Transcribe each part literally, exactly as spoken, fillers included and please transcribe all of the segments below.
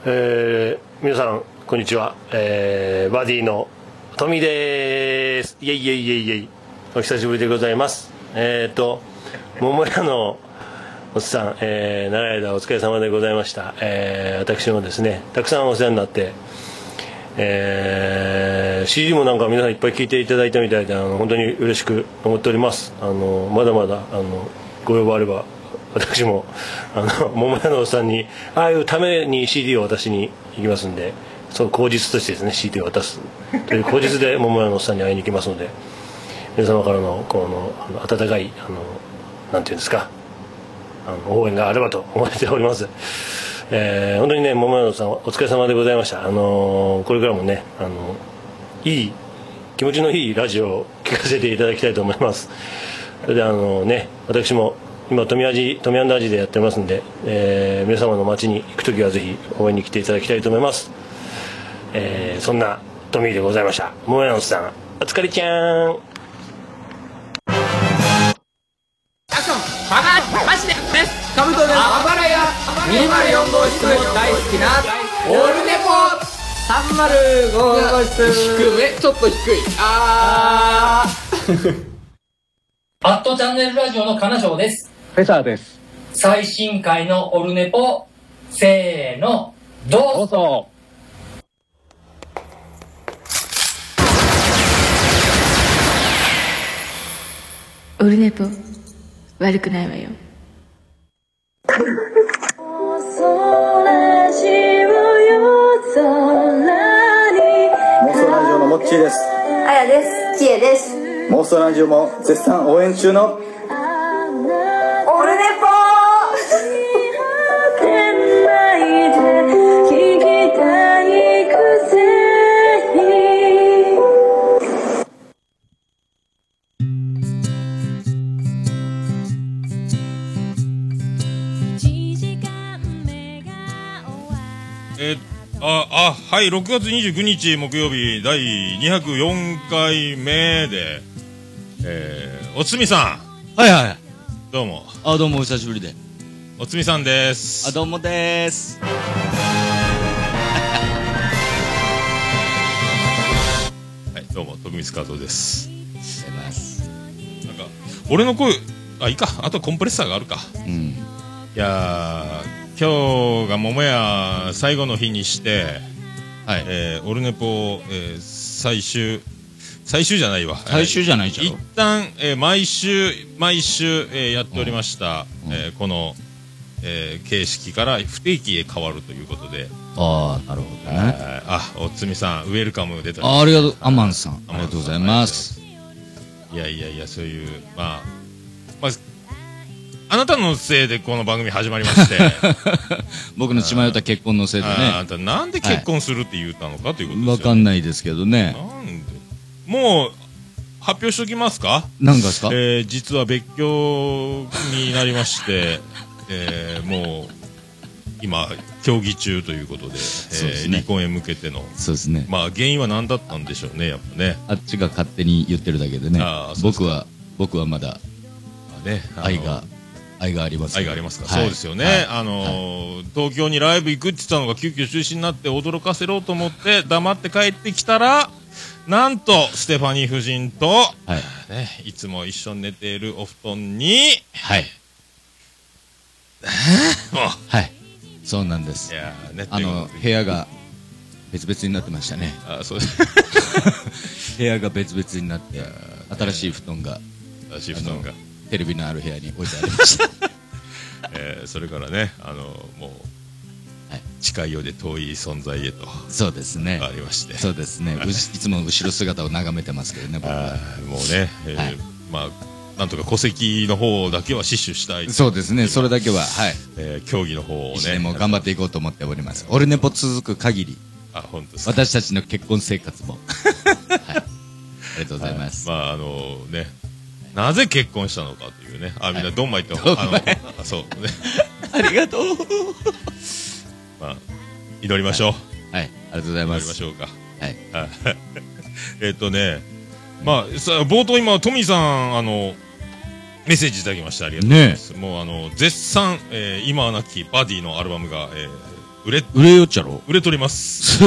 えー、皆さんこんにちは、えー、バディのトミーでーす。イエイイエイイエイイエイ、お久しぶりでございます。えーと桃屋のおっさん、えー、長い間お疲れ様でございました。えー、私もですねたくさんお世話になって、えー、シーディー もなんか皆さんいっぱい聴いていただいたみたいで、あの本当に嬉しく思っております。あのまだまだあのご要望あれば私もあの桃屋のおっさんにああいうために シーディー を渡しに行きますんで、その口実としてですね シーディー を渡すという口実で桃屋のおっさんに会いに行きますので、皆様からのこのあの温かいあのなんていうんですか、あの応援があればと思っております。えー、本当にね桃屋のおっさんお疲れ様でございました。あのー、これからもねあのいい気持ちのいいラジオを聞かせていただきたいと思います。それであのね私も今富味富安味でやってますんで、えー、皆様の町に行くときはぜひ応援に来ていただきたいと思います。えー、そんなトミーでございました。桃屋のおっさんお疲れちゃーん。 アクションバカマジでですカブトです。あばらやにまるよん号室も大好きなオルネポさんまるご号室。低めちょっと低い。あーアットチャンネルラジオの金賞です。 フェザーです。 最新回のオルネポ、せーの、どうぞ。 どうぞ。 オルネポ悪くないわよ。 妄想ラジオのモッチーです。 あやです。ちえです。 妄想ラジオも絶賛応援中のオルネポえー、ああはいろくがつにじゅうくにち木曜日だいにひゃくよんかいめで、えー、おつみさん、はいはい、 どうも。 あ、どうもお久しぶりで。 おつみさんです。 あ、どうもです。 はい、どうも徳光和夫です。 ありがとうございます。 なんか俺の声、あ、いいか、あとコンプレッサーがあるか。 うん。 いやー、今日が桃屋最後の日にして、はい、えー、オルネポ、えー、最終最終じゃないわ。 最終じゃないじゃん。 一旦、えー、毎週毎週、えー、やっておりました、うん、えー、この、えー、形式から不定期へ変わるということで。 ああ、なるほどね。 あ、おつみさんウェルカム出てあ、ありがとう。アマンさんありがとうございます。 いやいやいや、そういうまあまああなたのせいでこの番組始まりまして僕の血迷った結婚のせいでね。 あんたなんで結婚するって言ったのか、はい、ということですよね。 わかんないですけどね。 なんでもう発表しときますか。 何ですか。 えー、実は別居になりまして、えー、もう今協議中ということで、えーね、離婚へ向けての。 そうですね。 まあ原因は何だったんでしょうね、やっぱね。 あっちが勝手に言ってるだけでね。あ、僕は僕はまだ、まあね、愛が愛があります。 愛がありますか。 はい、 そうですよね。 はい、 あのーはい、東京にライブ行くって言ったのが急遽中止になって驚かせろうと思って黙って帰ってきたら、なんとステファニー夫人と、はいね、いつも一緒に寝ているお布団に、 はい、はい、そうなんです。 いやー、ね、 あの部屋が別々になってましたね。 あ、そうです部屋が別々になって新しい布団が新しい布団がテレビのある部屋に置いてありました。 えー、それからね、あのもう、はい、近いようで遠い存在へと。 そうですね。 ありまして。 そうですね。いつも後ろ姿を眺めてますけどね。僕はもうね、えーはい、まあなんとか戸籍の方だけは死守したい。 そうですね。それだけは、はい。 えー、競技の方をね。 でも頑張っていこうと思っております。オルネポ続く限り。 あ、本当ですか。私たちの結婚生活も。はい。ありがとうございます。 まああのね。なぜ結婚したのかというね。あ、みんなドンマイって、はい、あのあそうね。 ありがとう。 まあ祈りましょう。 はい、はい、ありがとうございます。 祈りましょうか。 はい。 えっとね、まあさ冒頭今トミーさんあのメッセージいただきました。ありがとうございます。ね、もうあの絶賛、えー、今はなきバディのアルバムが、えー、 売れ、 売れよっちゃろ売れとります。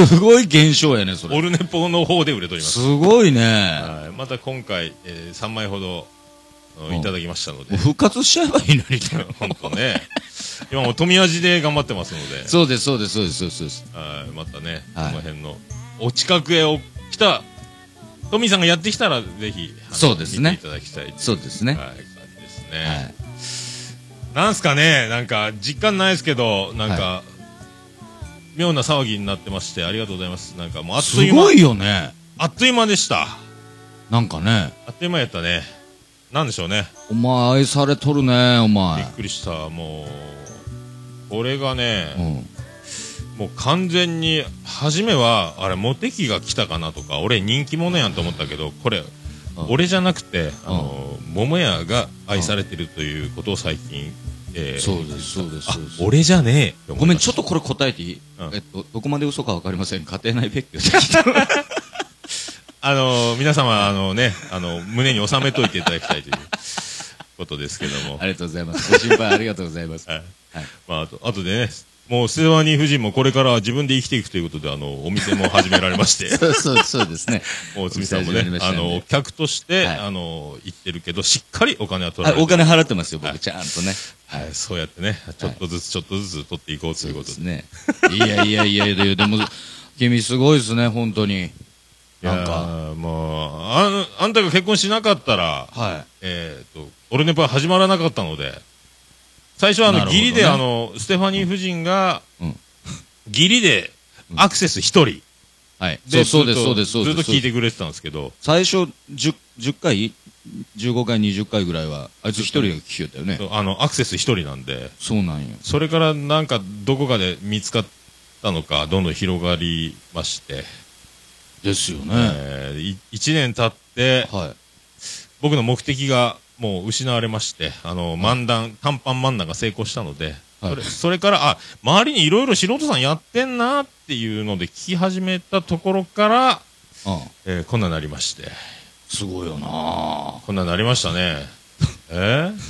すごい現象やね、それ。 オルネポの方で売れとります。 すごいね。 はい。また今回、えー、さんまいほど、いただきましたので。 復活しちゃえばいいのに。 本当ね。今も富味で頑張ってますので。 そうです、そうです、そうです、そうです。 はい。またね、 はい、 この辺の、お近くへ来た、トミーさんがやってきたら、ぜひ、 そうですね。 見ていただきたい。 そうですね。 はい、感じですね。はい。なんすかね、なんか、実感ないですけど、なんか、はい、妙な騒ぎになってまして、ありがとうございます。なんかもう、あっという間。 すごいよね。 あっという間でした。 なんかね。 あっという間やったね。なんでしょうね。 お前、愛されとるね、お前。 びっくりした、もう、これがね、うん、もう完全に、初めは、あれ、モテ期が来たかなとか、俺人気者やんと思ったけど、これ、うん、俺じゃなくて、あの、桃屋が愛されてるということを最近、えー、 そうです、そうです、そうです。 俺じゃねえ。 ごめん、ちょっとこれ答えていい、うん、えっと、どこまで嘘かわかりません。家庭内別居あのー、皆様、あのね、あの、胸に収めといていただきたいということですけども。 ありがとうございます。ご心配ありがとうございます。はい。 はい。まあ、あと、あとでね、もう、ステファニー夫人もこれから自分で生きていくということで、あの、お店も始められまして。 そうそう、そうですね。 大津さんもね、あの、客として、はい、あの、行ってるけど、しっかりお金は取られてる。お金払ってますよ、僕、はい、ちゃんとね。 はい、そうやってね、ちょっとずつ、ちょっとずつ取っていこうということですね。いやいやいやいや、でも、君すごいですね、本当に。なんか、 もう、あの、あんたが結婚しなかったら、はい。えっと、オルネポは始まらなかったので、最初はあの、義理であの、ステファニー夫人が、義理でアクセス一人。 はい。で、そうです、そうです、 そうです。ずっと聞いてくれてたんですけど。 最初、じゅっかい ?じゅうごかい、にじゅっかいぐらいは、あいつ一人が聞きよったよね。 あの、アクセス一人なんで。 そうなんよ。 それからなんか、どこかで見つかったのか、どんどん広がりまして。 ですよね。 えー、一年経って、はい、僕の目的がもう失われまして、あの、漫談、短パン漫談が成功したので、はい、それ、それから、あ、周りにいろいろ素人さんやってんなっていうので聞き始めたところから、ああえー、こんなになりまして。 すごいよなこんなになりましたね。えー、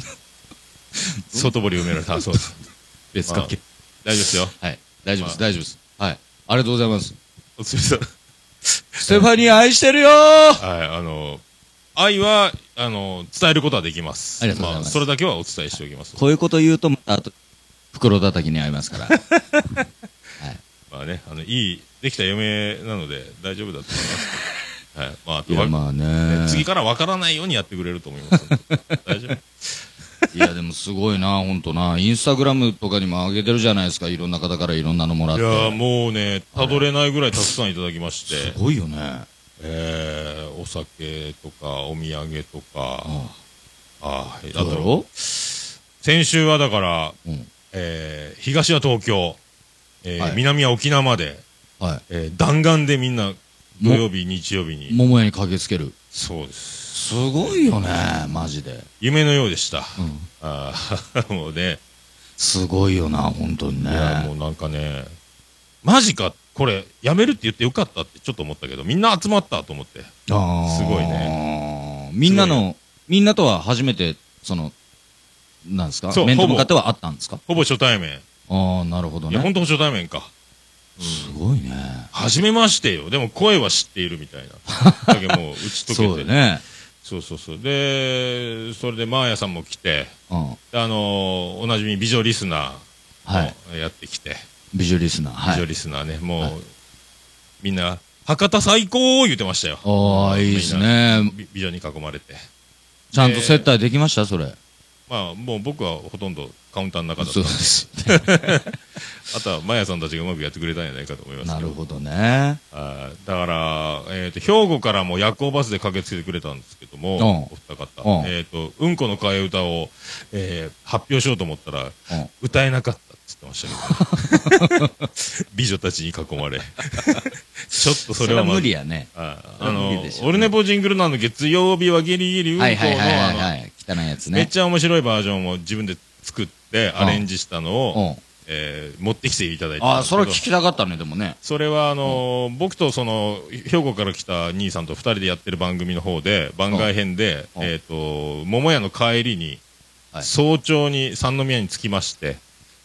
外堀埋められた。そうです。 別かけ、 まあ。大丈夫ですよ。 はい。大丈夫です、大丈夫です。はい。ありがとうございます。 お疲れ様。 ステファニー愛してるよー。 はい、あの、愛は、あの、伝えることはできます。 ありがとうございます。 まあ、それだけはお伝えしておきます。 こういうこと言うと、また、あと、袋叩きに合いますから。はい。 まあね、あの、いい、できた嫁なので大丈夫だと思います。はい。まあ、あとは、まあね、 ね、次から分からないようにやってくれると思います。大丈夫いや、でもすごいな、ほんとな。インスタグラムとかにも上げてるじゃないですか。いろんな方からいろんなのもらって。 いや、もうね、たどれないぐらいたくさんいただきまして。 すごいよね。 えー、お酒とか、お土産とか。ああ、 あと、 先週はだから、うん、えー、東は東京、えーはい、南は沖縄まで、はい、えー、弾丸でみんな、土曜日、日曜日に。 桃屋に駆けつける。 そうです。 すごいよね、マジで。 夢のようでした。うん、ああ、もうね。 すごいよな、本当にね。 いや、もうなんかね、マジか、これ、やめるって言ってよかったってちょっと思ったけど、みんな集まったと思って。ああ。すごいね。 みんなの、みんなとは初めて、その、なんですか面と向かってはあったんですかほぼ初対面。 ああ、なるほどね。 いや、本当初対面か。 すごいね。 初めましてよ。でも声は知っているみたいな。だけどもう打ち解けて。 そうだね。 そうそうそう。で、それでマーヤさんも来て、うん、あのー、おなじみ美女リスナーもやってきて。はい、 美女リスナー。 はい、美女リスナーね。もう、はい、みんな、博多最高言ってましたよ。 ああ、いいですね。 美女に囲まれて。 ちゃんと接待できましたそれ。 まあ、もう僕はほとんどカウンターの中だったんで。 そうです。 あとは、マヤさんたちがうまくやってくれたんじゃないかと思いますなるほどね。 あだから、えっ、ー、と、兵庫からも夜行バスで駆けつけてくれたんですけども、お二方。えっ、ー、と、うんこの替え歌を、えー、発表しようと思ったら、歌えなかったって言ってましたけど、美女たちに囲まれ。ちょっとそれは、 ま、無理やね。 あ, あの、ね、オルネポジングルのあの月曜日はギリギリうんこの、あの、 汚いやつね。 めっちゃ面白いバージョンを自分で作ってアレンジしたのを、えー、持ってきていただいて。 ああ、それ聞きたかったね、でもね。 それは、あのー、僕とその、兵庫から来た兄さんと二人でやってる番組の方で、番外編で、えっと、桃屋の帰りに、早朝に三宮に着きまして、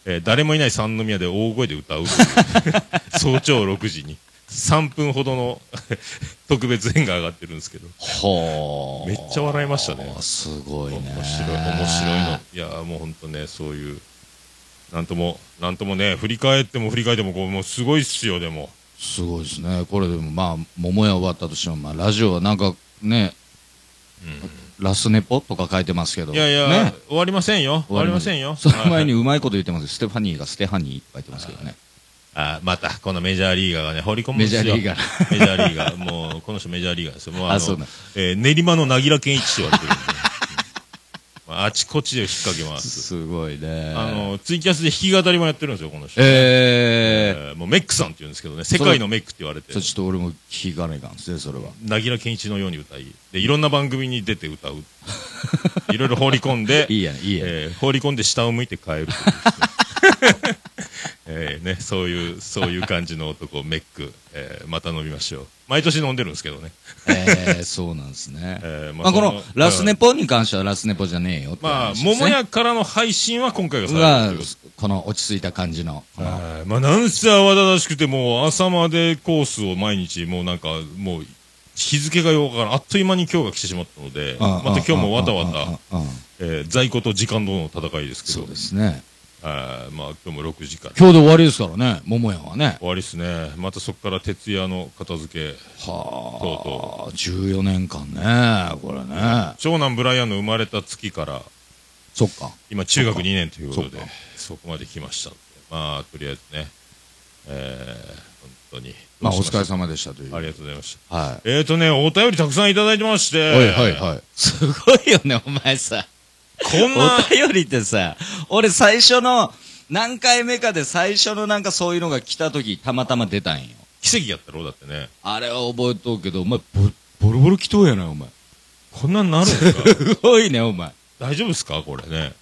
えー誰もいない三宮で大声で歌うという早朝ろくじにさんぷんほどの特別編が上がってるんですけど、 はあ。 めっちゃ笑いましたね。 すごいね。 面白い、面白いの。いやーもう本当ね、そういう、なんとも、なんともね、振り返っても振り返っても、こう、もうすごいっすよ、でも。 すごいですね。これでもまあ、桃屋終わったとしても、まあ、ラジオはなんかね、ラスネポとか書いてますけど。 いやいや、 ね、 終わりませんよ。終わりませんよ。 その前にうまいこと言ってます。ステファニーがステファニーって書いてますけどね。 あまた、このメジャーリーガーがね、放り込むんですよ。 メジャーリーガー。 メジャーリーガー。もう、この人メジャーリーガーですよ。もうあの、 あそうなんえー練馬のなぎら健一って言われてるんで、うんまあ、あちこちで引っ掛けます。 すごいね。 あの、ツイキャスで弾き語りもやってるんですよ、この人。 えー、 えーもうメックさんって言うんですけどね、世界のメックって言われて。 それちょっと俺も聞かないかんですね、それは。 なぎら健一のように歌い、で、いろんな番組に出て歌う。いろいろ放り込んで、 いいやね、いいやね。 えー放り込んで下を向いて帰るというですね。えーね、そういう、そういう感じの男、メック、えーまた飲みましょう。毎年飲んでるんですけどね。 えー、そうなんですね。 えーまあ、このラスネポに関してはラスネポじゃねえよってまあ、 話ですね。 桃屋からの配信は今回が最後がということこの落ち着いた感じの。このはいまあ、なんせ慌ただしくて、もう朝までコースを毎日、もうなんか、もう、日付がようからん、あっという間に今日が来てしまったので、 あまた今日もわたわああた、 あああえー在庫と時間との戦いですけど、 そうですね。 あーまあ今日もろくじから。 今日で終わりですからね、桃屋はね。 終わりですね。またそこから徹夜の片付け、 はあ、じゅうよねんかんね、これね。 長男ブライアンの生まれた月から、 そっか。 今中学にねんということでそっか、 そこまで来ましたので。まあ、とりあえずね、えー、本当に。 まあ、おどうしまし疲れ様でしたという。 たありがとうございました。 はい。 えーとね、お便りたくさんいただいてまして、 はいはいはい。すごいよね、お前さ。 こんな、 お便りってさ、俺最初の、何回目かで最初のなんかそういうのが来た時、たまたま出たんよ。 奇跡やったろだってね。 あれは覚えとうけど、お前、ボボロボロ来とうやな、お前。 こんなんなるんですかすごいね、お前。 大丈夫ですかこれね。なんか、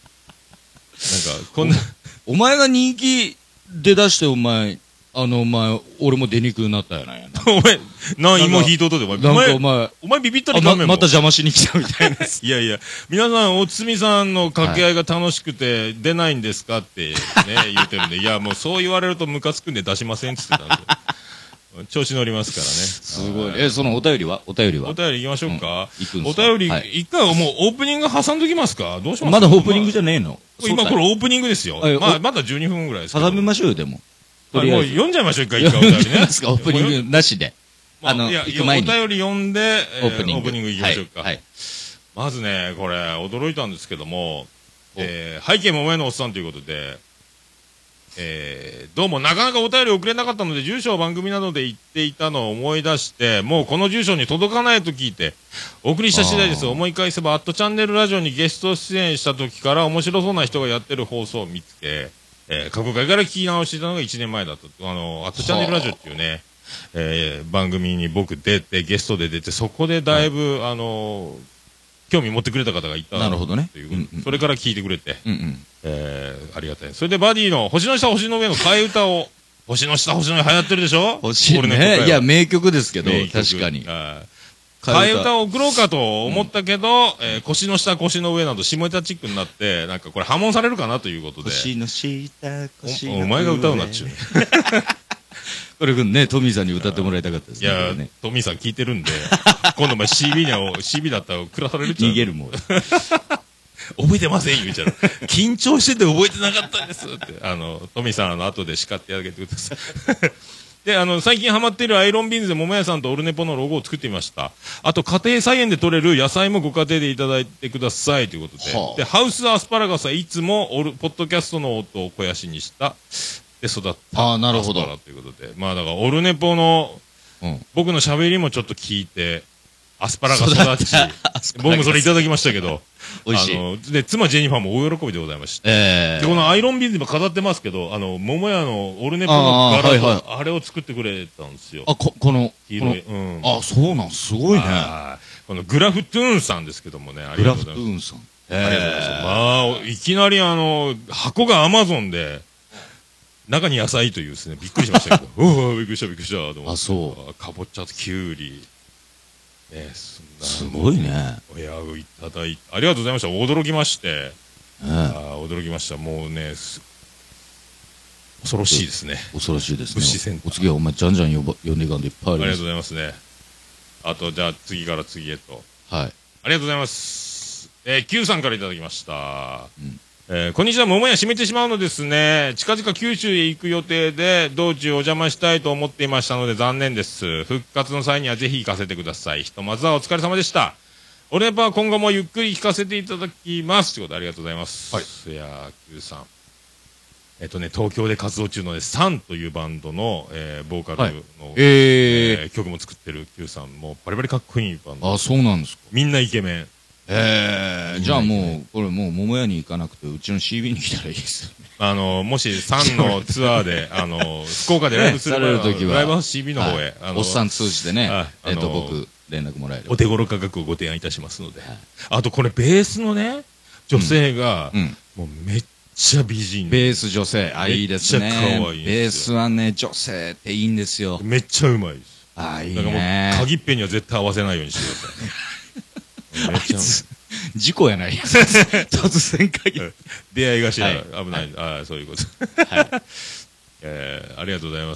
こんな、 お前が人気出だして、お前、あの、お前、俺も出にくくなったやないやな。 お前、な、芋引いとうとで、お前、 なんかおお前、 前、 お前ビビったりあま画面もまた邪魔しに来たみたいな。 いやいや、皆さん、おつみさんの掛け合いが楽しくて、出ないんですかってね、言うてるんで、いや、もうそう言われるとムカつくんで出しませんって言ってたんで。調子乗りますからね。 すごい。え、そのお便りはお便りはお便り行きましょうか。 行くんですかお便り、 はい一回もうオープニング挟んどきますかどうしますまだオープニングじゃ、 ゃねえのま今これオープニングですよえ。 まあ、 おまだじゅうにふんぐらいですけど。 挟みましょうよ、でも。とはいもうりあえず。 読んじゃいましょう、一回、一回お便りね。 読みますか、オープニングなしで。 まあの、 いや行く前に。 お便り読んで、えーオープニング。 オープニング行きましょうか。 はい。はいまずね、これ、驚いたんですけども、えー、背景桃屋のおっさんということで、えー、どうもなかなかお便り送れなかったので、住所を番組などで言っていたのを思い出して、もうこの住所に届かないと聞いて、お送りした次第です。 あー思い返せば、アットチャンネルラジオにゲスト出演した時から面白そうな人がやってる放送を見つけ、えー、過去回から聞き直していたのがいちねんまえだった。あの、アットチャンネルラジオっていうね、えー、番組に僕出て、ゲストで出て、そこでだいぶ、あのー、興味持ってくれた方がいた。 なるほどねといううんうんそれから聞いてくれて、 うんうん。 えー、ありがたい。それでバディの星の下星の上の替え歌を、星の下星の上流行ってるでしょ欲しいこれ今回はね。いや、名曲ですけど、 名曲確かに。 はい替え歌替え歌を送ろうかと思ったけど、えー腰の下腰の上など下ネタチックになって、なんかこれ破門されるかなということで。 星の下、星の上。 おお前が歌うなっちゅうね。 これね、トミーさんに歌ってもらいたかったですね。 いやこれね、 トミーさん聞いてるんで、今度お前 シービー には、シービー だったら暮らされるっちゃう。 逃げるもん。 覚えてません言うちゃう。緊張してて覚えてなかったんですって。あの、トミーさん、あの、後で叱ってあげてください。で、あの、最近ハマっているアイロンビーンズで桃屋さんとオルネポのロゴを作ってみました。あと、家庭菜園で採れる野菜もご家庭でいただいてくださいということで。 はあで、ハウスアスパラガスはいつもオル、ポッドキャストの音を肥やしにした、で育った。 ああなるほどアスパラということで。まあ、だから、オルネポの、 うん。 僕の喋りもちょっと聞いて、アスパラが育ち、僕もそれいただきましたけど、 美味しいあの、で、妻ジェニファーも大喜びでございました。 えで、このアイロンビーズ今飾ってますけど、あの、桃屋のオルネポの柄あーはいはいと、あれを作ってくれたんですよ。 あ、こ、この、 黄色い。 こうん。 のあ、そうなん、すごいね。 はいこのグラフトゥーンさんですけどもね、ありグラフトがとうございます。 ゥーンさん。 ありがとうございます。まあ、いきなりあの、箱がアマゾンで、中に野菜というですね、びっくりしましたけど、おおびっくりしたびっくりしたと思って。 あそうかぼちゃときゅうり。ね、そんなすごいね。 おやをいただいて、ありがとうございました。驚きまして。 えあー驚きました。もうね、す恐ろしいですね。 恐ろしいですね。 物資センター。 お次はお前じゃんじゃん呼ば呼んでいかんでいっぱいあります。 ありがとうございますね。あと、じゃあ次から次へと。 はい。 ありがとうございます。えー、Q さんからいただきました。 うんえー、こんにちは、桃屋閉めてしまうのですね。近々九州へ行く予定で、道中お邪魔したいと思っていましたので残念です。復活の際にはぜひ行かせてください。ひとまずはお疲れ様でした。オルネポは今後もゆっくり聞かせていただきます。ということでありがとうございます。はい。いやー、Q さん。えっとね、東京で活動中のね、サンというバンドの、えー、ボーカルの、はい、 えーえー、曲も作ってる Q さんもバリバリかっこいいバンド。 あ、そうなんですか。 みんなイケメン。 えー、じゃあもう、これもう桃屋に行かなくて、うちの シービー に来たらいいですよね。 あの、もしサンのツアーで、あの、福岡でライブするときは、 ライブハウス シービー の方へ、 はい、おっさん通じてね、えっと、僕、連絡もらえる。 お手頃価格をご提案いたしますので。はい、あとこれベースのね、女性が、うんうん、もうめっちゃ美人。 ベース女性、あ、いいですね。 めっちゃ可愛い。 ベースはね、女性っていいんですよ。 めっちゃうまいです。 あ、いいね。 だからもう、鍵っぺんには絶対合わせないようにしてください。めっちゃ事故やないやつ。突然鍵。 出会い頭、はい、危ない。はい、ああ、そういうこと。はい。えー、ありがとうございます。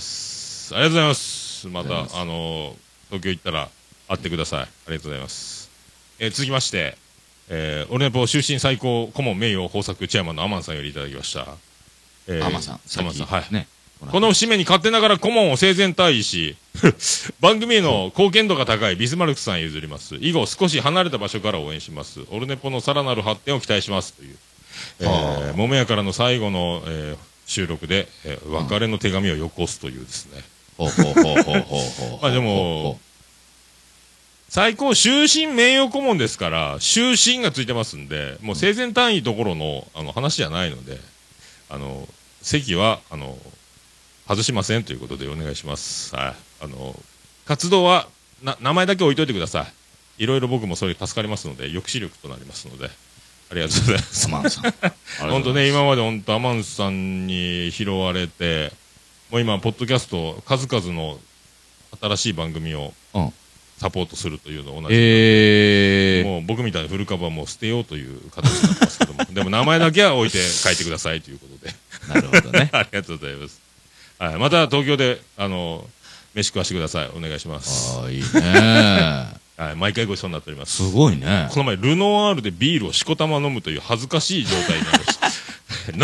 ありがとうございます。また、あのー、東京行ったら会ってください。ありがとうございます。えー、続きまして、えー、オルネポ終身最高顧問名誉豊作チェアマンのアマンさんよりいただきました。 えー、アマンさん。 アマンさん。はい。 ね。 この節目に勝手ながら顧問を生前退位し、番組への貢献度が高いビスマルクさんへ譲ります。以後少し離れた場所から応援します。オルネポのさらなる発展を期待します。という、えー、桃屋からの最後の、えー、収録で、えー、別れの手紙をよこすというですね。ほうほうほうほうほうほう。まあでも、最高終身名誉顧問ですから、終身がついてますんで、もう生前単位どころの、あの話じゃないので、あの、席は、あの、外しませんということでお願いします。はい。あの、活動は、な、名前だけ置いといてください。いろいろ僕もそれ助かりますので、抑止力となりますので、ありがとうございます。 アマンさん。 本当ね、今まで本当アマンさんに拾われて、もう今、ポッドキャスト、数々の新しい番組をサポートするというのを同じ、えー、もう僕みたいな古株はもう捨てようという形になってますけども、でも名前だけは置いて書いてくださいということで。 なるほどね。 ありがとうございます。はい、また東京で、あの、飯食わしてください。お願いします。 ああ、いいね。 はい、毎回ごちそうになっております。 すごいね。 この前、ルノワールでビールをしこたま飲むという恥ずかしい状態になりました。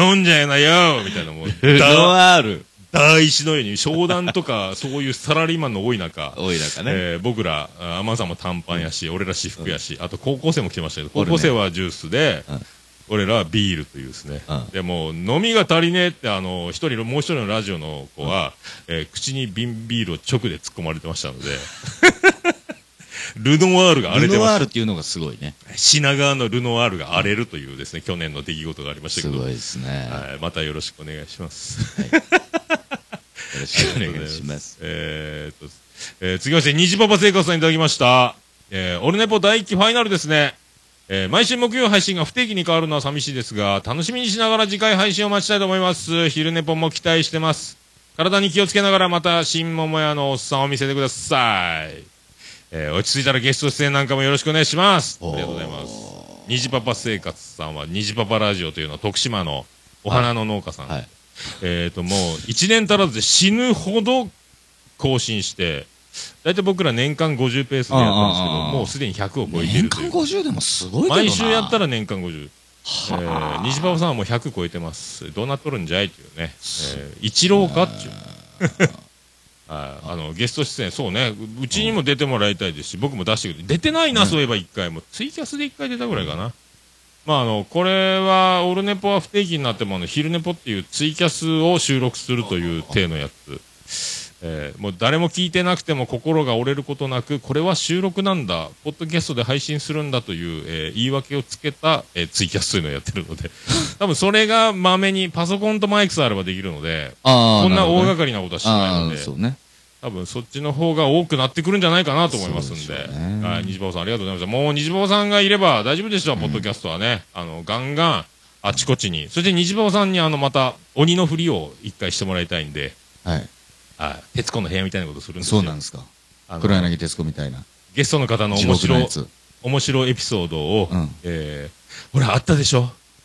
飲んじゃいなよみたいなもん。 ルノワール。 大石のように、商談とか、そういうサラリーマンの多い中、 多い中ね。 えー、僕ら、アマンさんも短パンやし、うん、俺ら私服やし、うん、あと高校生も来てましたけど、高校生はジュースで、うん、俺らはビールというですね。うん、でも、飲みが足りねえって、あの、一人、もう一人のラジオの子は、うん、えー、口に瓶ビールを直で突っ込まれてましたので、ルノワールが荒れてました。 ルノワールっていうのがすごいね。 品川のルノワールが荒れるというですね、去年の出来事がありましたけど。 すごいですね。 はい、またよろしくお願いします。はい、 よろしくお願いします。 えーっと、えー、次まして、虹パパ生活さんいただきました。えー、オルネポ第一期ファイナルですね。えー、毎週木曜配信が不定期に変わるのは寂しいですが、楽しみにしながら次回配信を待ちたいと思います。昼ネポも期待してます。体に気をつけながらまた新桃屋のおっさんを見せてください。えー、落ち着いたらゲスト出演なんかもよろしくお願いします。ありがとうございます。虹パパ生活さんは虹パパラジオというのは徳島のお花の農家さん。はいはい、えっと、もういちねん足らずで死ぬほど更新して、だいたい僕ら年間ごじゅうペースでやってるんですけど、もうすでにひゃくを超えているという。 年間ごじゅうでもすごいけどな。 毎週やったら年間ごじゅう。えー、虹パパさんはもうひゃく超えてます。どうなっとるんじゃいっていうね。えー、一郎かっていう。ああのゲスト出演、そうね、うちにも出てもらいたいですし、僕も出してくれ出てないな、うん、そういえばいっかいも、ツイキャスでいっかい出たぐらいかな。うん、まあ、あの、これは、オルネポは不定期になっても、あの、昼ネポっていうツイキャスを収録するという体のやつ。えー、もう誰も聞いてなくても心が折れることなく、これは収録なんだ、ポッドキャストで配信するんだという、えー、言い訳をつけた、えー、ツイキャスというのをやってるので、多分それがまめにパソコンとマイクさえあればできるので、こんな大掛かりなことはしないので、 そうね。 多分そっちの方が多くなってくるんじゃないかなと思いますんで。はい、虹パパさんありがとうございました。もう虹パパさんがいれば大丈夫でしょう、うん、ポッドキャストはね。あの、ガンガン、あちこちに。そして虹パパさんにあの、また、鬼のふりを一回してもらいたいんで。 はい。 はい。徹子の部屋みたいなことするんですよ。 そうなんですか。黒柳徹子みたいな。 ゲストの方の面白い、面白いエピソードを、うん、えー、ほら、あったでしょ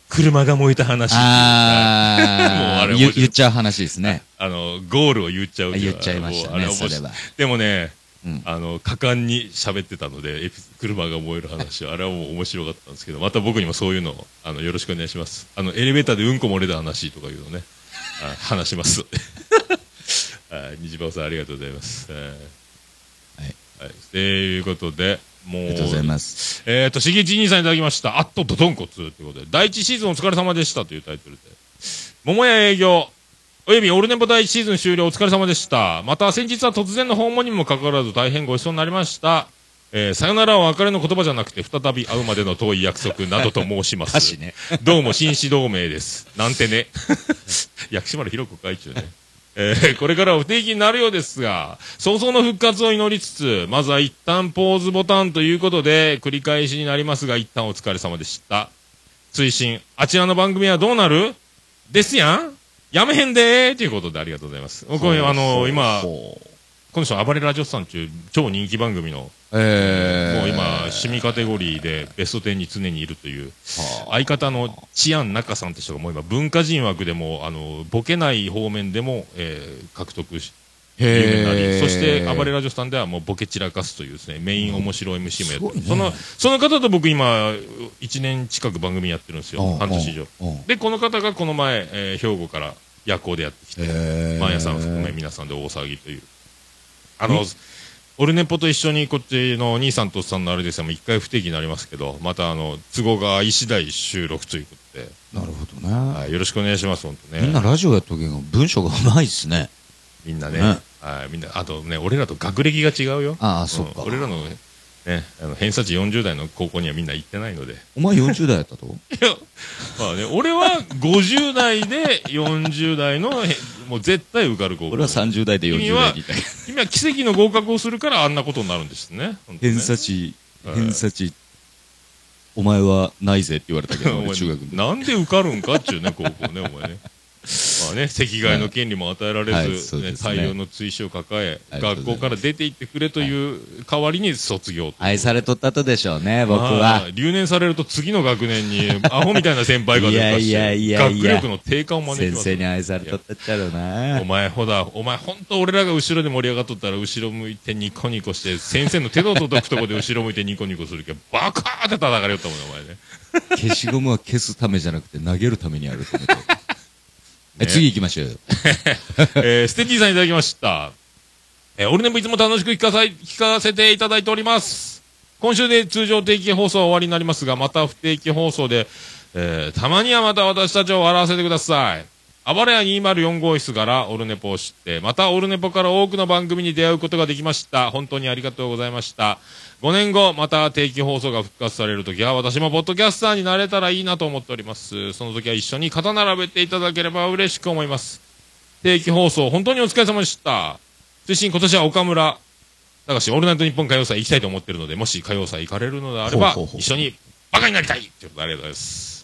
車が燃えた話っていうか、もうああ、 あれ言言っちゃう話ですね。 あの、ゴールを言っちゃうっていう言っちゃいましたねもうあれ面白いそれはでもね、 うんあの、果敢に喋ってたので、エピ車が燃える話は、あれはもう面白かったんですけど、また僕にもそういうのを、あの、よろしくお願いします。あの、エレベーターでうんこ漏れた話とかいうのね、あ話します。はい、虹パオさんありがとうございます。はい。はい。ということで、もう、 ありがとうございます。 えっと、しげち兄さんいただきました。あっとドドンコツということで、第一シーズンお疲れ様でしたというタイトルで、桃屋営業、およびオルネポ第一シーズン終了お疲れ様でした。また先日は突然の訪問にもかかわらず大変ごちそうになりました。えー、さよならは別れの言葉じゃなくて再び会うまでの遠い約束などと申します。 歌詞ね。 どうも紳士同盟です。なんてね。薬師丸ひろ子会長ね。えー、これからは不定期になるようですが、早々の復活を祈りつつ、まずは一旦ポーズボタンということで、繰り返しになりますが、一旦お疲れ様でした。追伸、あちらの番組はどうなるですやんやめへんでーということでありがとうございます。僕は、あの、今、この人、暴れラジオスさんっていう超人気番組の、 えー、 もう今、趣味カテゴリーでベストテンに常にいるという、相方のチアン中さんって人がもう今、文化人枠でも、あの、ボケない方面でも、えー、獲得し、有名になり、そして、暴れラジオさんではもうボケ散らかすというですね、メイン面白い エムシー もやってる。その、その方と僕今、いちねん近く番組やってるんですよ。半年以上。で、この方がこの前、えー、兵庫から夜行でやってきて、マンヤさん含め皆さんで大騒ぎという。あの、オルネポと一緒にこっちの兄さんとおっさんのあれですよ、一回不定期になりますけど、またあの、都合がい次第収録ということで。 なるほどね。 はい、よろしくお願いします、本当ね。 みんなラジオやっとけが文章がうまいっすね。 みんなね。ねはい、みんな、あとね、俺らと学歴が違うよ。 ああ、そっか、 うん。俺らのね、ね、あの偏差値よんじゅう代の高校にはみんな行ってないので。 お前よんじゅう代やったといや、まあね、俺はごじゅう代でよんじゅう代の、もう絶対受かる高校。 俺はさんじゅう代でよんじゅう代にいたい。 君は奇跡の合格をするからあんなことになるんですね。ね偏差値、偏差値、お前はないぜって言われたけど、俺中学で。 なんで受かるんかっちゅうね、高校ね、お前ね。まあね、席替えの権利も与えられず、はいはいねね、大量の追試を抱え、学校から出て行ってくれという代わりに卒業。 愛されとったとでしょうね、僕は。 留年されると次の学年にアホみたいな先輩が出まして、いやいやいやいや学力の低下を招きます。 先生に愛されとったっちゃろうな。 お前ほだ、お前本当俺らが後ろで盛り上がっとったら後ろ向いてニコニコして、先生の手の届くとこで後ろ向いてニコニコするけど、バカーって叩かれよったもんね、お前ね。 消しゴムは消すためじゃなくて投げるためにあると思って。ね、次行きましょう。 えー、ステッキーさんいただきました。えー、オルネポいつも楽しく聞かさ、聞かせていただいております。今週で通常定期放送は終わりになりますが、また不定期放送で、えー、たまにはまた私たちを笑わせてください。あばれやにまるよん号室からオルネポを知って、またオルネポから多くの番組に出会うことができました。本当にありがとうございました。ごねんご、また定期放送が復活されるときは、私もポッドキャスターになれたらいいなと思っております。その時は一緒に肩並べていただければ嬉しく思います。定期放送、本当にお疲れ様でした。推進今年は岡村、たかし、オールナイトニッポン歌謡祭行きたいと思っているので、もし歌謡祭行かれるのであれば、ほうほうほう一緒にバカになりたいということでありがとうございます。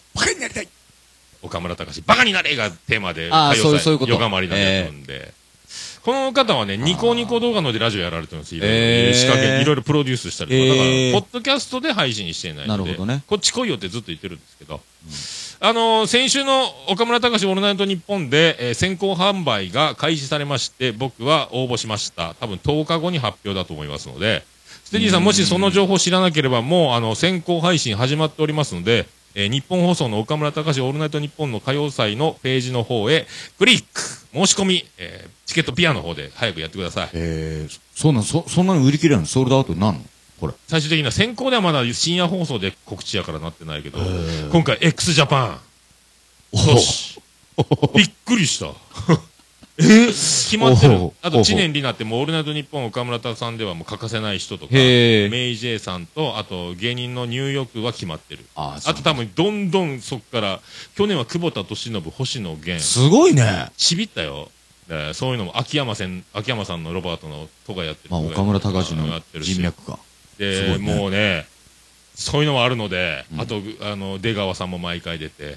バカになりたい岡村隆史、バカになれがテーマで、 歌謡祭、ヨガマリナでやるんで、えー、この方はね、ニコニコ動画のでラジオやられてるんですよ。いろいろ、えー、仕掛け、いろいろプロデュースしたりとか、えー、だから、ポッドキャストで配信していないので、なるほどね、こっち来いよってずっと言ってるんですけど、うん、あのー、先週の岡村隆史オールナイトニッポンで、えー、先行販売が開始されまして、僕は応募しました。多分とおかごに発表だと思いますので、ステディさん、もしその情報知らなければ、もう、あの、先行配信始まっておりますので、えー、日本放送の岡村隆史オールナイトニッポンの歌謡祭のページの方へクリック申し込み、えー、チケットピアの方で早くやってください。 えー、そんなそそんなに売り切れるの？ソールドアウトになるの？これ最終的には先行ではまだ深夜放送で告知やからなってないけど、今回 X ジャパンよしびっくりしたえー、決まってる。あと知念里奈ってもうオールナイトニッポン岡村隆さんではもう欠かせない人とか、メイジェイさんとあと芸人のニューヨークは決まってる。あ, あと多分どんどんそっから去年は久保田利伸、星野源、 すごいね。 ちびったよ。そういうのも秋山さん、秋山さんのロバートのとかやってる。 まあ岡村隆史の人脈か。 で、ね、もうねそういうのもあるので、うん、あとあの出川さんも毎回出て。 、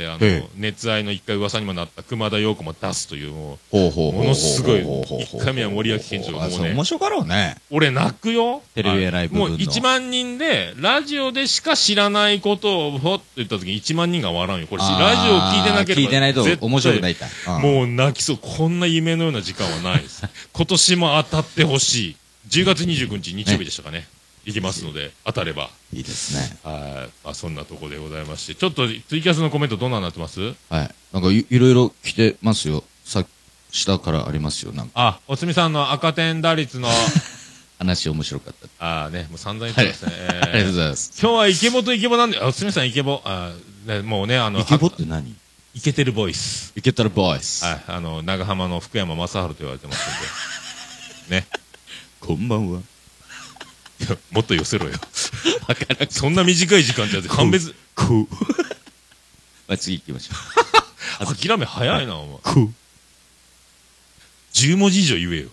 あのええ、 熱愛の一回噂にもなった熊田曜子も出すという、もう、 ほうほうほうほうものすごい、 ほうほうほう一回目は森脇健児がもうねあそう面、白かろうね。 俺泣くよ。 テレビライブ分のもういちまん人で、ラジオでしか知らないことを、ほっと言った時にいちまん人が笑うよ。これ、ラジオを聞いてなければ。 聞いてないと絶対面白くないか。うんもう泣きそう。こんな夢のような時間はないです。今年も当たってほしい。じゅうがつにじゅうくにち日曜日でしたかね。行きますので、当たれば。 いいですね。 はい。まあ、そんなとこでございまして。ちょっと、ツイキャスのコメントどんなになってます？ はい。なんかい、いろいろ来てますよ。さ、下からありますよ。なんか。 あ、おつみさんの赤点打率の、 話面白かった。 ああね、もう散々言ってますね。えーありがとうございます。 今日はイケボとイケボなんで、あ、おつみさんイケボ。あね、もうね、あの、 イケボって何？ イケてるボイス。 イケてるボイス。 はい。あの、長浜の福山雅治と言われてますんで。ね。 こんばんは。 いや、もっと寄せろよ。そんな短い時間じゃ、判別。 こう。まあ、次行きましょう。 諦め早いな、お前。 こう。 じゅう文字以上言えよ。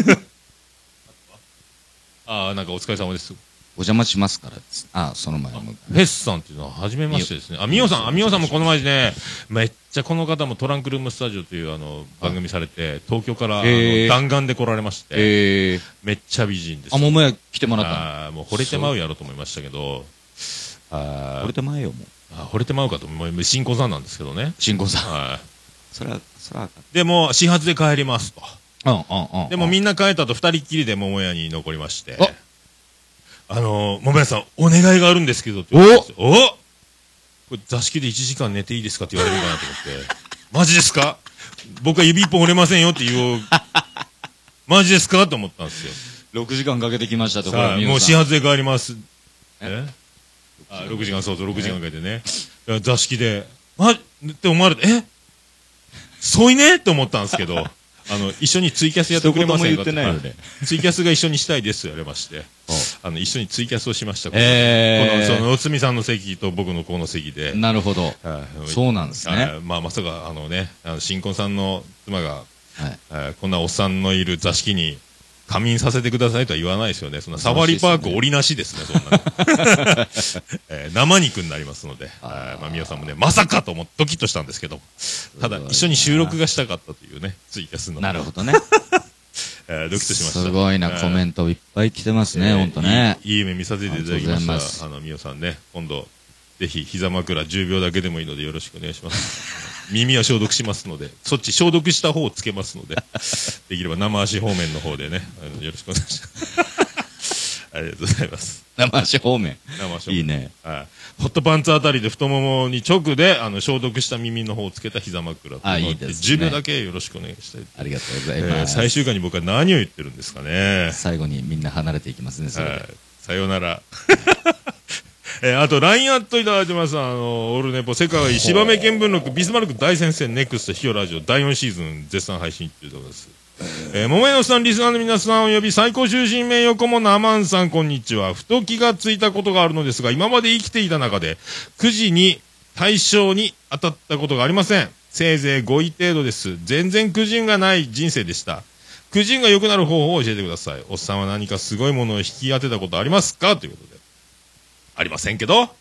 ああ、なんかお疲れ様です。 お邪魔しますからです。ああ、その前も。 フェスさんっていうのは初めましてですね。あ、みおさん、あ、みおさんもこの前ね、めっちゃこの方もトランクルームスタジオというあの、番組されて、東京からあのへー弾丸で来られまして、 えー。 めっちゃ美人です。 あ、桃屋来てもらったの？ あーもう惚れてまうやろと思いましたけど、あ惚れてまえよ、もう。 あ惚れてまうかと思う。新婚さんなんですけどね。 新婚さん。 はそら、そらあかん。 い。でも、始発で帰りますと。 うんうんうん。 でもみんな帰った後二人っきりで桃屋に残りまして、あのー、桃屋さん、お願いがあるんですけどって言われたんですよ。おこれ座敷でいちじかん寝ていいですかって言われるかなと思って、マジですか僕は指一本折れませんよって言おう。マジですかと思ったんですよ。 ろくじかんかけてきましたと、ほさら、 あもう始発。 発で帰ります。えあ、ろくじかん、そうそう、ろくじかんかけてね。いや座敷で、ま、って思われて、えそういねって思ったんですけど、あの、一緒にツイキャスやってくれませんか一言も言ってないよねはいツイキャスが一緒にしたいですと言われまして、あの、一緒にツイキャスをしました。 えーこの、その、おつみさんの席と僕のこの席で。 なるほど。 はいそうなんですねはいまあ、まさか、あのね、あの新婚さんの妻が、 はい。 えーこんなおっさんのいる座敷に仮眠させてくださいとは言わないですよね。そんなサファリパーク折りなしですね、そんなの、えー生肉になりますので、はいまあ、みおさんもね、まさかと思ってドキッとしたんですけど、ただ一緒に収録がしたかったというね、ツイキャスの。 なるほどね。 えードキッとしました。 すごいな、コメンントいっぱい来てますね、ほんとね。 いい夢見させていただきまありがとうございしますた。あの、みおさんね、今度、ぜひ膝枕じゅうびょうだけでもいいのでよろしくお願いします。耳は消毒しますので、そっち消毒した方をつけますので、できれば生足方面の方でね、あのよろしくお願いします。ありがとうございます。 生足方面。 生足方面。 いいね。 はい。ホットパンツあたりで太ももに直で、あの、消毒した耳の方をつけた膝枕。 あいいですねじゅうびょうだけよろしくお願いしたい。 ありがとうございえーます。 最終回に僕は何を言ってるんですかね。 最後にみんな離れていきますね、それで。 はい。さようなら。えーあと、ライン アットいただいてます。あの、オルネポ、世界芝目見聞録、ビスマルク大先生、ネクスト、ヒヨラジオ、だいよんシーズン、絶賛配信中でございます。えー、桃屋のさん、リスナーの皆さんを呼び、最高終身名誉顧問のアマンさん、こんにちは。ふと気がついたことがあるのですが、今まで生きていた中で、くじに対象に当たったことがありません。せいぜいごい程度です。全然くじ運がない人生でした。くじ運が良くなる方法を教えてください。おっさんは何かすごいものを引き当てたことありますかということで。ありませんけど。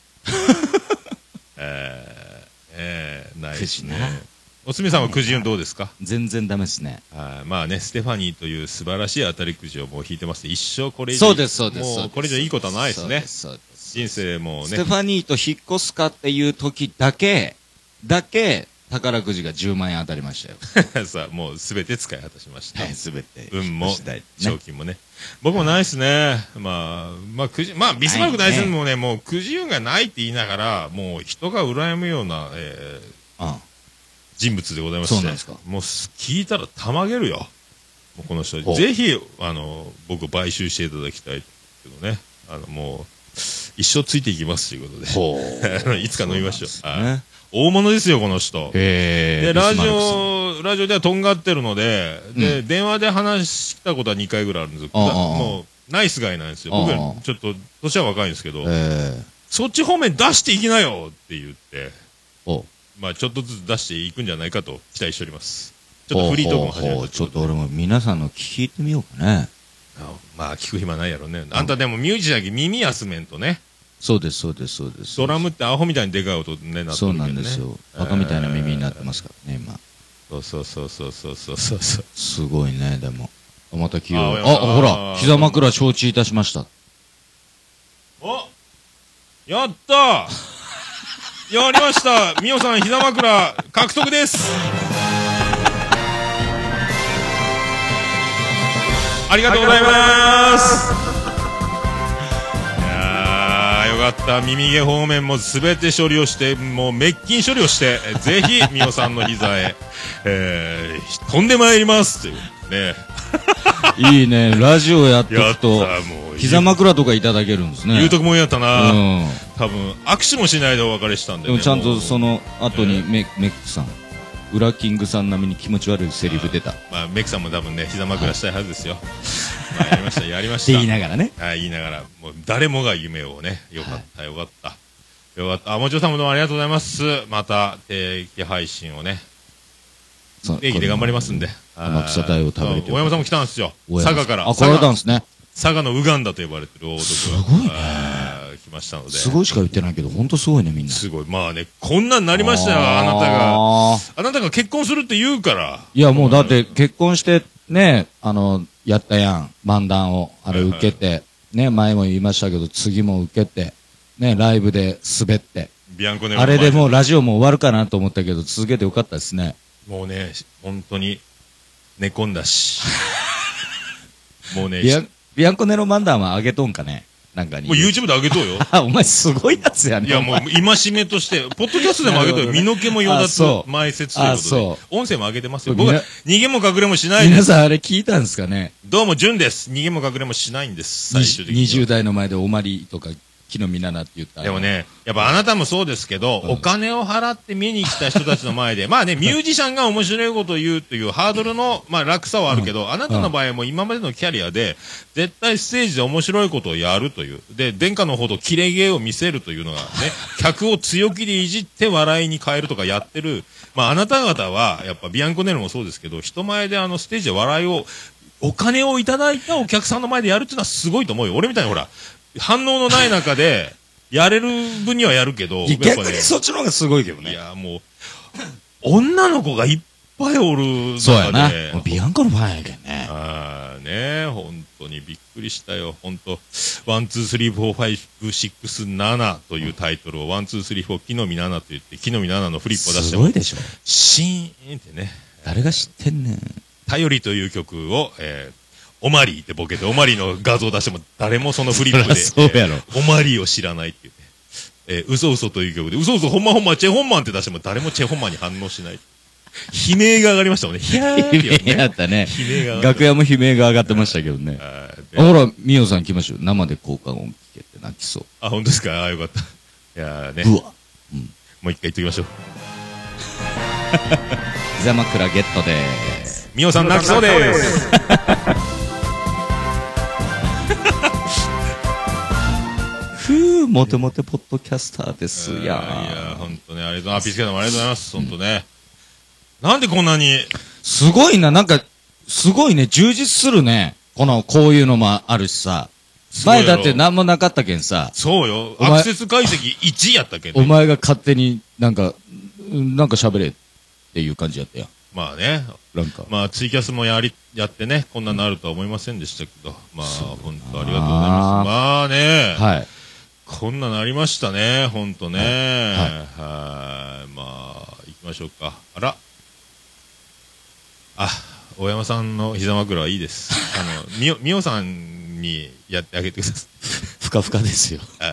えー、えー、ないですね。おすみさんはくじ運どうですか？ 全然ダメですね。 あまあね、ステファニーという素晴らしい当たりくじをもう引いてます。一生これ以上。 そうです、そうです。 もうこれ以上いいことはないですね。 そうです、そうです。 人生もね。 ステファニーと引っ越すかっていう時だけ、だけ、宝くじがじゅうまんえん当たりましたよ。 さあ、もうすべて使い果たしました。 はい、すべて。 運も、 ね、 賞金もね。僕もないですね。まあ、まあ、くじ、まあ、ビスマルク大先生もね、もうくじ運がないって言いながら、もう人が羨むような、えー、 ああ人物でございまして。 そうなんですか。 もう聞いたらたまげるよ。もうこの人。ぜひ、あの、僕買収していただきたいけどね。あの、もう、一生ついていきますということで。いつか飲みましょう。ね、大物ですよ、この人。で、ラジオ、ラジオではとんがってるので、で、うん、電話で話したことはにかいぐらいあるんですけど、もう、ナイスガイなんですよ。僕はちょっと、年は若いんですけど、そっち方面出していきなよって言って、まあ、ちょっとずつ出していくんじゃないかと期待しております。ちょっとフリートークも始めた。 ちょっと俺も皆さんの聞いてみようかね。 まあ、聞く暇ないやろね。あんたでもミュージシャンだけ耳休めんとね。 そうです、そうです、そうです。 ドラムってアホみたいにでかい音ね、なってそうるけどね。 なんですよ。バカみたいな耳になってますからね、今。 そうそうそうそうそうそうそうそう。 すごいね、でも。また器用。 ああ、ほら、膝枕承知いたしました。 おやったーやりましたみおさん膝枕獲得ですありがとうございますいやーよかった耳毛方面もすべて処理をしてもう滅菌処理をしてぜひみおさんの膝へ、えー、飛んでまいりますというねいいね、ラジオやっとくとやったもう膝枕とかいただけるんですね。 言うとくもんやったな、 うん、 多分握手もしないでお別れしたんで、ね、 でもちゃんとその後にメ,、えー、メックさんウラキングさん並みに気持ち悪いセリフ出た。 まあ、メックさんも多分ね膝枕したいはずですよ、はい、まあ、やりましたやりましたって言いながらね、 はい、言いながらもう誰もが夢をねよかった、はい、よかったよかった。あもちろんさんもどうもありがとうございます。また定期配信をね定期で頑張りますんで、 天草鯛を食べれて大山さんも来たんですよ、佐賀から。 あ、来られたんですね。 佐賀のウガンダと呼ばれてる大男がすごいね来ましたので。 すごいしか言ってないけど本当すごいねみんな。 すごい。まあねこんなんなりましたよ。あなたがあなたが結婚するって言うから。 いやもうだって結婚してね、あのやったやん漫談をあれ受けて、はいはい、ね前も言いましたけど次も受けてねライブで滑ってビアンコネあれでもうラジオも終わるかなと思ったけど続けてよかったですね。 もうね本当に寝込んだしもうねビアビアンコネロ漫談は上げとんかね、なんかにもう YouTube で上げとうよお前すごいやつやね。 いやもう戒めとしてポッドキャストでも上げとうよ、ね、身の毛もよだつ前説ということで音声も上げてますよ。僕は逃げも隠れもしないです。 皆さんあれ聞いたんですかね。 どうも潤です。逃げも隠れもしないんです最終的に。 にじゅう代の前でおまりとか木の実ななって言った。 でもね、やっぱあなたもそうですけど、うん、お金を払って見に来た人たちの前で、まあね、ミュージシャンが面白いことを言うというハードルの、まあ落差はあるけど、うん、あなたの場合も今までのキャリアで、絶対ステージで面白いことをやるという。で、殿下のほどキレゲーを見せるというのがね、客を強気でいじって笑いに変えるとかやってる。まああなた方は、やっぱビアンコネロもそうですけど、人前であのステージで笑いを、お金をいただいたお客さんの前でやるっていうのはすごいと思うよ。俺みたいにほら、反応のない中で、やれる分にはやるけど、 逆にそっちの方がすごいけどね。 いや、もう、女の子がいっぱいおる中で。 そうやな。ビアンコのファンやけんね。 ああ、ね、本当にびっくりしたよ。本当ワン、ツー、スリー、フォー、ファイブ、シックス、ナナというタイトルを、ワン、ツー、スリー、フォー、木の実ナナと言って、木の実ナナのフリップを出しても。 すごいでしょ。 シーンってね。 誰が知ってんねん。 頼りという曲を、えー、オマリーってボケて、オマリーの画像出しても誰もそのフリップで、 そうやろ、 えー、オマリーを知らないっていうね。えー、嘘嘘という曲で、嘘嘘ほんまほんま、チェホンマンって出しても誰もチェホンマンに反応しない。悲鳴が上がりましたもんね。 悲鳴があったね。 悲鳴が上がった。 楽屋も悲鳴が上がってましたけどね。あほら、みおさん来ましょう。生で効果音聞けて泣きそう。 あ、本当ですか。あ、よかった。いやーね。 うわ。 うん。もう一回言っときましょう。 膝枕ゲットでーす。 みおさん泣きそうでーす。 ふう、モテモテポッドキャスターです。いやー。いやー、ほんとね、ありがとうございます。ピスケさんもありがとうございます。ほんとね。なんでこんなに。 すごいな、なんか、すごいね、充実するね。この、こういうのもあるしさ。前だって何もなかったけんさ。 そうよ。アクセス解析いちいやったけん、ね。 お前が勝手になんか、なんか喋れっていう感じやったやん。 まあね。なんか。まあ、ツイキャスもやり、やってね、こんなになるとは思いませんでしたけど。まあ、ほんとありがとうございます。まあね。 はい。 こんななりましたね、ほんとね。はい。はい。まあ、行きましょうか。あら。あ、大山さんの膝枕はいいです。あの、みお、みおさんにやってあげてください。 ふかふかですよ。 はい。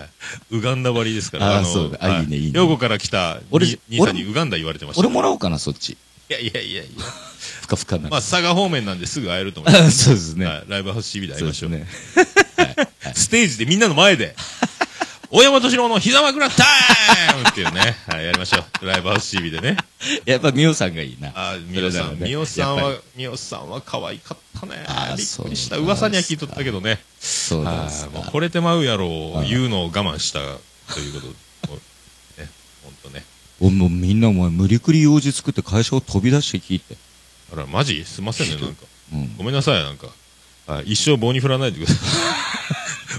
ウガンダ張りですから。 あの、そうだ。あ、いいね、いいね。 兵庫から来た兄さんにウガンダ言われてました。 俺もらおうかな、そっち。 いやいやいやいや。 ふかふかな。 まあ、佐賀方面なんですぐ会えると思います。 そうですね。 ライブハウス シービー で会いましょう。ね。ステージでみんなの前で。大山敏郎の膝枕タイムっていうね。はい、やりましょう。ライブハウス シービー でね。 やっぱみおさんがいいな。 あ、みおさん。みおさんは、みおさんは可愛かったね。びっくりした。噂には聞いとったけどね。 そうです。 もう惚れてまうやろう、言うのを我慢したということ。ね、ほんとね。 おもうみんなお前無理くり用事作って会社を飛び出して聞いて。 あら、マジすいませんね、なんか。ごめんなさい、なんか。一生棒に振らないでください。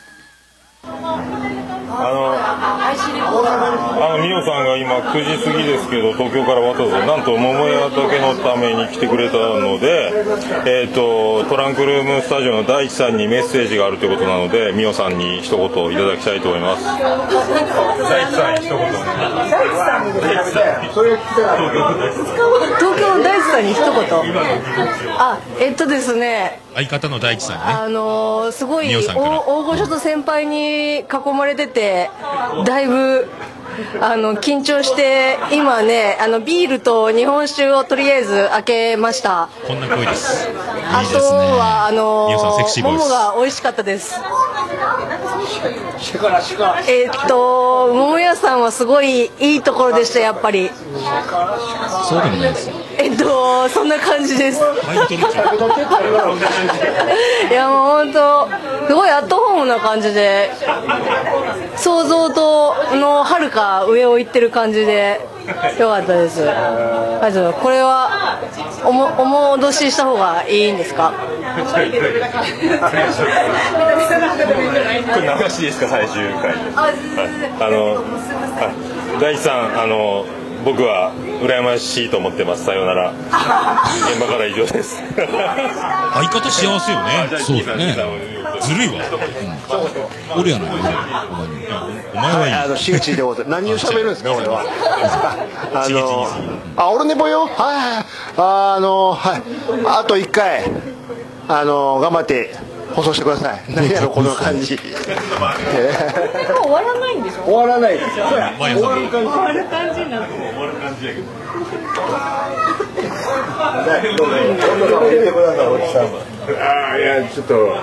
のあのミオさんが今くじ過ぎですけど東京からわざわざなんと桃屋だけのために来てくれたので、えー、とトランクルームスタジオの大地さんにメッセージがあるということなのでミオさんに一言いただきたいと思います。大地さん一言。大地さんにですね、それを聞きたかった。 東京の大地さんに一言。あ、えっとですね、 相方の大地さんね、 あのー、すごい大御所と先輩に囲まれててだいぶあの緊張して今ねあのビールと日本酒をとりあえず開けました。 こんな声です。 あとはあのー、桃が美味しかったです。えっと桃屋さんはすごいいいところでした。やっぱりそうでもないですよ。 えっとそんな感じです。いやもう本当すごいアットホームな感じで想像とのはるか上を行ってる感じでよかったです。あとこれはおもお戻しした方がいいんですか？ これ流しですか最終回。あの大地さんあの僕は羨ましいと思ってます。さようなら。現場から以上です。相方幸せよね。 そうですね。 ずるいわ。 俺やない。 お前はいい。 あのしぐちでございます。何を喋るんですか俺は。あのあ俺ねぼよ。はいはい。あのはいあと一回あの頑張って放送してください。何やろこの感じ。 終わらないんでしょ？ 終わらないですよ。終わる感じ。終わる感じになってる。終わる感じやけど。 ああいやちょっと。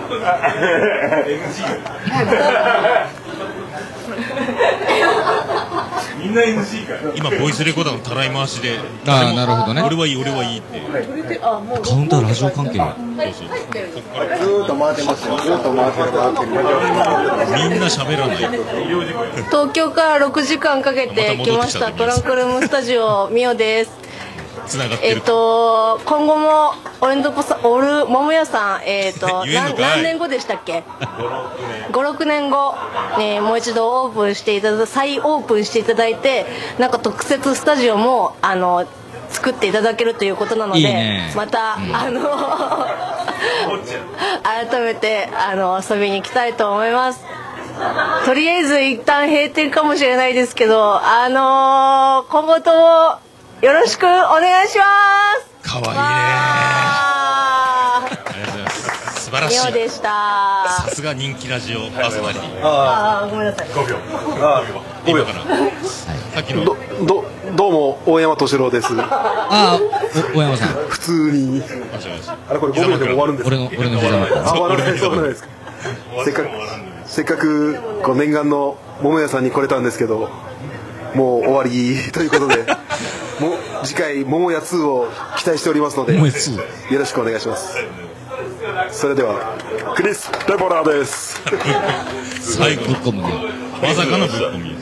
みんな エヌジー か。今ボイスレコーダーのたらい回しで。 ああなるほどね。 俺はいい俺はいいって。 カウンターラジオ関係。そうそう。ずーっと回ってますよ。ずーっと回ってる回ってる。 みんな喋らない。 東京からろくじかんかけて来ましたトランクルームスタジオミオです。えっと今後もオレンドポサオル桃屋さんえっと何年後でしたっけ？ごろくねんごねもう一度オープンしていただ再オープンしていただいてなんか特設スタジオもあの作っていただけるということなのでいいね、 また、うん、あの改めてあの遊びに行きたいと思います。とりあえず一旦閉店かもしれないですけどあのー、今後ともよろしくお願いします。 かわいいね。ありがとうございます。素晴らしい。 ミオでした。 さすが人気ラジオパーソナリティ。 ああごめんなさい。 ごびょう。ごびょう。今から。さっきのどどどうも大山敏郎です。 ああ大山さん。 普通に。あれこれごびょうでも終わるんですか？ 俺の俺の膝枕。 あ終わらないそうなんですか。せっかくせっかくこう念願の桃屋さんに来れたんですけどもう終わりということで。も次回桃屋ツーを期待しておりますのでよろしくお願いします。それではクリス・レボラーです。 最後ぶっ込むね。まさかのぶっ込みです。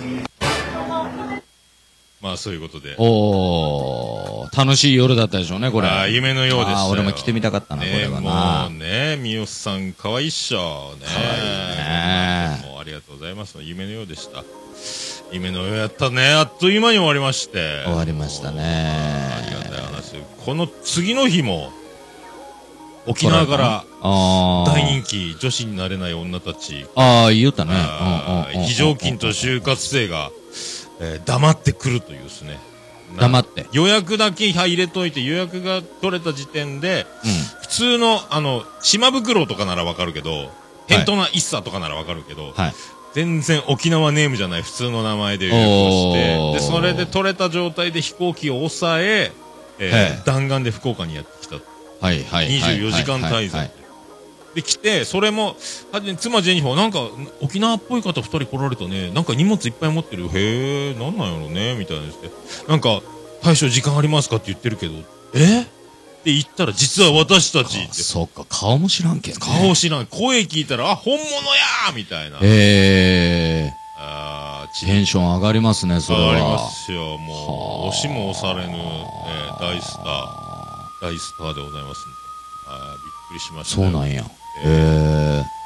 まあそういうことでおー楽しい夜だったでしょうねこれ。 あ夢のようでしたよ。 俺も来てみたかったな、ね、これはな。 もうね三好さん可愛いっしょね。 可愛いね。 もうありがとうございます。夢のようでした。夢のようやったね。あっという間に終わりまして終わりましたね。 ありがたい話。この次の日も沖縄から大人気女子になれない女たちああ言ったね。 非常勤と就活生が、えー、黙ってくるというですね。 黙って予約だけ入れといて予約が取れた時点で、うん、普通のあの島袋とかならわかるけどヘントナイッサとかならわかるけど、はい、全然沖縄ネームじゃない普通の名前で予約をしてでそれで取れた状態で飛行機を抑ええー、弾丸で福岡にやってきた、はいはい、にじゅうよじかん滞在で来てそれも妻ジェニファーなんか沖縄っぽい方ふたり来られたねなんか荷物いっぱい持ってるへえなんなんやろうねみたいなしてなんか大将時間ありますかって言ってるけどえって言ったら実は私たちってそっか顔も知らんけど、ね、 顔知らん声聞いたらあ本物やーみたいなへえあテンション上がりますねそれは上がりますよもう押しも押されぬ、えー、大スター大スターでございますんであびっくりしましたそうなんやへえ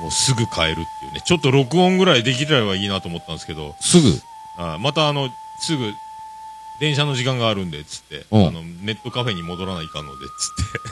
もうすぐ帰るっていうね。ちょっと録音ぐらいできればいいなと思ったんですけど。 すぐあまたあの、すぐ、電車の時間があるんで、つって、あの、ネットカフェに戻らないかんので、つって。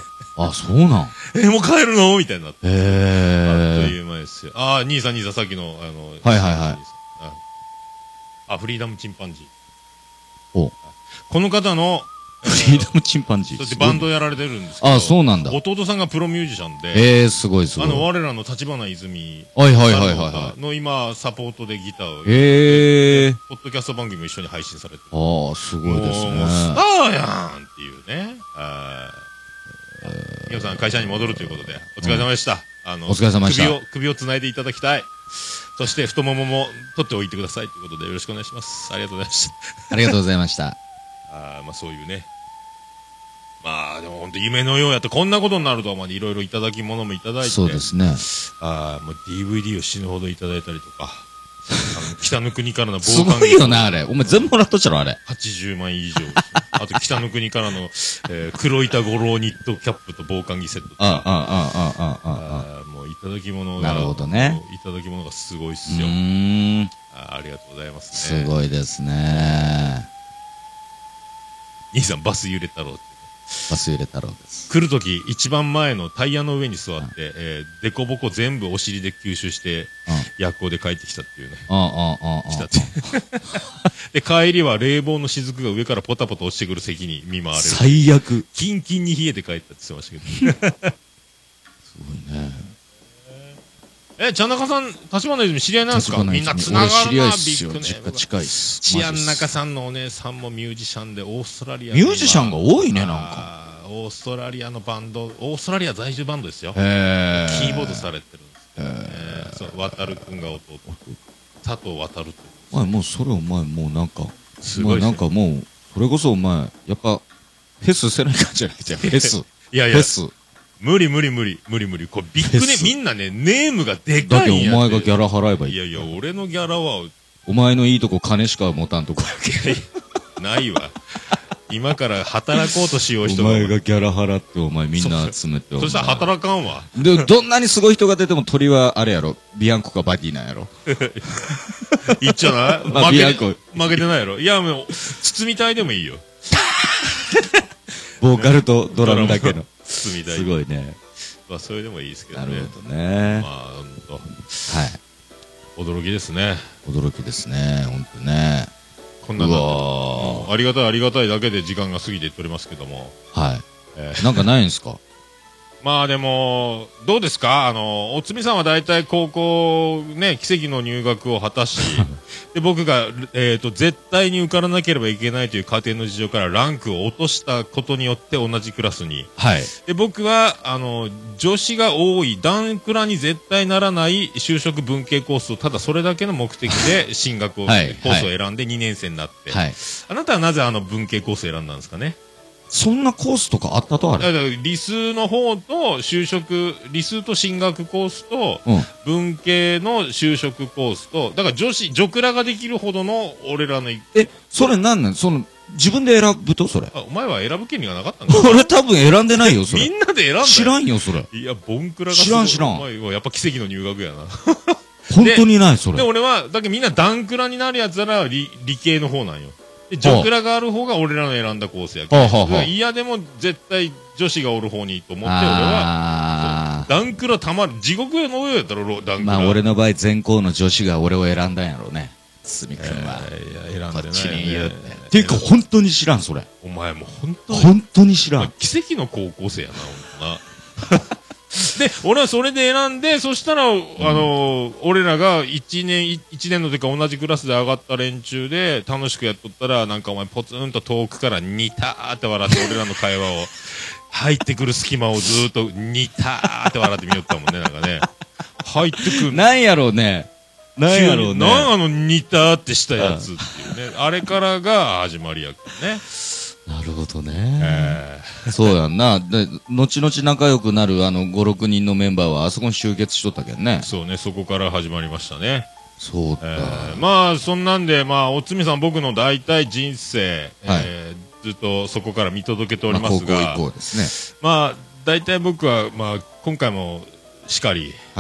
あ、そうなんえ、もう帰るのみたいになって。 へー。 あっという間ですよ。あ、兄さん兄さん、さっきの、あの、 はいはいはい。 あ、フリーダムチンパンジー。 おこの方の、 フリーダムチンパンジー。 そしてバンドやられてるんですけど。 あ、そうなんだ。 弟さんがプロミュージシャンで。 ええ、すごいすごい。 あの、我らの立花泉。 はいはいはいはい。 の今、サポートでギターを。 へえ。 ポッドキャスト番組も一緒に配信されてる。 ああ、すごいですね。 もうスターやんっていうね。ああ。皆さん会社に戻るということで、お疲れ様でした。あの、 お疲れ様でした。 首を、首を繋いでいただきたい。そして太ももも取っておいてくださいということでよろしくお願いします。ありがとうございました。 ありがとうございました。 ああ、まあそういうね。まあでも本当夢のようやってこんなことになるとはまでいろいろいただき物もいただいて。 そうですね。 ああ、もう ディーブイディー を死ぬほどいただいたりとか。あの北の国からのすごいよな、あれ。お前全部もらっとっちゃろ、あれ。 はちじゅうまん以上。あと北の国からの、えー、黒板五郎ニットキャップと防寒着セットとか。 ああ、ああ、ああ、ああ。もういただき物が。 なるほどね。 いただき物がすごいっすよ。 うん。 あありがとうございますね。すごいですね。 兄さん、バス揺れ太郎って。 バス揺れ太郎です。 来るとき、一番前のタイヤの上に座って、えー、デコボコ全部お尻で吸収して、夜行で帰ってきたっていうね。 ああ、ああ、 来たって。で、帰りは冷房の雫が上からポタポタ落ちてくる席に見舞われる。 最悪。 キンキンに冷えて帰ったって言ってましたけど。すごいね。 え、ちゃんなかさん、立花泉知り合いなんですか？みんな繋がるな、ビッグね。 実家近いっす。 ちあんなかさんのお姉さんもミュージシャンで、オーストラリアミュージシャンが多いね、なんか。 オーストラリアのバンド、オーストラリア在住バンドですよ。 へー。キーボードされてるんですけどね。そう、渡るくんが弟。佐藤渡るって。 お前もうそれお前もうなんか、すごい。なんかもう、それこそお前、やっぱ、フェスせないかんじゃなくて、フェス。 いやいや。 フェス。 無理無理無理無理無理。これビッグね、みんなね、ネームがでかいんや。 だってお前がギャラ払えばいい。 いやいや、俺のギャラは。 お前のいいとこ金しか持たんとこ。 ないわ。今から働こうとしよう人が。お前がギャラ払ってお前みんな集めて。 そしたら働かんわ。 で、どんなにすごい人が出ても鳥はあれやろ。ビアンコかバディなんやろ。 いっちゃないまあ、ビアンコ。 負けてないやろ。いや、もう、包みたいでもいいよ。 ボーカルとドラムだけの。 包みたい。 すごいね。 まあ、それでもいいですけどね。 なるほどね。 まあ、ほんと。 はい。 驚きですね。 驚きですね。ほんとね。 こんなの。ありがたいありがたいだけで時間が過ぎていっておりますけども。 はい。えー、なんかないんですか？ まあでも、どうですかあの、おつみさんは大体高校ね、奇跡の入学を果たし、で、僕が、えっと、絶対に受からなければいけないという家庭の事情からランクを落としたことによって同じクラスに。 はい。 で、僕は、あの、女子が多い、ダンクラに絶対ならない就職文系コースを、ただそれだけの目的で進学を、はい、コースを選んでにねん生になって。はい。あなたはなぜあの文系コースを選んだんですかね？ そんなコースとかあったとあれ？ だから理数の方と就職、理数と進学コースと、文系の就職コースと、だから女子、女クラができるほどの俺らの。え、 それなんなんその、自分で選ぶとそれ。 あ、お前は選ぶ権利がなかったんだ。 俺多分選んでないよ、それ。 みんなで選んだ。 知らんよ、それ。 いや、ボンクラが。 知らん知らん。 お前はやっぱ奇跡の入学やな。 本当にない、それ。 で、俺は、だけどみんなダンクラになるやつなら理、理系の方なんよ。で、ジョクラがある方が俺らの選んだコースやけど、いやでも絶対女子がおる方にと思って俺は、ダンクラたまる、地獄の上やったろ、ダンクラ。 まあ俺の場合全校の女子が俺を選んだんやろうね。すみくんは。 いや、選んでない。こっちに言うって。 ていうか本当に知らん、それ。 お前も本当に。 本当に知らん。 奇跡の高校生やな、ほんとな。で、俺はそれで選んで、そしたら、うん、あのー、俺らが一年、一年の時か同じクラスで上がった連中で楽しくやっとったら、なんかお前ポツンと遠くからニターって笑って俺らの会話を、入ってくる隙間をずーっとニターって笑って見よったもんね、なんかね。入ってくる。 なんやろうね。なんやろうね。 なんあのニターってしたやつっていうね。あれからが始まりやからね。 なるほどね、えー、そうやんな。で、後々仲良くなるあのご、ろくにんのメンバーはあそこに集結しとったけんね。 そうね、そこから始まりましたね。 そうだ、えー、まあ、そんなんで、まあ、おつみさん僕の大体人生、はい、えー、ずっとそこから見届けておりますが、 まあ、高校以降ですね。 まあ、大体僕は、まあ、今回もしかり、 はい。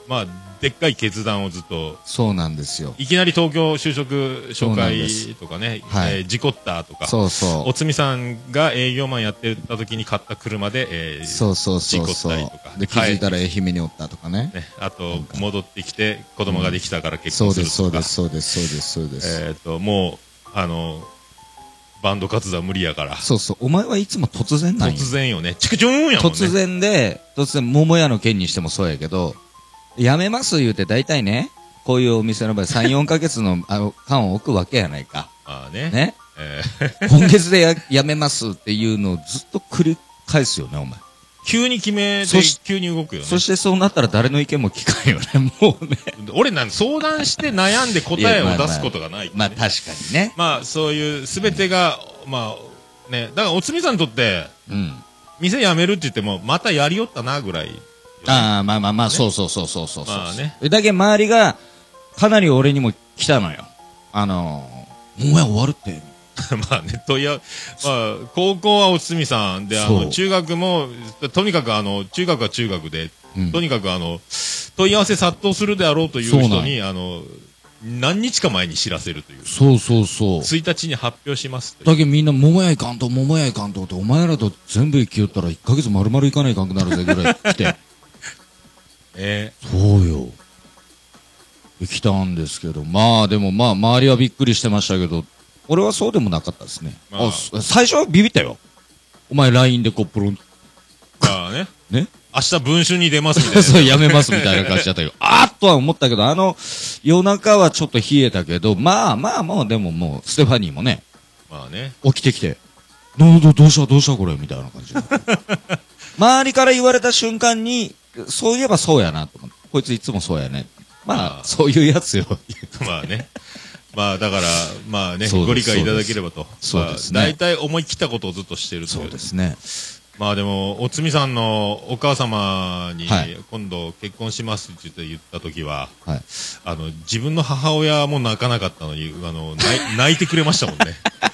まあ、でっかい決断をずっと。 そうなんですよ。 いきなり東京就職紹介とかね、 はいえー、事故ったとか。 そうそう。 おつみさんが営業マンやってた時に買った車で、えー、 そうそうそうそう。 事故ったりとか。 で、気づいたら愛媛におったとかね。 ね、あと、戻ってきて、子供ができたから結婚するとか。 そうです、そうです、そうです、そうです。 えっと、もう、あの、バンド活動は無理やから。 そうそう。お前はいつも突然なんよ。 突然よね。チクチューンやもんね。 突然で、突然、桃屋の件にしてもそうやけど、やめます言うて大体ね、こういうお店の場合さん、よんかげつのあの間を置くわけやないか。 ああね。 ね。 えー、今月でややめますっていうのをずっと繰り返すよね、お前。 急に決めて、急に動くよね。 そしてそうなったら誰の意見も聞かんよね、もうね。 俺なん相談して悩んで答えを出すことがない、ね。 まあ、まあ、まあ確かにね。 まあそういうすべてが、うん、まあね、だからおつみさんにとって、うん、店辞めるって言ってもまたやりよったなぐらい、ね。 ああ、まあまあまあ、ね、そうそうそうそうそうそう。 まあね。 だけ周りがかなり俺にも来たのよ。あのー、もうや終わるって。 まあね、問い合わ、まあ、高校はおつみさんで、あの、中学も、とにかくあの、中学は中学で、うん、とにかくあの、問い合わせ殺到するであろうという人に、あの、何日か前に知らせるという。 そうそうそう。 ついたちに発表しますという。 だけどみんな、桃屋いかんと、桃屋いかんとって、お前らと全部行きよったらいっかげつ丸々行かないかんくなるぜぐらい来て。 えー、そうよ。来たんですけど、まあでもまあ、周りはびっくりしてましたけど、俺はそうでもなかったですね。まあ、最初はビビったよ。お前 ライン でこう、プロン。 ああね。 ね。 明日文春に出ますみたいな。 そう、やめますみたいな感じだったけど、あーっとは思ったけど、あの、夜中はちょっと冷えたけど、まあまあまあ、でももう、ステファニーもね。 まあね。 起きてきて、どう、どうしたどうしたこれみたいな感じで。周りから言われた瞬間に、そういえばそうやなと思って。こいついつもそうやね。まあ、そういうやつよ。 まあね。まあだから、まあね、ご理解いただければと。 そうですね。 大体思い切ったことをずっとしているという。 そうですね。 まあでも、おつみさんのお母様に、今度結婚しますって言った時は、はい、あの、自分の母親も泣かなかったのに、あの、泣いてくれましたもんね。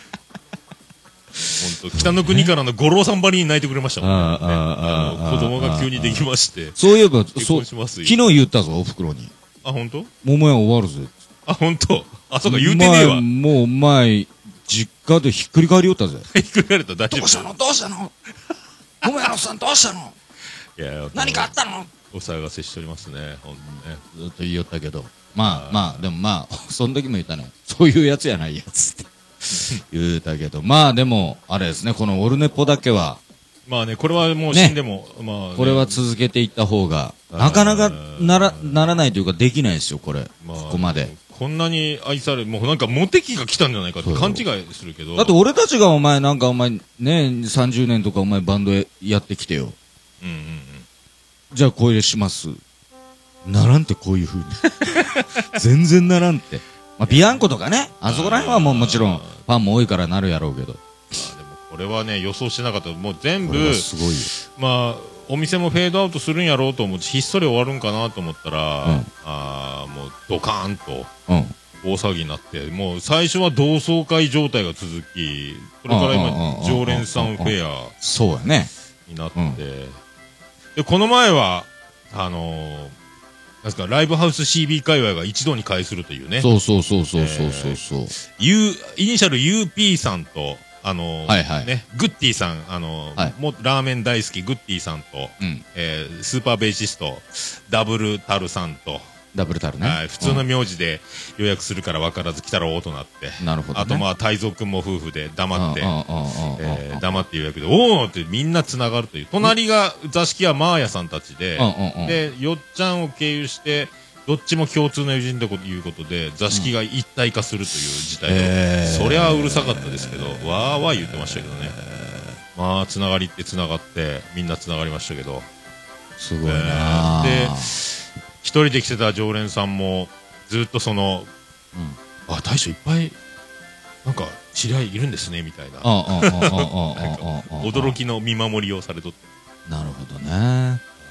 本当、北の国からの五郎さんばりに泣いてくれましたもんね。あの子供が急にできまして。 そういえば、 結婚します昨日言ったぞ、おふくろに。 あ、本当？ 桃屋終わるぜ。 あ、本当？あ、そうか、言うてねえわ。 もう、お前、実家でひっくり返りよったぜ。 ひっくり返ると大丈夫。 どうしたのどうしたの桃屋のさんどうしたのいや、何かあったのお騒がせしておりますね、ほんとね。 ずっと言いよったけど。まあまあ、でもまあ、その時も言ったね。そういうやつやないやつって言うたけど。まあでも、あれですね、このオルネポだけは。 まあね、これはもう死んでも、ね、まあ、ね、 これは続けていった方が、なかなかなら、ならないというかできないですよ、これ。まあ、ここまで。 こんなに愛される、もうなんかモテ期が来たんじゃないかって勘違いするけど。 だって俺たちがお前なんかお前ね、さんじゅうねんとかお前バンドやってきてよ。 うんうんうん。 じゃあこれします。ならんってこういう風に。全然ならんって。まあビアンコとかね、あそこら辺はもうもちろんファンも多いからなるやろうけど。 まあでもこれはね、予想してなかった。もう全部、 すごいよ。 まあ、お店もフェードアウトするんやろうと思ってひっそり終わるんかなと思ったら、うん、あもうドカーンと大騒ぎになって、もう最初は同窓会状態が続き、それから今常連さんフェアそうやねになって、でこの前はあのー、なんですかライブハウス シービー 界隈が一堂に会するというね、 そうそうそうそうそうそうそう、えー、U イニシャル ユーピー さんとあのーはいはいね、グッティさん、あのーはい、もラーメン大好きグッティさんと、うん、えー、スーパーベーシストダブルタルさんとダブルタルね、 はい、普通の名字で予約するから分からず来たろうとなって、 なるほど、ね、 あとまあ泰造君も夫婦で黙って、えー、黙って予約でおおってみんなつながるという、隣が座敷はマーヤさんたちで、でよっちゃんを経由してどっちも共通の友人ということで座敷が一体化するという事態で、えー、そりゃうるさかったですけどわーわー言ってましたけどね、えー、まあつながりってつながってみんなつながりましたけど、 すごいな、 えー、で一人で来てた常連さんもずっとその、うん、あ大将いっぱいなんか知り合いいるんですねみたいな驚きの見守りをされとって、 なるほどね。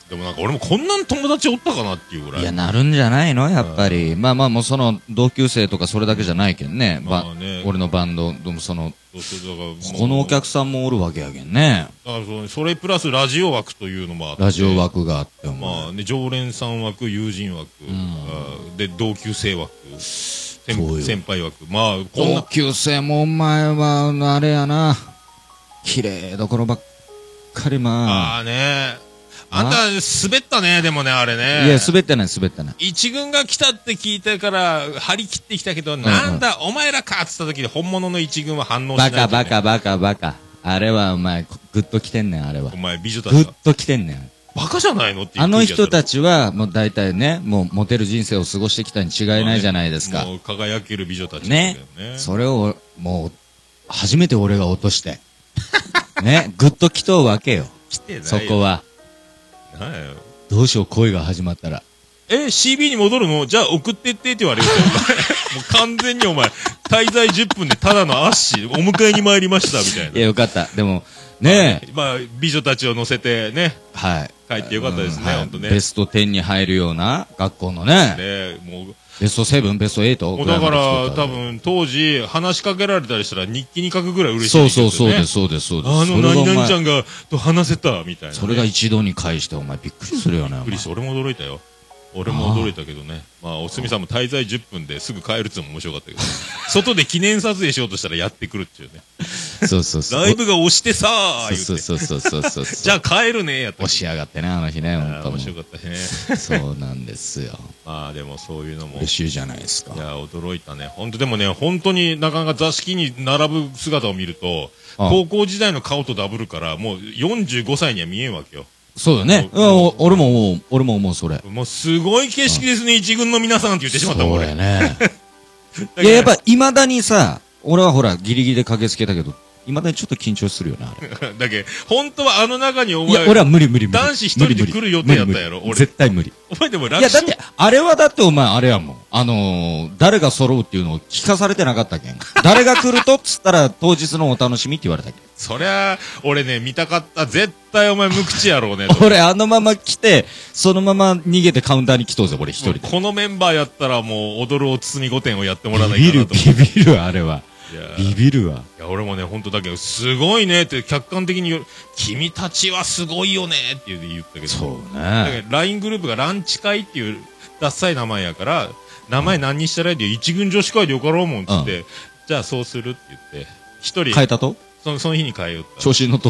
でもなんか俺もこんなに友達おったかなっていうぐらい。 いや、なるんじゃないのやっぱり。まあまあもうその同級生とかそれだけじゃないけんね。 まあね、 俺のバンド、でもその、 そうそうだからこのお客さんもおるわけやけんね。 だからそそれプラスラジオ枠というのもあって。 ラジオ枠があっても。 まあね、常連さん枠、友人枠、うん、で、同級生枠、先, 先輩枠。まあ、 こんな。同級生もお前は、あれやな。綺麗どころばっかりまあ。 ああね。あんた、滑ったね、でもね、あれね。 いや、滑ってない、滑ってない。 一軍が来たって聞いてから、張り切ってきたけど、うんうん、なんだ、お前らかっつった時で本物の一軍は反応しない、ね。 バカバカバカバカ。あれはお前、グッと来てんねん、あれは。 お前、美女たち。 グッと来てんねん。 バカじゃないのっていう。 あの人たちは、もう大体ね、もうモテる人生を過ごしてきたに違いないじゃないですか。 まあね、もう輝ける美女たち、 ね。ね。それを、もう、初めて俺が落として。ね、グッと来とうわけよ。 来てないよ。 そこは。 なんやよ。 どうしよう、恋が始まったら。 え、シービー に戻るの？じゃあ送ってってって言われるよ。もう完全にお前、滞在じゅっぷんでただのアッシー、お迎えに参りました、みたいな。 いや、よかった。でも、ねえ。 まあ、美女たちを乗せてね。 はい。 帰ってよかったですね、ほんとね。 ベストじゅうに入るような学校のね。 ねもう。 ベストセブン、ベストエイト？ もうだから、多分、当時、話しかけられたりしたら日記に書くぐらい嬉しいですよね。 そうそうそうです、そうです、そうです。 あの、何々ちゃんが、と話せた、みたいな、ね。 それが一度に返して、お前びっくりするよね。 びっくりして、俺も驚いたよ。俺も驚いたけどね。まあ、おすみさんも滞在じゅっぷんですぐ帰るっていうのも面白かったけど、外で記念撮影しようとしたらやってくるっていうね。 そうそうそう。 ライブが押してさー言うて。 そうそうそうそうそう。 じゃあ帰るねやった。 押しやがってね、あの日ね、本当面白かったね。 そうなんですよ。 まあでもそういうのも。 嬉しいじゃないですか。 いや、驚いたね。本当でもね、本当になかなか座敷に並ぶ姿を見ると、高校時代の顔とダブるから、もうよんじゅうごさいには見えんわけよ。 そうだね。俺も思う、俺も思う、それ。 もうすごい景色ですね、一軍の皆さんって言ってしまったもん、俺。 そうやね。いや、やっぱ、未だにさ、俺はほら、ギリギリで駆けつけたけど、未だにちょっと緊張するよな、あれ。 だけど、本当はあの中にお前、 いや、俺は無理無理無理。 男子一人で来る予定やったやろ、俺。 絶対無理。 お前でも楽勝。いや、だって、あれはだってお前、あれやもん。あのー、誰が揃うっていうのを聞かされてなかったけん。誰が来るとっつったら、当日のお楽しみって言われたけん。 そりゃ、俺ね、見たかった。絶対お前無口やろうね。 俺、あのまま来て、そのまま逃げてカウンターに来とうぜ、俺一人で。 このメンバーやったらもう、踊るお包み御殿をやってもらわないかなと思う。 ビビる、ビビる、あれは。ビビるわ。 いや、俺もね、本当だけど、すごいねって客観的に言う、君たちはすごいよねって言ったけど。 そうね。 だけど、ライン グループがランチ会っていう、ダッサい名前やから、名前何にしたらいいで、一軍女子会でよかろうもんっつって、うん、じゃあそうするって言って、一人。 変えたとその、その日に変えよった。 調子に乗っと。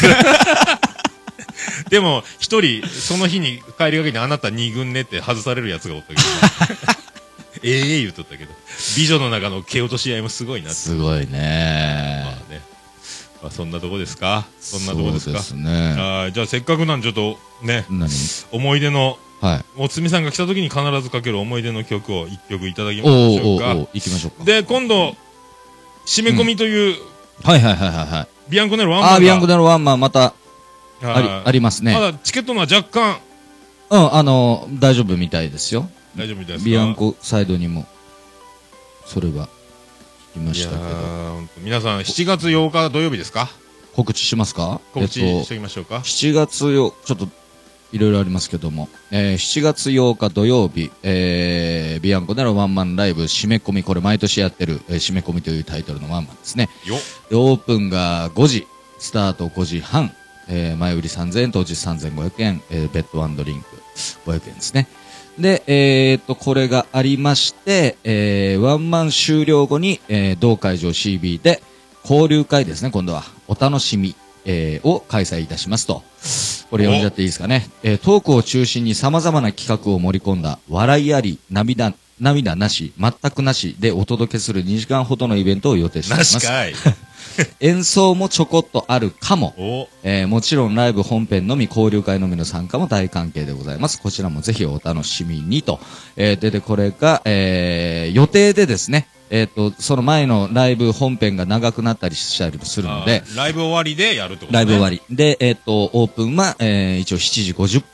でも、一人、その日に帰りがけにあなた二軍ねって外されるやつがおったけど。ええ言うとったけど、美女の中の蹴落とし合いもすごいなって。 すごいね。 まあね。まあそんなとこですかそんなとこですかそうですね。 あじゃあせっかくなんでちょっとね、 何思い出の、 はい。 おつみさんが来た時に必ずかける思い出の曲を一曲いただきましょうか。 おーおーおー行きましょうか。 で、今度、締め込みという、 うん、はいはいはいはい。 ビアンコネロワンマンが。 あ、ビアンコネロワンマンまた、あり、ありますね。 まだチケットのは若干。 うん、あの、大丈夫みたいですよ。 大丈夫みたいですか。 ビアンコサイドにも。それは聞きましたけど、 皆さんしちがつようか土曜日ですか。 告知しますか。 告知しておきましょうか。 しちがつようちょっといろいろありますけども、えー、しちがつようか土曜日、えー、ビアンコでのワンマンライブ締め込み、これ毎年やってる、えー、締め込みというタイトルのワンマンですね。 よでオープンがごじ、スタートごじはん、えー、前売りさんぜんえん、当日さんぜんごひゃくえん、えー、ベッドワンドリンクごひゃくえんですね。で、えー、っと、これがありまして、えー、ワンマン終了後に、えー、同会場 シービー で交流会ですね、今度は。お楽しみ、えー、を開催いたしますと。これ読んじゃっていいですかね。えー、トークを中心に様々な企画を盛り込んだ、笑いあり、涙、涙なし、全くなしでお届けするにじかんほどのイベントを予定しています。 なしかい演奏もちょこっとあるかも、えー、もちろんライブ本編のみ交流会のみの参加も大歓迎でございます。こちらもぜひお楽しみにと、えー、ででこれが、えー、予定でですね、えっ、ー、とその前のライブ本編が長くなったりしたりするので、 ライブ終わりでやるってことね。 ライブ終わりで、えっ、ー、とオープンは、えー、一応しちじごじゅっぷん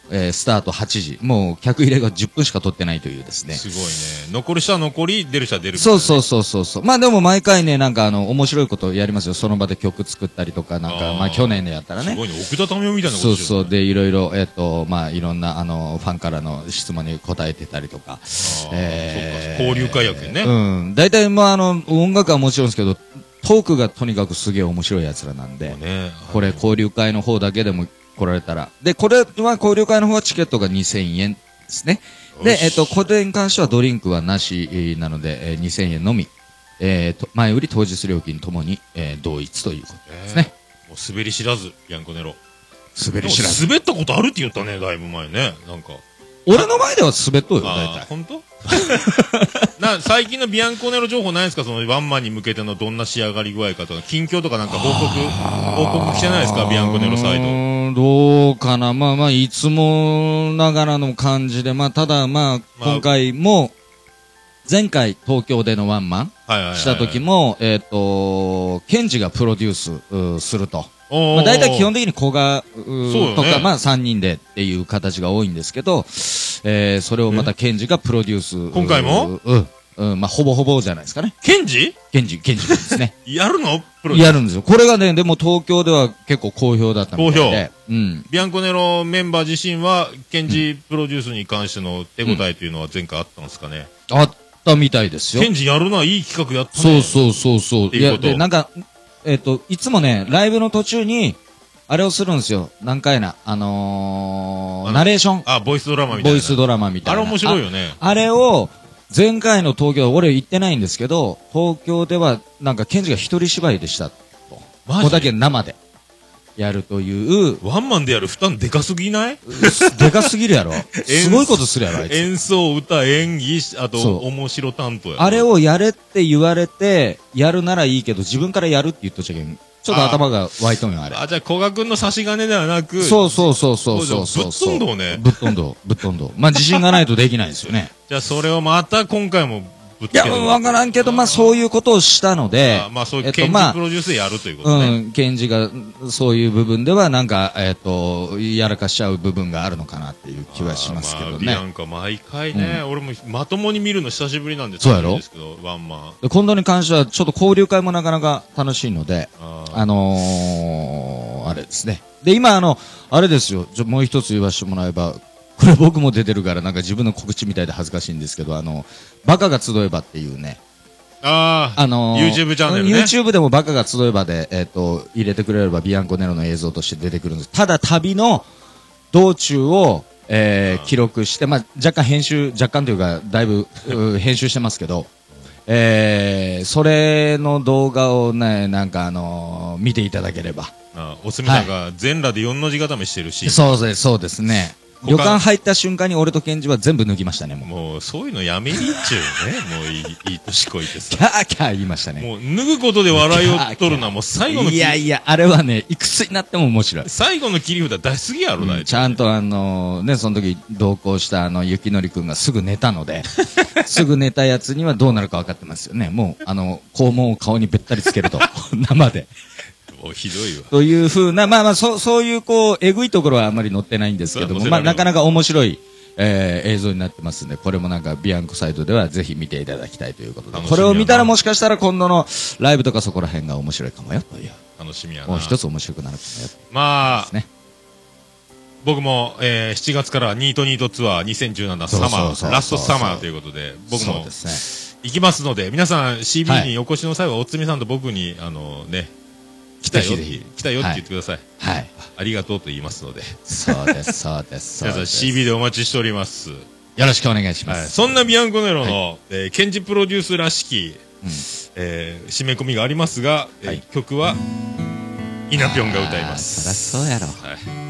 えー、スタートはちじ。もう客入れがじゅっぷんしか取ってないというですね。 すごいね。残る人は残り、出る人は出るみたいなね。 そうそうそうそうそう。まあでも毎回ね、なんかあの、面白いことやりますよ。その場で曲作ったりとか、なんか、まあ去年でやったらね。 すごいね。奥田民生みたいなことそうそう。で、いろいろ、えっと、まあいろんな、あの、ファンからの質問に答えてたりとか。 えー、交流会やけんね。 うん。大体、まああの、音楽はもちろんですけど、トークがとにかくすげえ面白い奴らなんで、 ね、 これ交流会の方だけでも来られたら。で、これは交流会の方はチケットがにせんえんですね。で、えっと、これに関してはドリンクはなしなので、えー、にせんえんのみ。えー、と前売り当日料金ともに、えー、同一ということですね。 もう滑り知らず、ビアンコネロ。 滑り知らず。 滑ったことあるって言ったね、だいぶ前ね。なんか。 俺の前では滑っとるよ、大体。 本当？な、最近のビアンコネロ情報ないですか？そのワンマンに向けてのどんな仕上がり具合かとか、近況とかなんか報告、報告来てないですか？ビアンコネロサイド。 どうかな。まあまあ、いつもながらの感じで、まあ、ただまあ、今回も、前回東京でのワンマンした時も、えっと、ケンジがプロデュースすると。まあ大体基本的に古賀とか、まあさんにんでっていう形が多いんですけど、えー、それをまたケンジがプロデュース。 今回もうん。うん、まあほぼほぼじゃないですかね。 ケンジケンジ、ケンジですね。 やるのプロデュース。 やるんですよ。これがね、でも東京では結構好評だったみたいで。 好評。うん。ビアンコネロメンバー自身は、ケンジプロデュースに関しての手応えというのは前回あったんですかね。 うん、あったみたいですよ。 ケンジやるな、いい企画やったね。 そうそうそうそう。いや、で、なんか、えっと、いつもね、ライブの途中に、あれをするんですよ。何回な。あのー、ナレーション。 あ、ボイスドラマみたいな。 ボイスドラマみたいな。 あれ面白いよね。 あ, あれを、前回の東京、俺行ってないんですけど、東京では、なんか、ケンジが一人芝居でしたと。 マジ？ ここだけ生で。やるという。 ワンマンでやる負担でかすぎない？ でかすぎるやろ。すごいことするやろ、あいつ。 演奏、歌、演技、あと、面白担当やろ。 あれをやれって言われて、やるならいいけど、自分からやるって言っとっちゃけん。ちょっと頭が湧いとんよ、あれ。 あ、じゃあ、古賀くんの差し金ではなく。 そうそうそうそうそうそう。 ぶっ飛んどうね。 ぶっ飛んどう。ぶっ飛んどう。まあ、自信がないとできないですよね。 じゃあ、それをまた今回もぶっつける。 いや、わからんけど、まあ、そういうことをしたので。 まあ、そういう、ケンジプロデュースでやるということね。 うん、ケンジが、そういう部分では、なんか、えっと、やらかしちゃう部分があるのかなっていう気はしますけどね。 ビアンカ毎回ね、俺もまともに見るの久しぶりなんですそうやろ？ ワンマン。 で、今度に関しては、ちょっと交流会もなかなか楽しいので、あのー、あれですね。で、今、あの、あれですよ、ちょもう一つ言わせてもらえば、これ僕も出てるから、なんか自分の告知みたいで恥ずかしいんですけど、あの、バカが集えばっていうね、 ああ、 あのー、 YouTube チャンネルね。 YouTube でもバカが集えばで、えっ、ー、と、入れてくれればビアンコネロの映像として出てくるんです。ただ旅の道中を、えー、記録して、まあ、若干編集、若干というか、だいぶ編集してますけど、えー、それの動画をね、なんかあのー、見ていただければ。 ああ、おすみさんが全裸でよんの字固めしてるし。 そうです、そうですね。旅館入った瞬間に俺とケンジは全部脱ぎましたね、もう。 もう、そういうのやめにっちゅうね。もういい、いい年こいてさ。 キャーキャー言いましたね。 もう、脱ぐことで笑いを取るのはもう最後の切りいやいや、あれはね、いくつになっても面白い。 最後の切り札出しすぎやろ、 うん、ちゃんとあのー、ね、その時同行したあの、ゆきのりくんがすぐ寝たので、すぐ寝たやつにはどうなるか分かってますよね。もう、あの、肛門を顔にべったりつけると。生で。 もうひどいわ。 というふうな、まあまあ、そ、そういうこう、えぐいところはあんまり載ってないんですけども、まあ、なかなか面白い、えー、映像になってますんで、これもなんか、ビアンコサイトではぜひ見ていただきたいということで、これを見たらもしかしたら今度のライブとかそこら辺が面白いかもよ、という。 楽しみやな。 もう一つ面白くなるかもよ。 まあ、 ね、 僕も、えー、しちがつからニートニートツアーにせんじゅうななサマー、ラストサマーということで、僕も、行きますので、皆さん シービー にお越しの際は、おつみさんと僕に、あのね、来たよ、来たよって言ってください。 はい。 ありがとうと言いますので。 そうです、そうです、 皆さん シービー でお待ちしております。 よろしくお願いします。 はい、そんなビアンコネロの、はい、えー、ケンジプロデュースらしき、うん、えー、締め込みがありますが、はい、えー、曲は、イナピョンが歌います。 そりゃそうやろ。はい。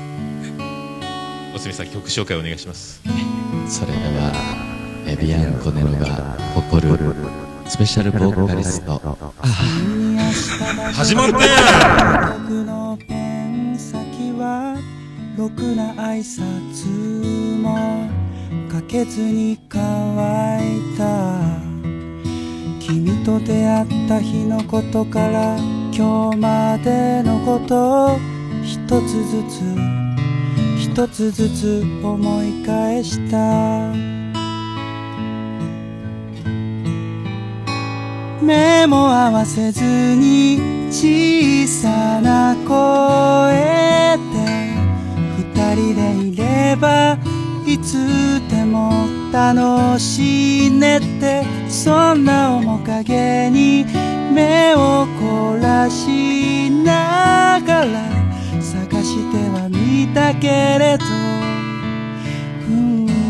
おつみさん、曲紹介お願いします。 それでは、えビアンコネロが誇る、スペシャルボーカリスト。 始まって僕のペン先はろくな挨拶もかけずに乾いた。君と出会った日のことから今日までのことを一つずつ一一つずつ思い返した。目も合わせずに小さな声で二人でいればいつでも楽しいねって、そんな面影に目を凝らしながら探してはみたけれど、うん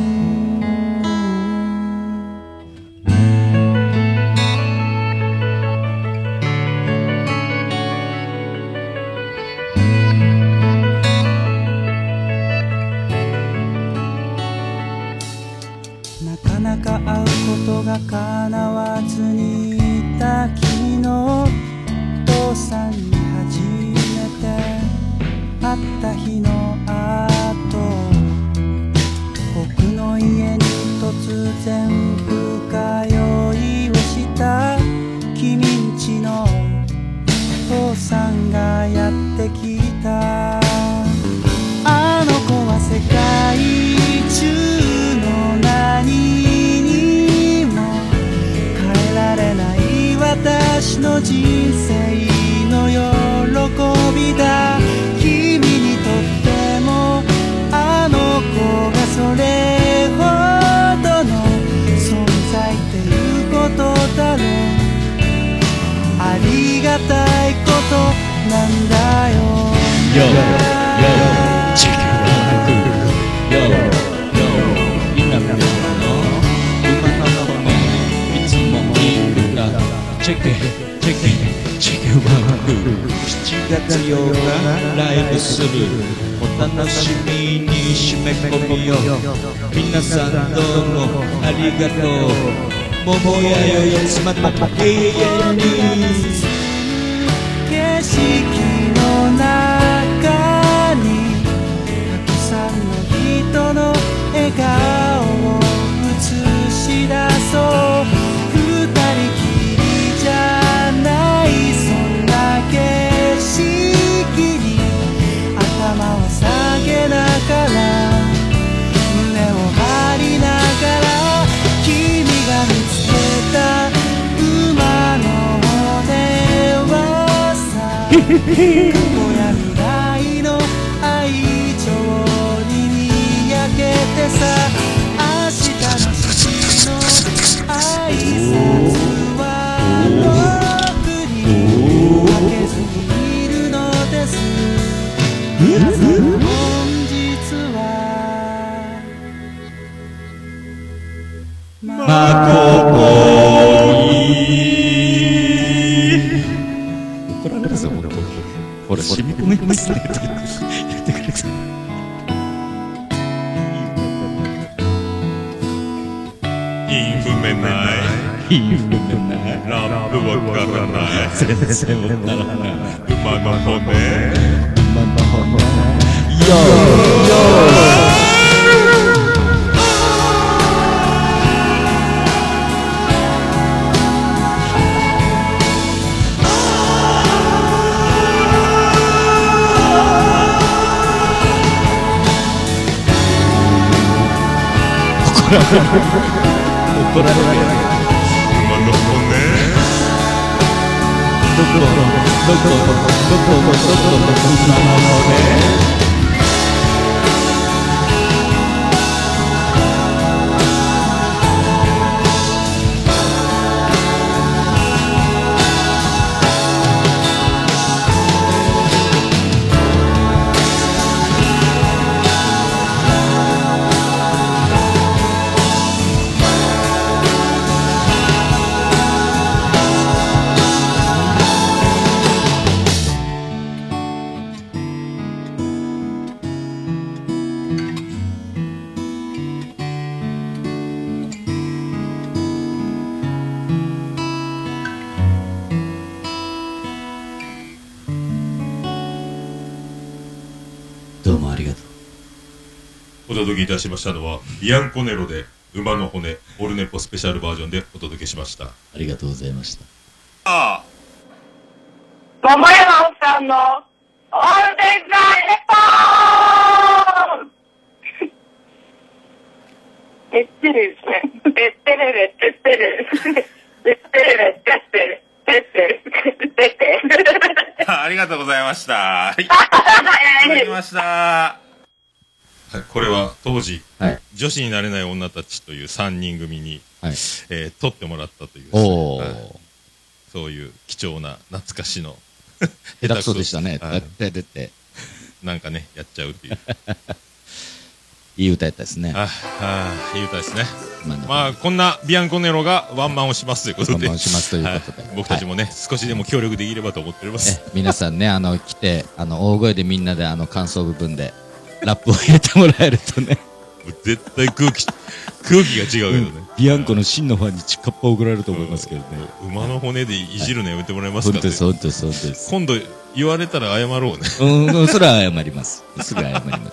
なかなか会うことが叶わずにいた君のお父さんに初めて会った日の後、僕の家に突然深酔いをした君んちのお父さんがやってきた。あの子は世界中の何にも変えられない私の人生の喜びだ。君にとってもあの子がそれほどの存在っていうことだろう。ありがたいことなんだよ。Yo, yo, 地球は来る。Yo, yo, みんなみんなの馬の骨いつもいるんだ。チェックチェック地球は来る。しちがつようかライブする。お楽しみに締め込みよ。皆さんどうもありがとう。桃屋よいつまでも永遠に景色の中にたくさんの人の笑顔を映し出そう。二人きりじゃないそんな景色に頭を下げながら胸を張りながら君が見つけた馬の骨はさ、過去や未来の愛情に見上げてさ、明日の月の挨拶は僕にかけずにいるのです。皆さん本日はまことに怒られるぞ俺。俺染み込みますねって言ってくれた。 インフメないインフメないラップわからない全然わからない馬の骨馬の骨ヨーヨー怒られる怒られる馬の骨どこどこどこどこどこどこ馬の骨どうもありがとう。 お届けいたしましたのはビアンコネロで馬の骨オルネポスペシャルバージョンでお届けしました。 ありがとうございました。 あ桃山さんのオールデンザイレポーってる。売ってる、売ってる、売ってる、売ってる。 あありがとうございました。はい。いただきました。はい、これは当時、はい、女子になれない女たちというさんにん組に、はい、えー、撮ってもらったという、ね、はい、そういう貴重な懐かしの下手くそでしたね。 はい、 でででなんかね、やっちゃうっていう。 いい歌やったですね。 ああ、いい歌ですね。まあ、まあ、こんなビアンコネロがワンマンをしますということで。ワンマンをしますということで。 はい、僕たちもね、はい、少しでも協力できればと思っております。 皆さんね、あの、来て、あの、大声でみんなで、あの、感想部分で、ラップを入れてもらえるとね。 絶対空気、空気が違うけどね。うん、 ビアンコの真のファンにチッカッパ送られると思いますけどね。 馬の骨でいじるのやめてもらえますか、 はい、本当です、本当です、本当です。 今度言われたら謝ろうね。 うん、それは謝ります。すぐ謝ります。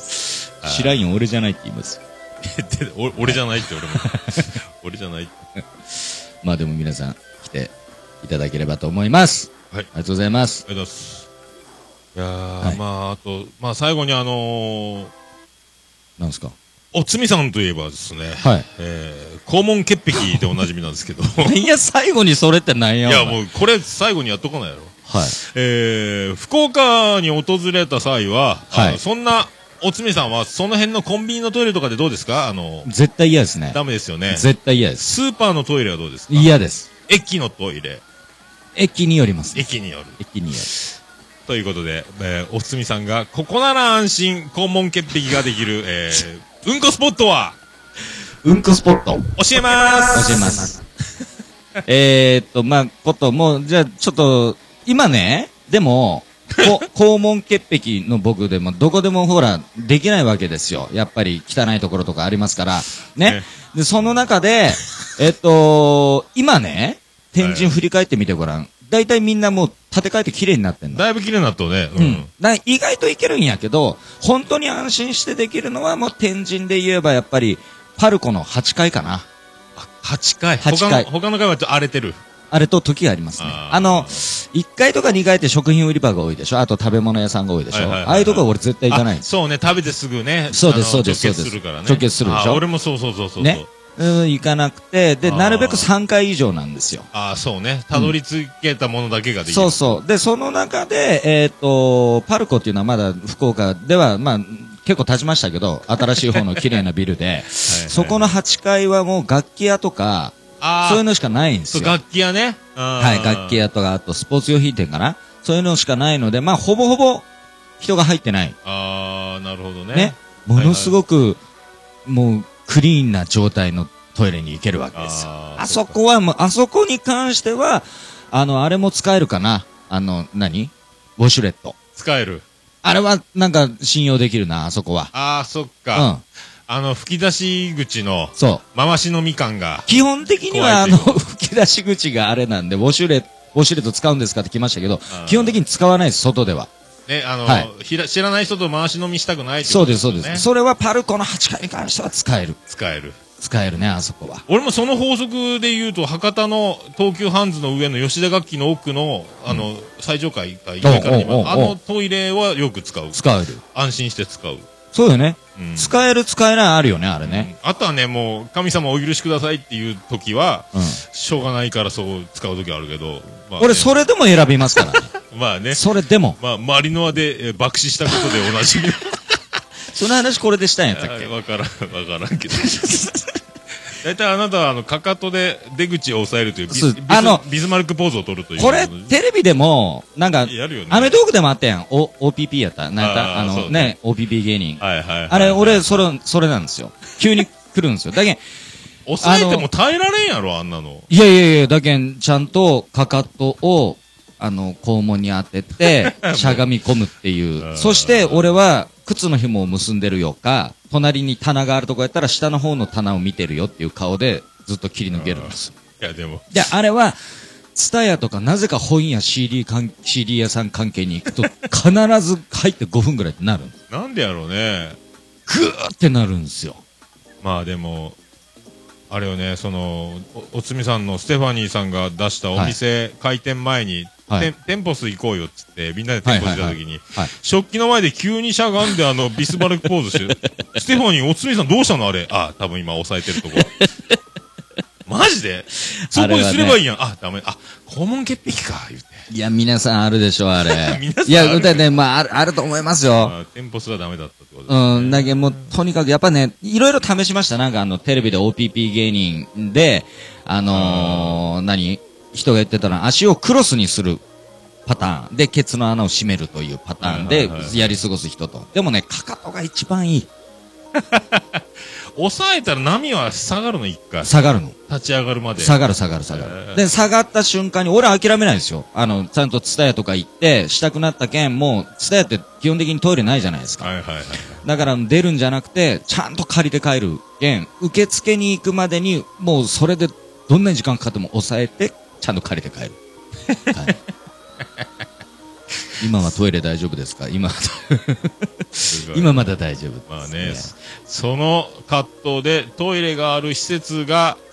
知らんよ、俺じゃないって言います。 俺じゃないって俺も。俺じゃないって。 まあでも皆さん来ていただければと思います。はい。ありがとうございます。 ありがとうございます。いやー、はい、まああと、まあ最後にあのー、 なんですか。 おつみさんといえばですね、はい、えー、肛門潔癖でおなじみなんですけど。 いや、最後にそれってなんや。 いや、もうこれ最後にやっとかないやろ。はい。えー、福岡に訪れた際は、はい、そんな、おつみさんはその辺のコンビニのトイレとかでどうですか？あの、 絶対嫌ですね。 ダメですよね。 絶対嫌です。 スーパーのトイレはどうですか？ 嫌です。 駅のトイレ。 駅によります、 ね。駅による。 駅による。 ということで、えー、おつみさんが、ここなら安心、肛門潔癖ができる、えー、うんこスポットはうんこスポット。 教えまーす。 教えます。えっと、まあ、ことも、じゃあ、ちょっと、今ね、でも、肛門潔癖の僕でもどこでもほらできないわけですよ。やっぱり汚いところとかありますからね。でその中でえっと今ね天神振り返ってみてごらん。だいたいみんなもう建て替えて綺麗になってんの。 だいぶ綺麗になったね。うん。 うん、だ意外といけるんやけど本当に安心してできるのはもう天神で言えばやっぱりパルコのはちかいかな。 はちかい。 はちかい。 他の他の階は荒れてる。 あれと時がありますね。あの、いっかいとかにかいって食品売り場が多いでしょ。あと食べ物屋さんが多いでしょ。ああいうとこは俺絶対行かない。 そうね、食べてすぐね。 そうです、そうです、そうです。 直結するからね。 直結するでしょ。 俺もそうそうそうそう。 ね。うん、行かなくて、で、なるべくさんかい以上なんですよ。 ああ、そうね。たどり着けたものだけができる。 そうそう。で、その中で、えっと、パルコっていうのはまだ福岡では、まあ、結構経ちましたけど、新しい方の綺麗なビルで、そこのはちかいはもう楽器屋とか、そういうのしかないんですよ。 楽器屋ね。 はい、楽器屋とか、あとスポーツ用品店かな。そういうのしかないので、まあ、ほぼほぼ人が入ってない。 ああ、なるほどね。 ね。ものすごく、もう、クリーンな状態のトイレに行けるわけですよ。あ, あそこはもう、あそこに関しては、あの、あれも使えるかな。あの、何ウォシュレット。 使える。 あれは、なんか、信用できるな、あそこは。 ああ、そっか。うん。あの、吹き出し口の、 そう。 回しのみかんが。 基本的には、あの、吹き出し口があれなんで、ウォシュレット、ウォシュレット使うんですかって来ましたけど、基本的に使わないです、外では。 ね、あの、はい、ひら知らない人と回し飲みしたくないってことですよね。そうです、そうです。それはパルコのはちかいに関しては使える。 使える。 使えるね、あそこは。 俺もその法則で言うと、博多の東急ハンズの上の吉田楽器の奥の、あの、うん、最上階かいっかいからにあのトイレはよく使う。 使える。 安心して使う。 そうよね。うん、使える使えないあるよね、あれね。 うん、あとはね、もう、神様お許しくださいっていう時は、うん、しょうがないからそう使う時あるけど。 まあね、俺、それでも選びますからね。 まあね。 それでも。 まあ、マリノアで、えー、爆死したことでおなじみ。 その話これでしたんやったっけ？ わからん、わからんけど。大体あなたはあのかかとで出口を押さえるというビスあのビスマルクポーズを取るというこれテレビでもなんかやるよね。 アメトーークでもあったやん。 オーピーピー やったなんかあのね, ね オーピーピー 芸人、はいはいはいはい、あれ俺それそれなんですよ。急に来るんですよ。だけん押さえても耐えられんやろあんなの。 いやいやいやだけんちゃんとかかとをあの肛門に当ててしゃがみ込むっていうそして俺は靴の紐を結んでるよか隣に棚があるとこやったら下の方の棚を見てるよっていう顔でずっと切り抜けるんですよ。 いやでもであれはツタヤとかなぜか本屋 シーディー かん シーディー 屋さん関係に行くと必ず入ってごふんぐらいってなるんです。 なんでやろうね。 グーってなるんですよ。 まあでもあれよね、その お, おつみさんのステファニーさんが出したお店、はい、開店前に、はい、店舗数行こうよっつってみんなで店舗した時に、はい、食器の前で急にしゃがんであのビスマルクポーズしてステファニーおつみさんどうしたのあれ。あ多分今押さえてるとこマジでそこにすればいいやん。あ、ダメ。あ、肛門潔癖か、言って。 いや、皆さんあるでしょ、あれ。 皆さんあるいや、だってまあ、ある、あると思いますよ。 テンポスがダメだったってことですね。 うん、だけどもう、とにかくやっぱね、いろいろ試しました。なんかあの、テレビで オーピーピー 芸人で、あのー、何人が言ってたのは、足をクロスにするパターンで、ケツの穴を閉めるというパターンで、やり過ごす人と。でもね、かかとが一番いい。 抑えたら波は下がるの、一回。 下がるの。 立ち上がるまで。 下がる下がる下がる。で、下がった瞬間に、俺は諦めないですよ。あの、ちゃんとツタヤとか行って、したくなった件、もう、ツタヤって基本的にトイレないじゃないですか。 はいはいはい。 だから出るんじゃなくて、ちゃんと借りて帰る件、受付に行くまでに、もうそれでどんなに時間かかっても抑えて、ちゃんと借りて帰る。はい、今はトイレ大丈夫ですか？今今まだ大丈夫です、ね。 まあね、その葛藤でトイレがある施設が、はい、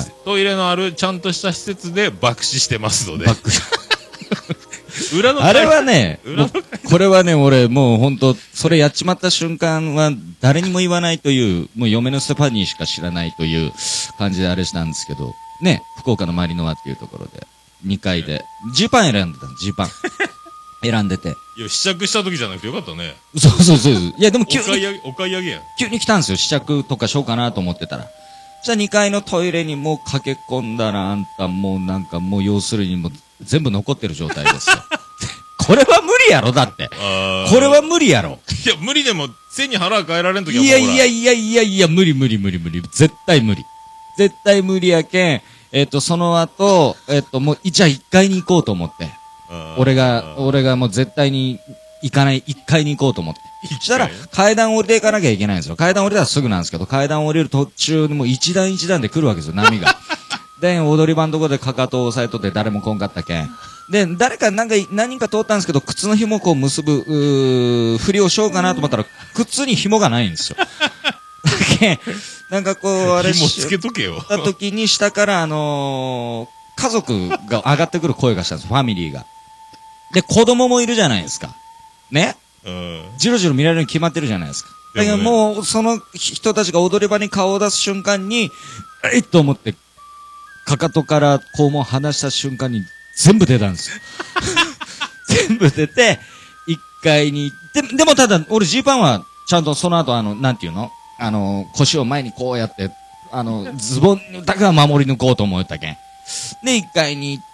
トイレのあるちゃんとした施設で爆死してますので。爆死裏のあれはね、これはね、俺もう本当、それやっちまった瞬間は誰にも言わないという、もう嫁のステファニーしか知らないという感じであれしたんですけど、ね、福岡のマリノワっていうところで、にかいで、ジーパン選んでたの、ジーパン。選んでて。 いや、試着した時じゃなくてよかったね。 そうそうそう。いや、でも急に。 お買い上げ、お買い上げやん。 急に来たんですよ、試着とかしようかなと思ってたら。そしたらにかいのトイレにもう駆け込んだら、あんたもうなんかもう要するにもう全部残ってる状態ですよ。これは無理やろ、だって。これは無理やろ。 いや、無理でも、背に腹変えられんときはもういやいやいやいやいや、無理無理無理無理。絶対無理。絶対無理やけん、えっと、その後、えっと、もう、じゃあいっかいに行こうと思って。俺が、俺がもう絶対に行かない、いっかいに行こうと思って。そしたら、階段降りていかなきゃいけないんですよ。階段降りたらすぐなんですけど、階段降りる途中にもう一段一段で来るわけですよ、波が。で、踊り場のところでかかとを押さえとって誰も来んかったけん。で、誰かなんか、何人か通ったんですけど、靴の紐をこう結ぶ、うー、振りをしようかなと思ったら、靴に紐がないんですよ。だけん、なんかこう、あれ紐つけとけよ。 た時に下から、あのー、家族が上がってくる声がしたんです、ファミリーが。で、子供もいるじゃないですか。ね、うん、じろじろ見られるに決まってるじゃないですか。だけどもう、その人たちが踊り場に顔を出す瞬間に、えいっと思って、かかとから肛門離した瞬間に全部出たんですよ。全部出て、いっかいに行って、でもただ、俺ジーパンはちゃんとその後あの、なんていうのあの、腰を前にこうやって、あの、ズボンだけは守り抜こうと思ったけん。で、いっかいに行って、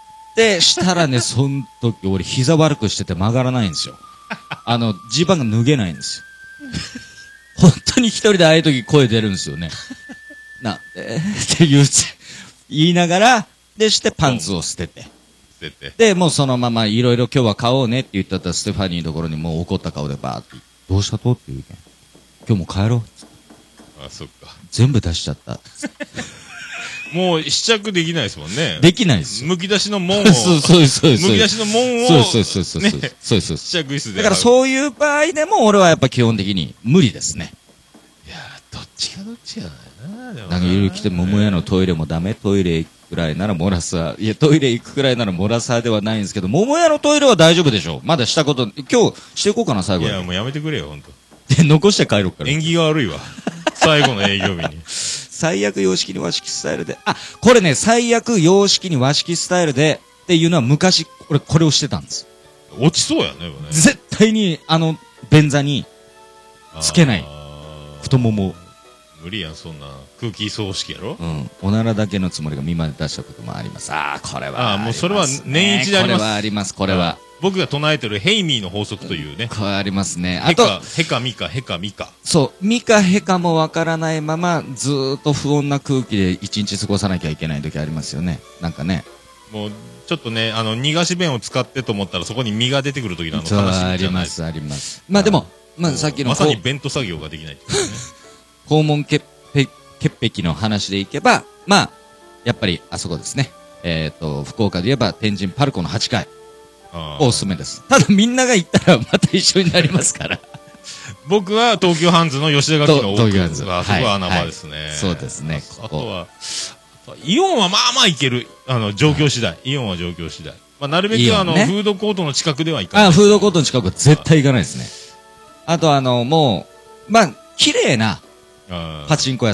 したらね、そん時俺膝悪くしてて曲がらないんですよ。あの、ジーパンが脱げないんですよ。本当に一人でああいう時声出るんですよね。な、えー、って言う、言いながら、でしてパンツを捨てて。捨てて。で、もうそのままいろいろ今日は買おうねって言ってたステファニーのところにもう怒った顔でバーって、どうしたとって言うけん。今日も帰ろうっつって。 あ、そっか。 全部出しちゃった。 もう試着できないですもんね。 できないですよ。 むき出しの門を。 そうそうそう。 むき出しの門を。 そうそうそうそう。ね。そうそう。 試着室で。 だからそういう場合でも俺はやっぱ基本的に無理ですね。 いやー、どっちがどっちやな。 なんかいろいろ来て、桃屋のトイレもダメ、トイレ行くくらいならモラサー。いや、トイレ行くくらいならモラサーではないんですけど、桃屋のトイレは大丈夫でしょ。まだしたこと、今日していこうかな、最後に。 いや、もうやめてくれよ、ほんと。 で、残して帰ろうから。 縁起が悪いわ。最後の営業日に。 最悪様式に和式スタイルで。あ、これね、最悪様式に和式スタイルでっていうのは昔、俺これをしてたんです。 落ちそうやね、ね。 絶対に、あの、便座に、つけない。太もも。 無理やん、そんな。空気葬式やろ。 うん。おならだけのつもりが見まで出したこともあります。ああ、これは。 ああ、もうそれは年一であります。 これはあります、これは。 僕が唱えてるヘイミーの法則というね。 これありますね。あと、 ヘカミカ、ヘカミカ。 そう、ミカヘカもわからないまま、ずーっと不穏な空気で一日過ごさなきゃいけない時ありますよね。なんかね。 もう、ちょっとね、あの、逃がし弁を使ってと思ったらそこに身が出てくる時なの悲しいじゃない。 あります、あります。まあでも、まあさっきの。 まさに弁当作業ができないってことね。 肛門潔癖の話でいけば、まあ、やっぱりあそこですね。えっと、福岡で言えば天神パルコのはちかい。おすすめです。ただみんなが行ったらまた一緒になりますから。 僕は東急ハンズの吉田垣の奥。 東急ハンズ。 あそこは穴場ですね、はいはい。そうですね。 あとは、イオンはまあまあ行ける。あの、状況次第。イオンは状況次第。まあ、なるべく、ね、あの、フードコートの近くでは行かない。 あ、フードコートの近くは絶対行かないですね。あとあの、もう、まあ、綺麗な、パチンコ屋さん。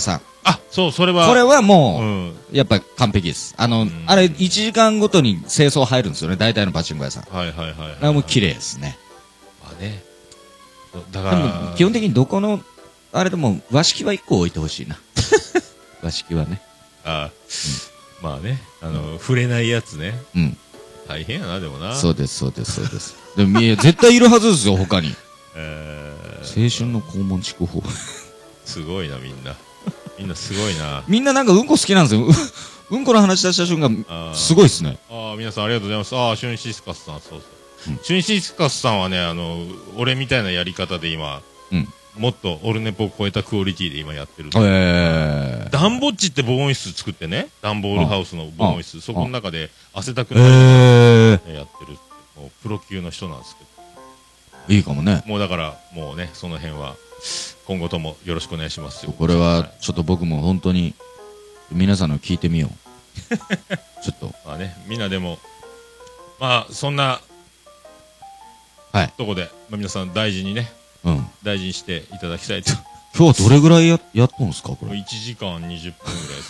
あ、そう、それは。 これはもう、やっぱ完璧です。あの、あれ、いちじかんごとに清掃入るんですよね、大体のパチンコ屋さん。 はいはいはい。 あれも綺麗ですね。 まあね。だから。 でも、基本的にどこの、あれでも、和式はいっこ置いてほしいな。和式はね。 ああ、まあね、あの、触れないやつね。 うん。 大変やな、でもな。 そうです、そうです、そうです。でも、絶対いるはずですよ、他に。 えー、青春の肛門筑豊。 すごいな、みんな。みんなすごいな。 みんななんかうんこ好きなんですよ。うんこの話出した瞬間、すごいですね。 ああ、皆さんありがとうございます。ああ、シュンシスカスさん、そうそう。うん、シュンシスカスさんはね、あの、俺みたいなやり方で今、うん、もっとオルネポを超えたクオリティで今やってる。 えー、 ダンボッチって防音室作ってね、ダンボールハウスの防音室、そこの中で汗たくない、えー、やってる。もうプロ級の人なんですけど。いいかもね。 もうだから、もうね、その辺は、今後ともよろしくお願いしますよ。 これは、ちょっと僕も本当に、皆さんの聞いてみよう。ちょっと。 まあね、みんなでも、まあ、そんな、 はい。 とこで、まあ、皆さん大事にね、 うん。 大事にしていただきたいと。 今日はどれぐらいや、やっとんですか、これ。 いちじかんにじゅっぷんぐらいです。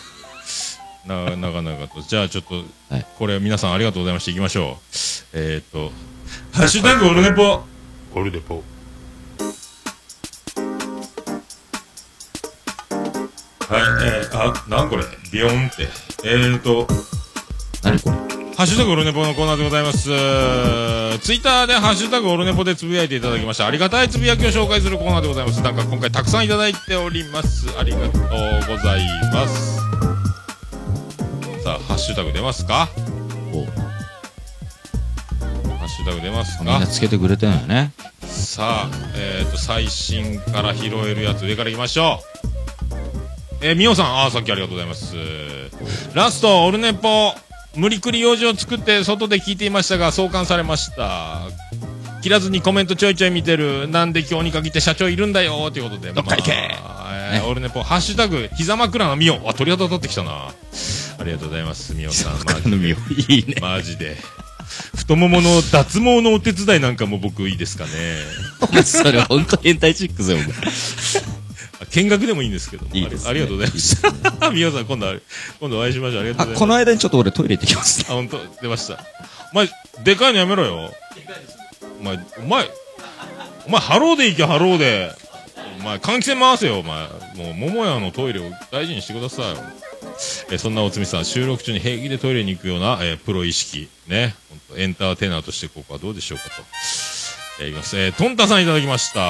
な、なかなかと。じゃあちょっと、はい、これ皆さんありがとうございました。いきましょう。えっと、ハッシュタグオルネポ。オルネポ。はい、えー、あ、なんこれビヨンって。えーと、 何これハッシュタグオルネポのコーナーでございます。ツイッターでハッシュタグオルネポでつぶやいていただきました。ありがたいつぶやきを紹介するコーナーでございます。なんか今回たくさんいただいております。ありがとうございます。さあ、ハッシュタグ出ますか？おハッシュタグ出ますか？ みんなつけてくれてんよね。 さあ、えーと、最新から拾えるやつ上からいきましょう。えー、みおさん、あー、さっきありがとうございます。ラスト、オルネポ、無理くり用事を作って外で聞いていましたが、送還されました。切らずにコメントちょいちょい見てる。なんで今日に限って社長いるんだよということで。 どっか行け、 まあえーね、オルネポ、ハッシュタグ、膝枕のみお。あ、鳥肌立ってきたな。ありがとうございます、みおさん。 マジで。いいね。 マジで。太ももの脱毛のお手伝いなんかも僕いいですかね。 それ本当変態チックだよ、 見学でもいいんですけども。 いいですね、 ありがとうございました。みおさん、今度、今度お会いしましょう。ありがとうございます。 この間にちょっと俺トイレ行ってきます、 ね。あ、本当出ました。お前、でかいのやめろよ。お前、お前、お前、ハローで行け、ハローで。お前、換気扇回せよ、お前。もう、桃屋のトイレを大事にしてください。えそんなおつみさん、収録中に平気でトイレに行くような、えー、プロ意識。ね。本当エンターテイナーとしてここはどうでしょうかと。えー、いきます。えー、トンタさんいただきました。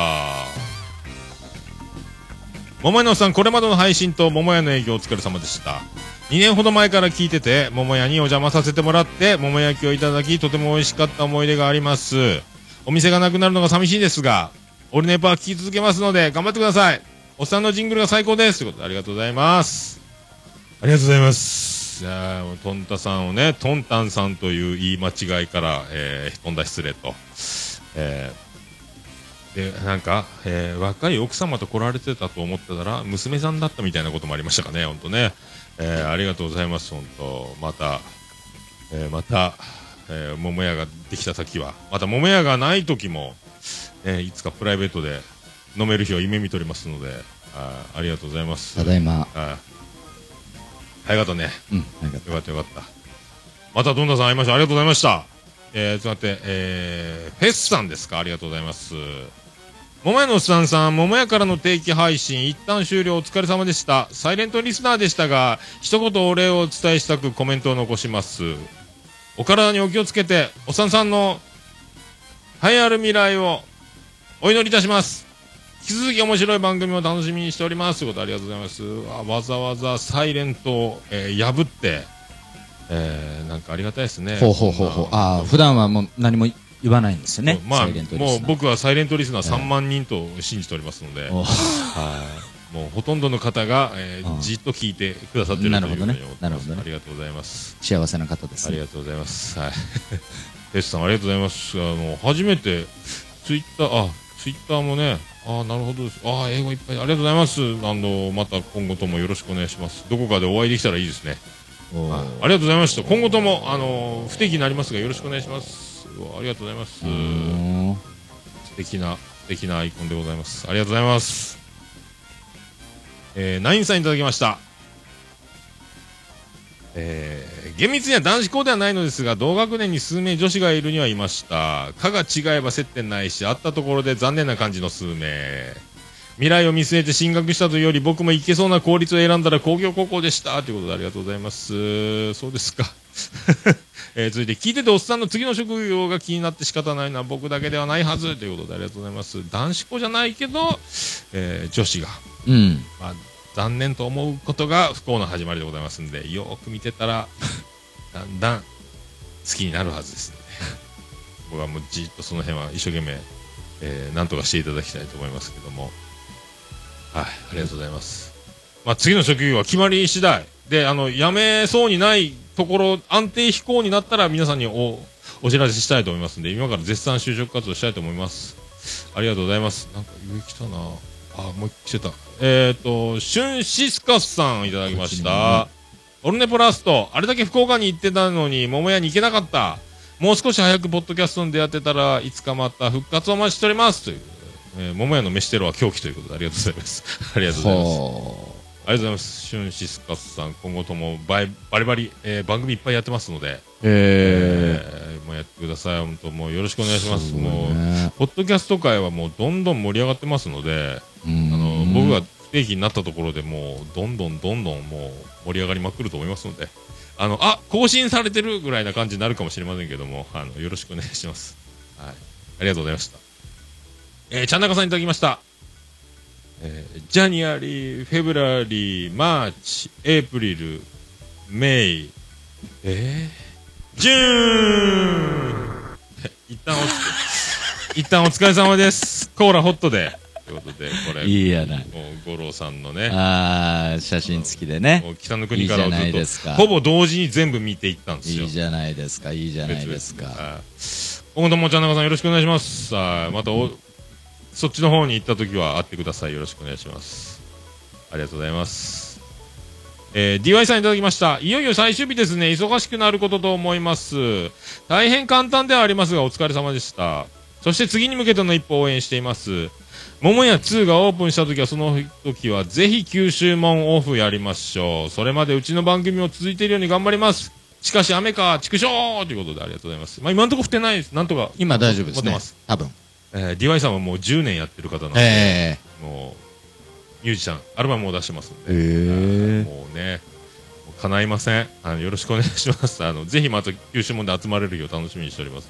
桃屋のおっさん、これまでの配信と桃屋の営業お疲れ様でした。にねんほど前から聞いてて、桃屋にお邪魔させてもらって、桃焼きをいただき、とても美味しかった思い出があります。お店がなくなるのが寂しいですが、オルネポは聞き続けますので、頑張ってください。おっさんのジングルが最高です。ということで、ありがとうございます。ありがとうございます。いやー、トンタさんをね、トンタンさんという言い間違いから、えー、飛んだ失礼と。えーでなんか、えー、若い奥様と来られてたと思ってたら娘さんだったみたいなこともありましたかね、本当ね、えー、ありがとうございます、本当また、えー、また、えー、桃屋ができた先は、また桃屋がない時も、えー、いつかプライベートで飲める日を夢見ておりますので、あ, ありがとうございます。 ただいま。 あ早かったね。 うん、よかったよかった。またどんなさん会いました。ありがとうございました。えー、ちょっと待って、えー、フェスさんですか。ありがとうございます。桃屋のおっさんさん、桃屋からの定期配信、一旦終了お疲れ様でした。サイレントリスナーでしたが、一言お礼をお伝えしたくコメントを残します。お体にお気をつけて、おっさんさんの栄えある未来をお祈りいたします。引き続き面白い番組を楽しみにしております。ということでありがとうございます。あわざわざサイレントを、えー、破って、えー、なんかありがたいですね。 ほうほうほうほう。ああ、普段はもう何も言わないんですよね。 まあ、もう僕はサイレントリスナーさんまんにんと信じておりますので、はい、もうほとんどの方が、えー、じっと聞いてくださっているというふうに思ってます。なるほどね。ありがとうございます。 幸せな方ですね。 ありがとうございます。はい。テスさんありがとうございます。あの初めてツイッターあツイッターもね、あなるほどです。あ英語いっぱいありがとうございます。あのまた今後ともよろしくお願いします。どこかでお会いできたらいいですね。あありがとうございました。今後ともあの不定期になりますがよろしくお願いします。ありがとうございます。素敵な素敵なアイコンでございます。ありがとうございます。 えー、ナインさんいただきました。えー、厳密には男子校ではないのですが、同学年に数名女子がいるにはいました。科が違えば接点ないし、あったところで残念な感じの数名。未来を見据えて進学したというより、僕も行けそうな公立を選んだら工業高校でしたということでありがとうございます。そうですか。えー、続いて、聞いてておっさんの次の職業が気になって仕方ないのは僕だけではないはずということでありがとうございます。男子校じゃないけど、えー、女子が、 うん、 まあ、残念と思うことが不幸の始まりでございますんで、よーく見てたらだんだん好きになるはずですので、僕はもうじっとその辺は一生懸命、えー、なんとかしていただきたいと思いますけども、はい、ありがとうございます。まあ、次の職業は決まり次第で、あの辞めそうにないところ、安定飛行になったら皆さんに お, お知らせしたいと思いますんで、今から絶賛就職活動したいと思います。ありがとうございます。なんか上来たなあ、もう一回来てた。えっ、ー、と、シュンシスカスさんいただきました。オルネポラスト、あれだけ福岡に行ってたのに、桃屋に行けなかった。もう少し早くポッドキャストに出会ってたらいつかまた復活をお待ちしております。という、えー、桃屋の飯テロは狂気ということでありがとうございます。ありがとうございます。ありがとうございます。シュンシスカスさん、今後ともバイバリバリ、えー、番組いっぱいやってますので、えーえー、もうやってください。本当もうよろしくお願いします。すもうポッドキャスト界はもうどんどん盛り上がってますので、あの僕が不定期になったところでもうどんどんどんどんもう盛り上がりまくると思いますので、あのあ更新されてるぐらいな感じになるかもしれませんけども、あのよろしくお願いします。はい、ありがとうございました。えー、ちゃんなかさんいただきました。えー、ジャニアリー、フェブラリー、マーチ、エイプリル、メイ、えー、ジューン一旦おつ一旦お疲れ様です。コーラホットで。ということで、これ、 いいやない。 もう五郎さんのね、 あー、写真付きでね。 もう北の国からをずっと、ほぼ同時に全部見ていったんですよ。 いいじゃないですか、いいじゃないですか。 今後ともちゃんなかさんよろしくお願いします。さあ、またお、そっちの方に行った時は会ってください。よろしくお願いします。ありがとうございます。えー、ディーワイ さんいただきました。いよいよ最終日ですね。忙しくなることと思います。大変簡単ではありますがお疲れ様でした。そして次に向けての一歩を応援しています。桃屋ツーがオープンした時はその時はぜひ九州門オフやりましょう。それまでうちの番組も続いているように頑張ります。しかし雨か畜生ということでありがとうございます。まあ今のところ降ってないです。なんとか今大丈夫ですね。多分。 えー、ディーワイ さんはもうじゅうねんやってる方なので、えー、もうミュージシャンアルバムを出してますので、えー、もうねもう叶いません。あのよろしくお願いします。あのぜひまた九州門で集まれるよう楽しみにしております。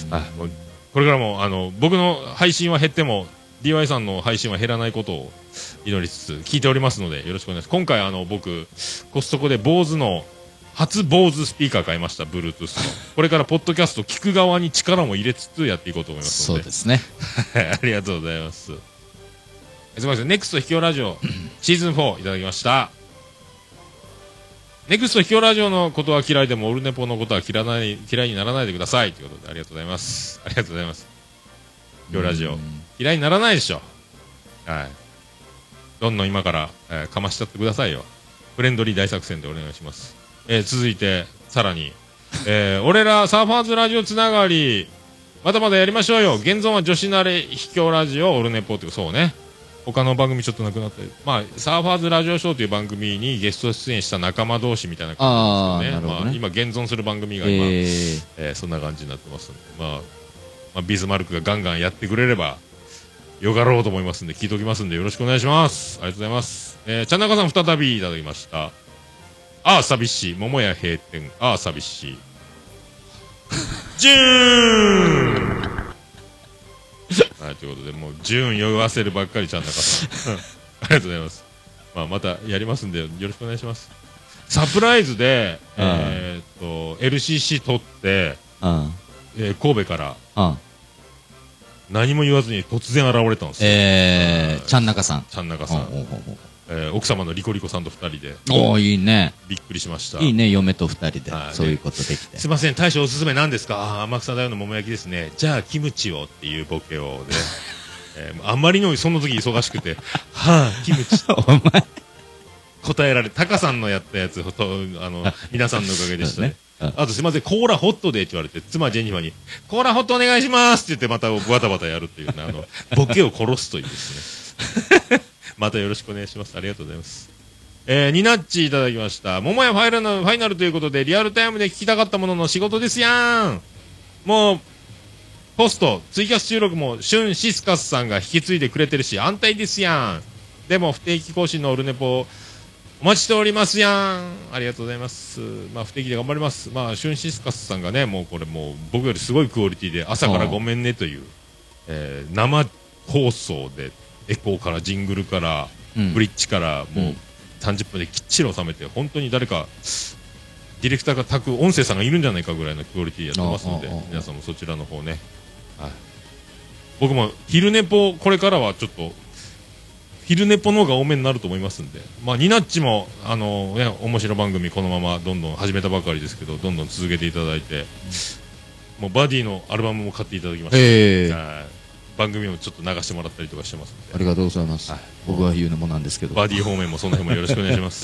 あもうこれからもあの僕の配信は減っても ディーワイ さんの配信は減らないことを祈りつつ聞いておりますのでよろしくお願いします。今回あの僕コストコで坊主の初坊主スピーカー買いました。 Bluetooth のこれからポッドキャスト聞く側に力も入れつつやっていこうと思いますのでそうですねありがとうございます。すみません。ネクスト秘境ラジオシーズンフォーいただきました。ネクスト秘境ラジオのことは嫌いでもオルネポのことは嫌いない嫌いにならないでくださいということでありがとうございます。ありがとうございます。秘境ラジオ嫌いにならないでしょ。はい、どんどん今から、えー、かましちゃってくださいよ。フレンドリー大作戦でお願いします。えー、続いてさらに、えー、俺らサーファーズラジオつながりまだまだやりましょうよ。現存は女子慣れ秘境ラジオオルネポっていうそうね他の番組ちょっとなくなったり、まあサーファーズラジオショーという番組にゲスト出演した仲間同士みたいな感じですよね。まあ、今現存する番組が今、えーえー、そんな感じになってますので、まあ、まあビスマルクがガンガンやってくれればよかろうと思いますんで聞いておきますんでよろしくお願いします。ありがとうございます。えー、ちゃんなかさん再びいただきました。ああ寂しい桃屋閉店ああ寂しいジューンはい、ということでもうジューン酔わせるばっかりちゃんなかさんありがとうございます。まあまたやりますんでよろしくお願いします。サプライズでえっと エルシーシー 撮ってえー、神戸から何も言わずに突然現れたんですよ。 えー、ちゃんなかさんちゃんなかさんえー、奥様のリコリコさんとふたりでおおいいねびっくりしました。 いいね嫁とふたりでそういうことできてすいません大将おすすめなんですか。あ天草大王の桃焼きですね。じゃあキムチをっていうボケをね、えー、あんまりのその時忙しくてはあキムチお前答えられタカさんのやったやつとあの皆さんのおかげでしたね。あとすいませんコーラホットでって言われて妻ジェニファーにコーラホットお願いしますって言ってまたバタバタやるっていうねあのボケを殺すというですねまたよろしくお願いします。ありがとうございます。えー、ニナッチいただきました。桃屋ファイナル、ファイナルということで、リアルタイムで聞きたかったものの仕事ですやん。もう、ポスト、ツイキャス収録も、シュンシスカスさんが引き継いでくれてるし、安泰ですやん。でも、不定期更新のオルネポ、お待ちしておりますやん。ありがとうございます。まあ、不定期で頑張ります。まあ、シュンシスカスさんがね、もうこれもう、僕よりすごいクオリティで、朝からごめんねという、えー、生放送で、エコーからジングルから、うん、ブリッジから、もう、うんさんじゅっぷんできっちり収めて、本当に誰かディレクターが炊く音声さんがいるんじゃないかぐらいのクオリティやってますので、皆さんもそちらの方ね、はい、僕も昼寝ぽこれからはちょっと昼寝ぽの方が多めになると思いますんで、まあニナッチもあのね面白番組このままどんどん始めたばかりですけど、どんどん続けていただいて、もうバディのアルバムも買っていただきました。えー番組もちょっと流してもらったりとかしてますので、 ありがとうございます、はい、僕は言うのもなんですけど、 バディ方面もその辺もよろしくお願いします、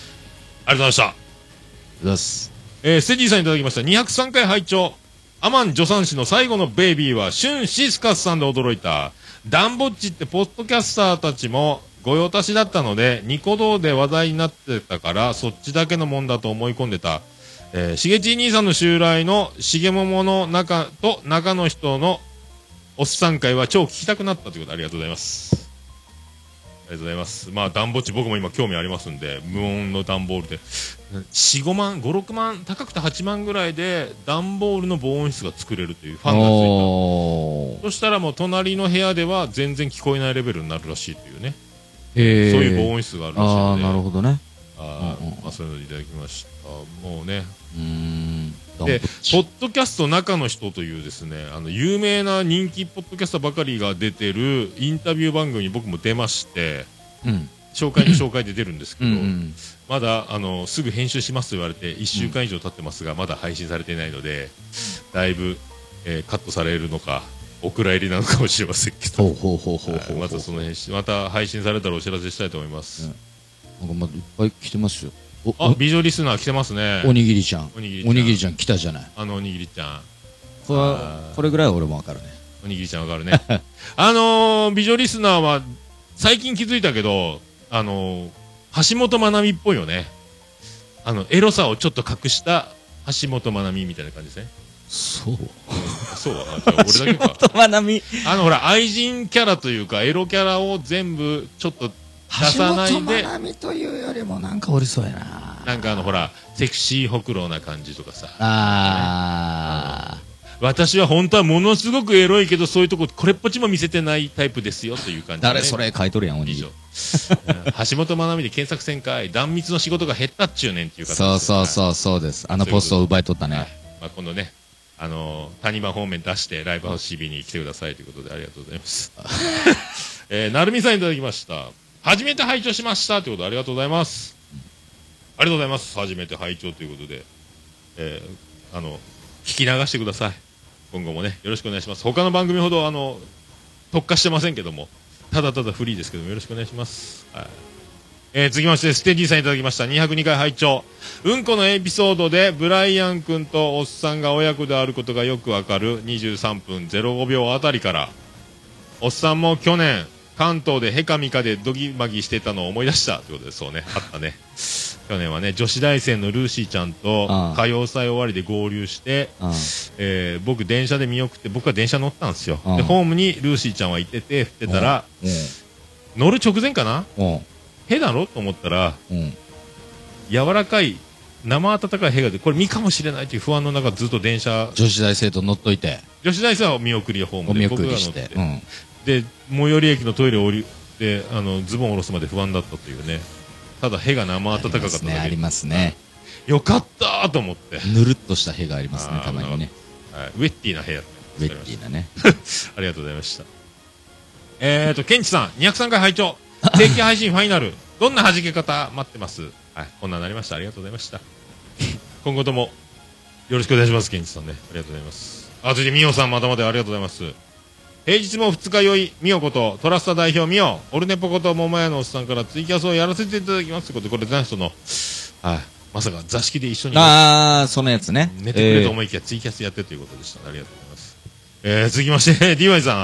はい、ありがとうございました。ありがとうございます。 えー、ステディさんいただきました。にひゃくさんかい拝聴。アマン助産師の最後のベイビーはシュンシスカスさんで驚いた。ダンボッチってポッドキャスターたちも御用達だったのでニコ動で話題になってたからそっちだけのもんだと思い込んでた。えー、しげち兄さんの襲来のしげももの中と中の人のおっさん会は超聞きたくなったということでありがとうございます。ありがとうございます。まあ暖房地僕も今興味ありますんで、無音の段ボールでよん、ごまん、ご、ろくまん、高くてはちまんぐらいで段ボールの防音室が作れるというファンがついた。そしたらもう隣の部屋では全然聞こえないレベルになるらしいというね。 へー、 そういう防音室があるらしいので。 ああ、なるほどね。 あ、うんうん、まあそういうのいただきました。もうね。 うーん。 で、ポッドキャスト中の人というですね、あの有名な人気ポッドキャスターばかりが出てるインタビュー番組に僕も出まして、うん、紹介に紹介で出るんですけど、うんうん、まだあのすぐ編集しますと言われていっしゅうかん以上経ってますが、うん、まだ配信されていないので、だいぶ、えー、カットされるのかお蔵入りなのかもしれませんけど、またその編集また配信されたらお知らせしたいと思います。 うん、なんかまだいっぱい来てますよ。 あ、美女リスナー来てますね。 おにぎりちゃん。おにぎりちゃん来たじゃない。 あのおにぎりちゃん。 これ、これぐらいは俺もわかるね。 おにぎりちゃんわかるね。あのー、美女リスナーは、最近気づいたけど、あのー、橋本まなみっぽいよね。あの、エロさをちょっと隠した橋本まなみみたいな感じですね。 そう。 そうあ、じゃあ俺だけか。 橋本まなみ。 あの、ほら、愛人キャラというか、エロキャラを全部、ちょっと、出さないで。 橋本まなみというよりもなんかおりそうやな。 なんかあのほらセクシーほくろな感じとかさ。 ああ、 ね。私は本当はものすごくエロいけどそういうとここれっぽっちも見せてないタイプですよという感じ、ね。 誰それ書いとるやんおにぎり。 橋本まなみで検索せんかい。断蜜の仕事が減ったっちゅうねんっていう方。 そうそうそうそうです。あのポストを奪い取ったね。はい、 まあ今度ね。あのー、谷間方面出してライブハウス シービー に来てくださいということでありがとうございます。えー、なるみさんいただきました。初めて拝聴しましたということでありがとうございます。ありがとうございます。初めて拝聴ということで、えー、あの聞き流してください。今後もねよろしくお願いします。他の番組ほどあの特化してませんけども、ただただフリーですけどもよろしくお願いします。はい、えー、続きましてステディさんいただきました。にひゃくにかい拝聴。うんこのエピソードでブライアン君とおっさんが親子であることがよくわかるにじゅうさんぷんゼロごびょうあたりから、おっさんも去年関東でヘカミカでドギマギしてたのを思い出したということで、そうね、あったね。去年はね、女子大生のルーシーちゃんと歌謡祭終わりで合流して、えー、僕電車で見送って、僕は電車乗ったんですよ。で、ホームにルーシーちゃんはいてて、振ってたら、乗る直前かなへだろと思ったら、柔らかい、生温かいへがで、これ身かもしれないという不安の中ずっと電車。 女子大生と乗っといて。 女子大生は見送りホームで、僕が乗って。 うん、 で最寄り駅のトイレを降りてあのズボンを下ろすまで不安だったというね。ただへが生暖かかっただけありますね。 よかったと思ってぬるっとしたへがありますね、たまにね。 はい、ウェッティなへやウェッティなね。 ありがとうございました。えーとケンチさんにひゃくさんかい拝聴。定期配信ファイナルどんな弾け方待ってます。はい、こんなになりました。ありがとうございました。今後ともよろしくお願いします。ケンチさんね、ありがとうございます。あ、続いてみおさんまたまたありがとうございます。平日も二日酔い、みおこと、トラスタ代表みお、オルネポこと桃屋のおっさんからツイキャスをやらせていただきますということで、これ、男子との、はい、まさか座敷で一緒に、 ああ、そのやつね。 寝てくれと思いきや、ツイキャスやってということでした。ありがとうございます。えー、続きまして、ディーワイ さん、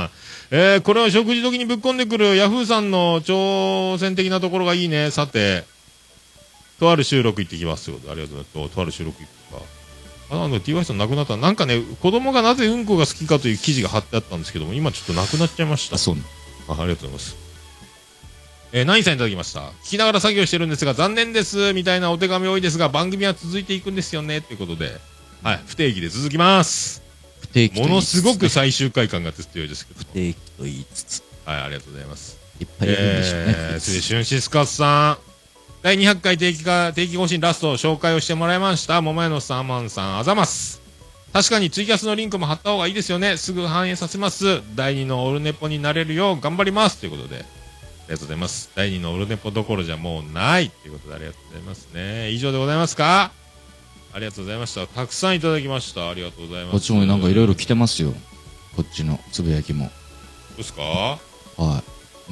えー、これは食事時にぶっ込んでくるヤフーさんの挑戦的なところがいいね。さて、とある収録行ってきますよ。ありがとうございます。とある収録行ってか。あ、なんだ、ティーワイ さん亡くなった。なんかね、子供がなぜうんこが好きかという記事が貼ってあったんですけども、今ちょっとなくなっちゃいました。 あ、そうね。 あ、ありがとうございます。えー、ナインさんいただきました。聞きながら作業してるんですが、残念です。みたいなお手紙多いですが、番組は続いていくんですよね。ということで、はい、不定期で続きます。 不定期と言いつつ、ね、 ものすごく最終回感が強いですけど。 不定期と言いつつ。 はい、ありがとうございます。 いっぱいいるんでしょうね。 えー、次、シュンシスカスさん。だいにひゃっかい定期化、定期更新ラスト紹介をしてもらいました。桃屋のさん、アマンさん、あざます。確かにツイキャスのリンクも貼った方がいいですよね。すぐ反映させます。だいにのオルネポになれるよう頑張ります。ということで、ありがとうございます。だいにのオルネポどころじゃもうないということでありがとうございますね。以上でございますか？ありがとうございました。たくさんいただきました。ありがとうございます。 こっちもなんかいろいろ来てますよ。こっちのつぶやきも。どうですか？はい。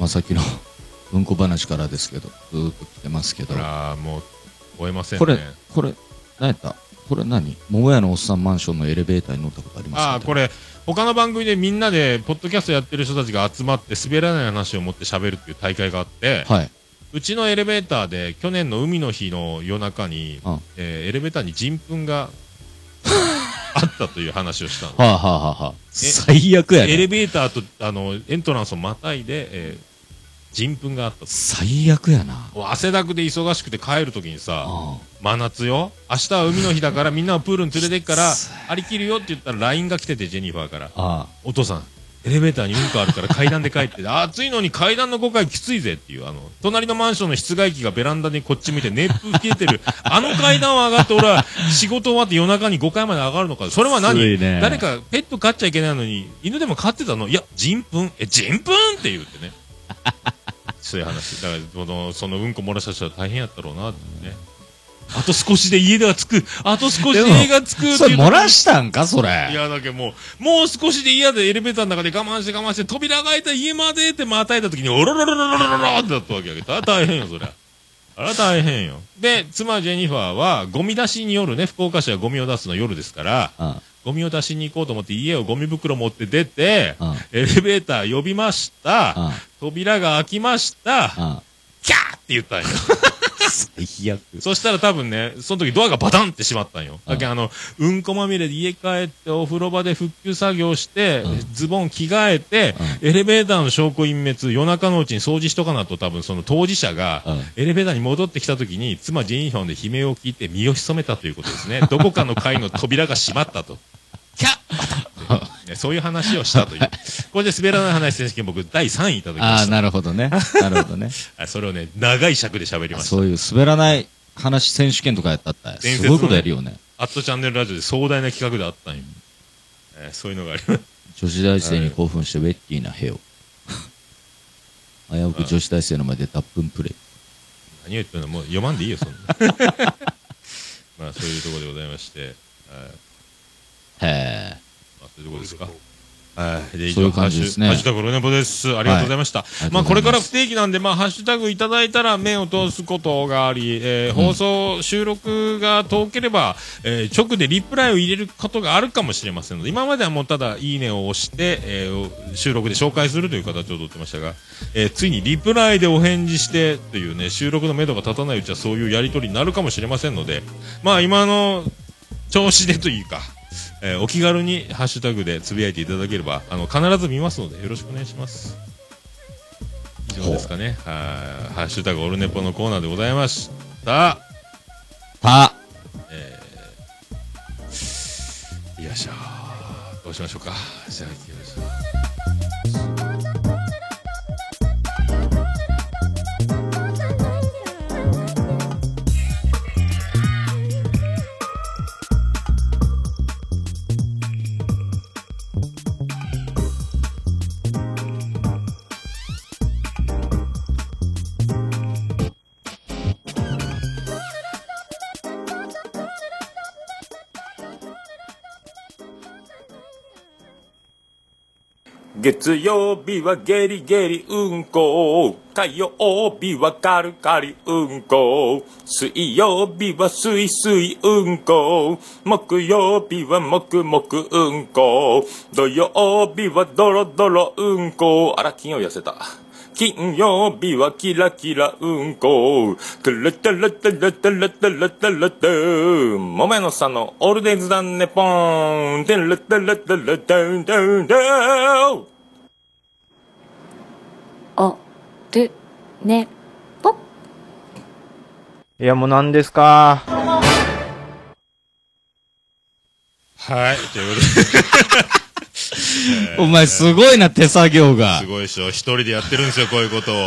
まあさっきのうんこ話からですけど、ずーっと来てますけど。 あら、もう、終えませんね。 これ、これ、何やったこれ何桃屋のおっさんマンションのエレベーターに乗ったことありますか？ ああ、これ、他の番組でみんなで、ポッドキャストやってる人たちが集まって、滑らない話を持って喋るっていう大会があって、 はい。 うちのエレベーターで、去年の海の日の夜中に、えー、エレベーターに人糞があったという話をしたんです。 はあ、はあははあ、最悪やね。 エレベーターと、あの、エントランスをまたいで、えー人糞があった。 最悪やな。 汗だくで忙しくて帰るときにさ、真夏よ。明日は海の日だからみんなをプールに連れて行くから、張り切るよって言ったら ライン が来てて、ジェニファーから。ああお父さん、エレベーターにうんこあるから階段で帰って、暑いのに階段のごかいきついぜっていう、あの、隣のマンションの室外機がベランダにこっち見て熱風消えてる。あの階段を上がって俺は仕事終わって夜中にごかいまで上がるのか。それは何、ね、誰かペット飼っちゃいけないのに、犬でも飼ってたの？いや、人糞え、人糞って言ってね。そういう話。だから、その、そのうんこ漏らした人は大変やったろうなってね。あと少しで家が着く。あと少しで家が着くっていう。 それ漏らしたんかそれ。 いや、だけどもう、もう少しで嫌でエレベーターの中で我慢して我慢して扉が開いた家までってまたいた時に、おろろろろろろろってなったわけやけど、あ大変よ、そりゃ。あら大変よ。で、妻ジェニファーは、ゴミ出しに夜ね、福岡市はゴミを出すの夜ですから、ああゴミを出しに行こうと思って家をゴミ袋持って出て、ああエレベーター呼びました。ああ扉が開きました。ああキャーって言ったんよ。 最悪。 そしたら多分ね、その時ドアがバタンって閉まったんよ。だけどあの、うんこまみれで家帰ってお風呂場で復旧作業して、うん、ズボン着替えて、うん、エレベーターの証拠隠滅、夜中のうちに掃除しとかなと多分その当事者が、うん、エレベーターに戻ってきた時に、妻ジェニファーで悲鳴を聞いて身を潜めたということですね。どこかの階の扉が閉まったと。キャッそういう話をしたという。これで滑らない話選手権僕だいさんいいただきました。 ああ、なるほどね。なるほどね。 それをね、長い尺で喋りました。 そういう滑らない話選手権とかやったったら、すごいことやるよね。 アットチャンネルラジオで壮大な企画であったんよ。えー、そういうのがあります。 女子大生に興奮してウェッティな部を。危うく女子大生の前で脱粉プレイ。 何を言ってるのもう読まんでいいよ、そんな。まあ、そういうところでございまして。 へえ。 まあ、そういうところですか。はい。 で、そういう感じですね。 ハッシュタグロネポです。ありがとうございました。はい、まあ、これから不定期なんで、まあ、ハッシュタグいただいたら目を通すことがあり、えー、放送、収録が遠ければ、えー、直でリプライを入れることがあるかもしれませんので、今まではもうただ、いいねを押して、えー、収録で紹介するという形をとってましたが、えー、ついにリプライでお返事してというね、収録の目処が立たないうちはそういうやりとりになるかもしれませんので、まあ、今の調子でというか、えー、お気軽にハッシュタグでつぶやいていただければあの必ず見ますのでよろしくお願いします。以上ですかね。はハッシュタグオルネポのコーナーでございました。 た、 えー、よいしょ、どうしましょうか。じゃあ行きましょう。 月曜日はゲリゲリうんこ、火曜日はカルカリうんこ、水曜日はスイスイうんこ、木曜日はもくもくうんこ、土曜日はドロドロうんこ、あら金曜痩せた、金曜日はキラキラうんこ、トゥルトゥルトゥルトゥルトゥルトゥルトゥ、もめのさんのオールデイズダンネポン、トゥルトゥルトゥルトゥトゥトゥ、 おるねぽ。 いや、もう何ですか。 はい、ということで。 お前すごいな、手作業が。 すごいでしょ。一人でやってるんですよ、こういうことを。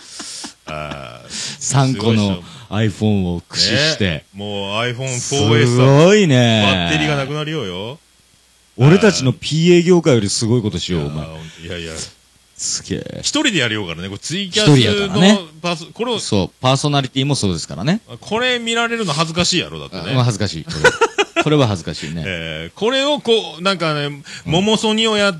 さんこの iPhone を駆使して。 ね、もう アイフォンフォーエスすごいね。 バッテリーがなくなるようよ。 俺たちの ピーエー 業界よりすごいことしよう、お前。 いやいや。 すげえ。 一人でやるようからね、これツイキャスのパーソ、これを。 そう、パーソナリティもそうですからね。 これ見られるの恥ずかしいやろ、だってね。 まあ恥ずかしい。これは恥ずかしいね。 えー、これをこう、なんかね、モモソニをやって、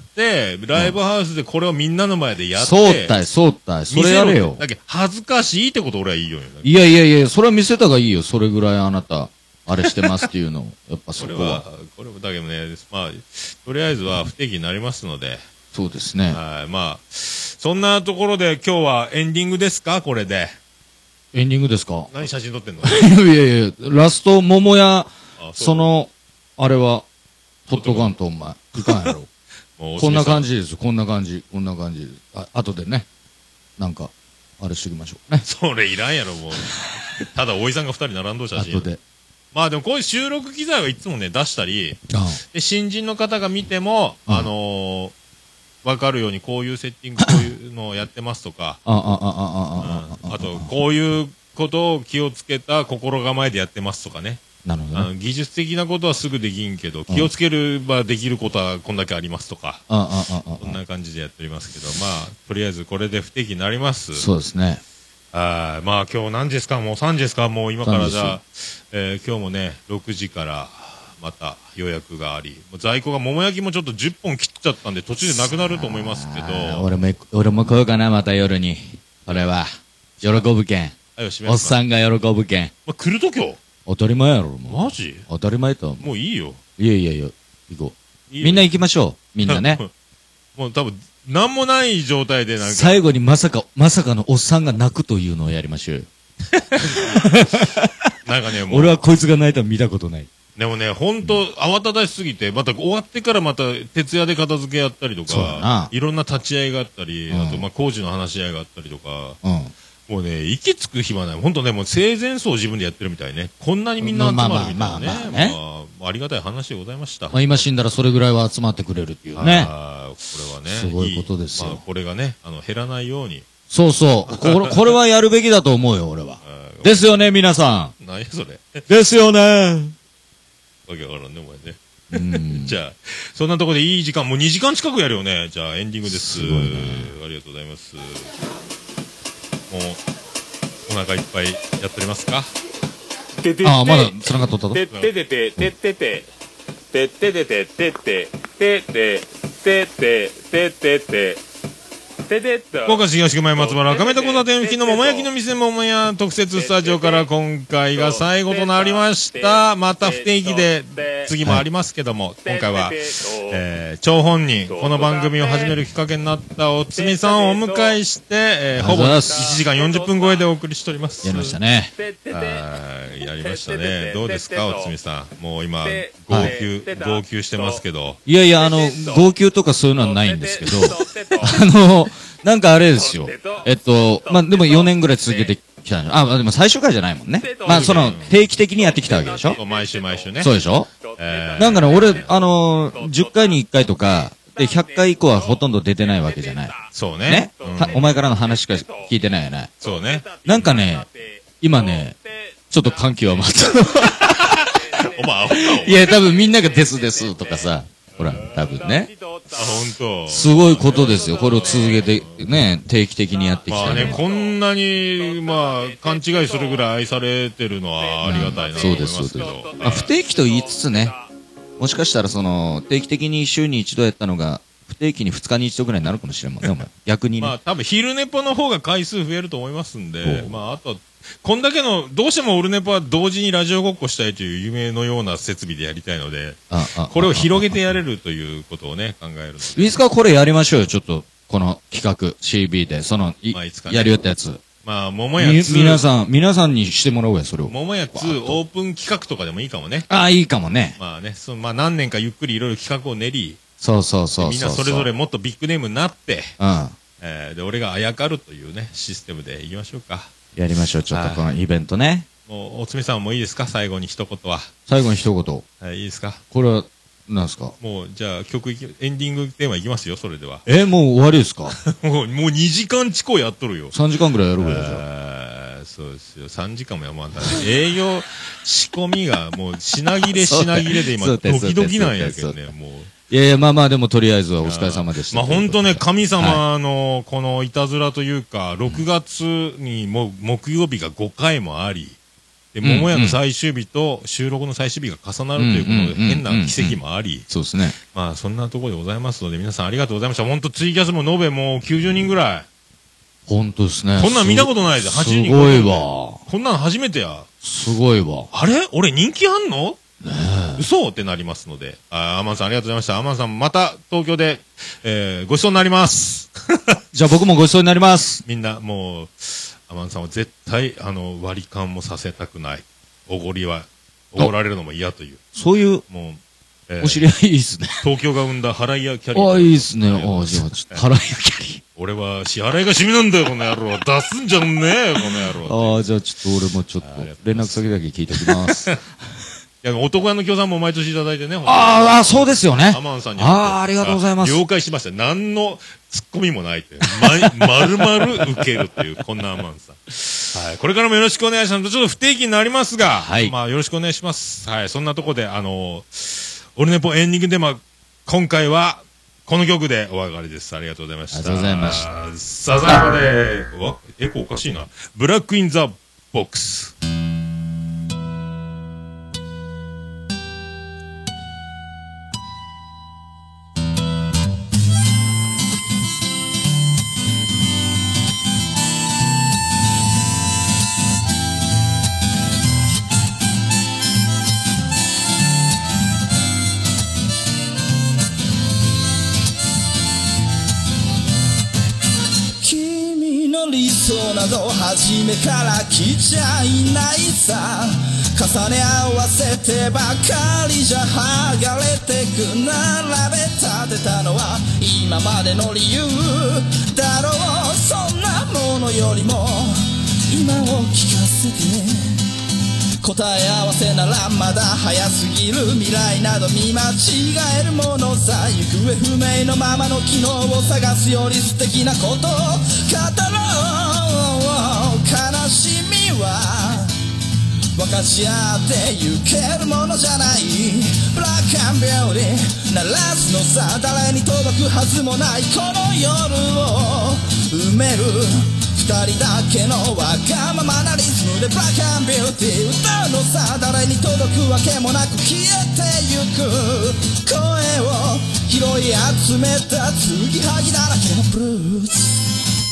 ライブハウスでこれをみんなの前でやって。 そうったい、そうったい。それやれよ。 だけど恥ずかしいってこと俺はいいよ。 いやいやいや、それは見せたがいいよ。それぐらいあなた、あれしてますっていうのを。やっぱそこは。 これは、これもだけどね、まあ、とりあえずは不定期になりますので。 そうですね。 はい、まあ、そんなところで今日はエンディングですか、これで。 エンディングですか？ 何写真撮ってんの？ いやいや、ラスト桃屋、その、あれは、撮っとかんと、お前。いかんやろ。こんな感じですよ、こんな感じ。こんな感じです。あ、後でね、なんか、あれしときましょうね。 それいらんやろ、もう。ただ、おじさんが二人並んどる写真。 後で。 まあでもこういう収録機材はいつもね、出したり、 あで新人の方が見ても、あのー、わかるようにこういうセッティング、こういうのをやってますとか、 あ、あ、あ、あ、あ、あ、 あと、こういうことを気をつけた心構えでやってますとかね。 なるほど、ね、 あの技術的なことはすぐできんけど、気をつければできることはこんだけありますとか、そんな感じでやっておりますけど、まあ、とりあえずこれで不定期になります。 そうですね。 あまあ今日何時ですか、もうさんじですか、もう今からじゃあ、えー、今日もね、ろくじからまた予約があり、在庫が桃焼きもちょっとじゅっぽん切っちゃったんで、途中でなくなると思いますけど、 俺も、俺も来ようかな、また夜に。これは、喜ぶけん。おっさんが喜ぶけん。 まあ、来ると今日当たり前やろ、もう。マジ当たり前と。 もういいよ。 いやいやいや、行こう。みんな行きましょう。みんなね。 もう多分、なんもない状態でなんか。 最後にまさか、まさかのおっさんが泣くというのをやりましょうよ。 なんかね、もう。 俺はこいつが泣いたの見たことない。 でもね、ほんと、慌ただしすぎて、また終わってからまた、徹夜で片付けやったりとか、いろんな立ち会いがあったり、あと、まあ、工事の話し合いがあったりとか、もうね、息つく暇ない。ほんとね、もう生前葬自分でやってるみたいね。こんなにみんな集まるみたいなね。まあ、ありがたい話でございました。 まあ、今死んだらそれぐらいは集まってくれるっていうね。 ああ、これはね。 すごいことですよ。 まあ、これがね、あの、減らないように。 そうそう。これ、これはやるべきだと思うよ、俺は。ですよね、皆さん。 何やそれ。 ですよね。 わけわからんね、お前ね。じゃあ、そんなところでいい時間、もうにじかん近くやるよね。じゃあ、エンディングです。ありがとうございます。もう、お腹いっぱいやっておりますか？ ああ、まだ繋がっとったと。 てっててててってててっててててててててててて福岡市東区前松原赤目と交差点付近の桃焼きの店桃屋特設スタジオから今回が最後となりました。また不定期で次もありますけども、今回は、えー、張本人、この番組を始めるきっかけになったおつみさんをお迎えして、えー、ほぼいちじかんよんじゅっぷん超えでお送りしております。 やりましたね。 はい、やりましたね。どうですか、おつみさん。もう今、号泣、号泣してますけど。 いやいや、あの、号泣とかそういうのはないんですけど、あの、なんかあれですよ。えっと、まあ、でもよねんぐらい続けてきたんであ、でも最初からじゃないもんね。まあ、その、定期的にやってきたわけでしょ？ 毎週毎週ね。 そうでしょ？えー、なんかね、俺、あのー、じゅっかいにいっかいとか、で、ひゃっかい以降はほとんど出てないわけじゃない。 そうね。 ね、うん、お前からの話しか聞いてないよね。 そうね。 なんかね、今ね、ちょっと感極まった。 お前、 いや、多分みんながですですとかさ、ほら、多分ね。 あ、本当。 すごいことですよ。これを続けて、ね、定期的にやってきた。 まあね、こんなに、まあ、勘違いするぐらい愛されてるのはありがたいなと思いますけど。 まあ、不定期と言いつつね、もしかしたらその、定期的に週に一度やったのが、 不定期にふつかに一度ぐらいになるかもしれんもんね、お前。逆にね。 まあ多分昼寝ぽの方が回数増えると思いますんで、まああとは、こんだけの、どうしてもオルネポは同時にラジオごっこしたいという夢のような設備でやりたいので、 ああこれを広げてやれるということをね、考えるので。 ウィスカこれやりましょうよ、ちょっと。この企画、シービー で、その、いまあいつかねやりよったやつ。 まあ、桃屋ツー。 皆さん、皆さんにしてもらおうや、それを。 桃屋ツーオープン企画とかでもいいかもね。 ああ、いいかもね。 まあね、そのまあ何年かゆっくりいろいろ企画を練り、 そうそうそうそう。 みんなそれぞれもっとビッグネームになって、 うん。 えー、で、俺があやかるというね、システムでいきましょうか。 やりましょう、ちょっとこのイベントね。 もう、おつみさんもいいですか、最後に一言は。 最後に一言。 はい、いいですか。 これは、なんですか。 もう、じゃあ曲いき、エンディングテーマいきますよ、それでは。 え、もう終わりですかもう、もうにじかん近くやっとるよ。 さんじかんぐらいやるぐらいじゃあ。そうですよ。さんじかんもやまんだね。営業仕込みがもう品切れ品切れで今、ドキドキなんやけどね、もう。 いやいや、まあまあでもとりあえずはお疲れ様でした。 まあ本当ね、神様のこのいたずらというか、ろくがつにも木曜日がごかいもあり、で、桃屋の最終日と収録の最終日が重なるということで、変な奇跡もあり、 そうですね。 まあそんなところでございますので、皆さんありがとうございました。本当ツイキャスも延べもうきゅうじゅうにんぐらい。 本当ですね。 こんなん見たことないで、はちじゅうにん。 すごいわ。 こんなん初めてや。 すごいわ。 あれ俺人気あんの嘘ってなりますので。あ、アマンさんありがとうございました。アマンさんまた東京で、えー、ごちそうになります。 じゃあ僕もごちそうになります。 みんなもう、アマンさんは絶対、あの、割り勘もさせたくない。おごりは、おごられるのも嫌という。 そういう、 もう、えー、 お知り合いいいっすね。 東京が生んだ払い屋キャリー。 ああ、いいっすね。ああ、じゃあ、ちょっと、払い屋キャリー。 俺は支払いが趣味なんだよ、この野郎。出すんじゃんねえ、この野郎。 ああ、じゃあちょっと俺もちょっと、連絡先だけ聞いておきます。 いや、男屋の協賛も毎年いただいてね。 ああ、そうですよね。 アマンさんに。 ああ、ありがとうございます。 了解しました。何のツッコミもないって。ま、まるまる受けるっていう、こんなアマンさん。はい。これからもよろしくお願いします。ちょっと不定期になりますが、はい。まあ、よろしくお願いします。はい。そんなとこで、あのー、オルネポエンディングテーマ、今回は、この曲でお別れです。ありがとうございました。 ありがとうございました。 さざまで、うわ、エコおかしいな。ブラックインザボックス。 理想など初めから来ちゃいないさ、重ね合わせてばかりじゃ剥がれてく、並べ立てたのは今までの理由だろう。そんなものよりも今を聞かせて、答え合わせならまだ早すぎる、未来など見間違えるものさ、行方不明のままの昨日を探すより素敵なことを語ろう。悲しみは分かち合ってゆけるものじゃない、ブラックアンビューティー鳴らすのさ、誰に届くはずもないこの夜を埋める二人だけのわがままなリズムでブラックアンビューティー歌うのさ、誰に届くわけもなく消えてゆく声を拾い集めた継ぎはぎだらけのブルース。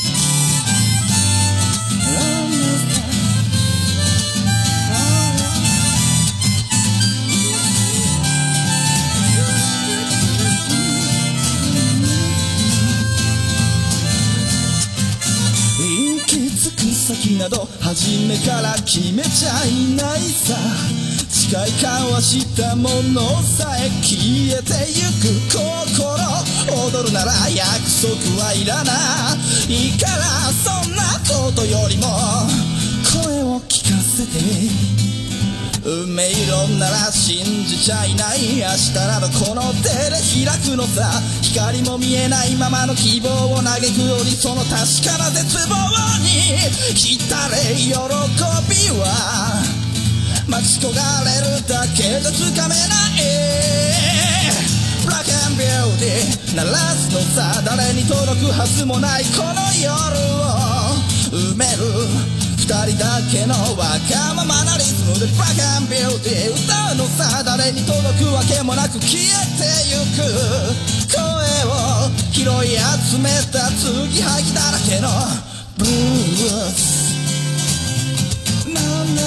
先など初めから決めちゃいないさ、誓い交わしたものさえ消えてゆく、心踊るなら約束はいらないから、そんなことよりも声を聞かせて、運命論なら信じちゃいない、明日などこの手で開くのさ、光も見えないままの希望を嘆くより、その確かな絶望に浸れ喜びは待ち焦がれるだけじゃつかめない。ブラックアンビューティー鳴らすのさ、誰に届くはずもないこの夜を埋める二人だけのわがままなリズムでブラックアンビューティー歌うのさ、誰に届くわけもなく消えてゆく声を拾い集めた継ぎはぎだらけのブルースなんだ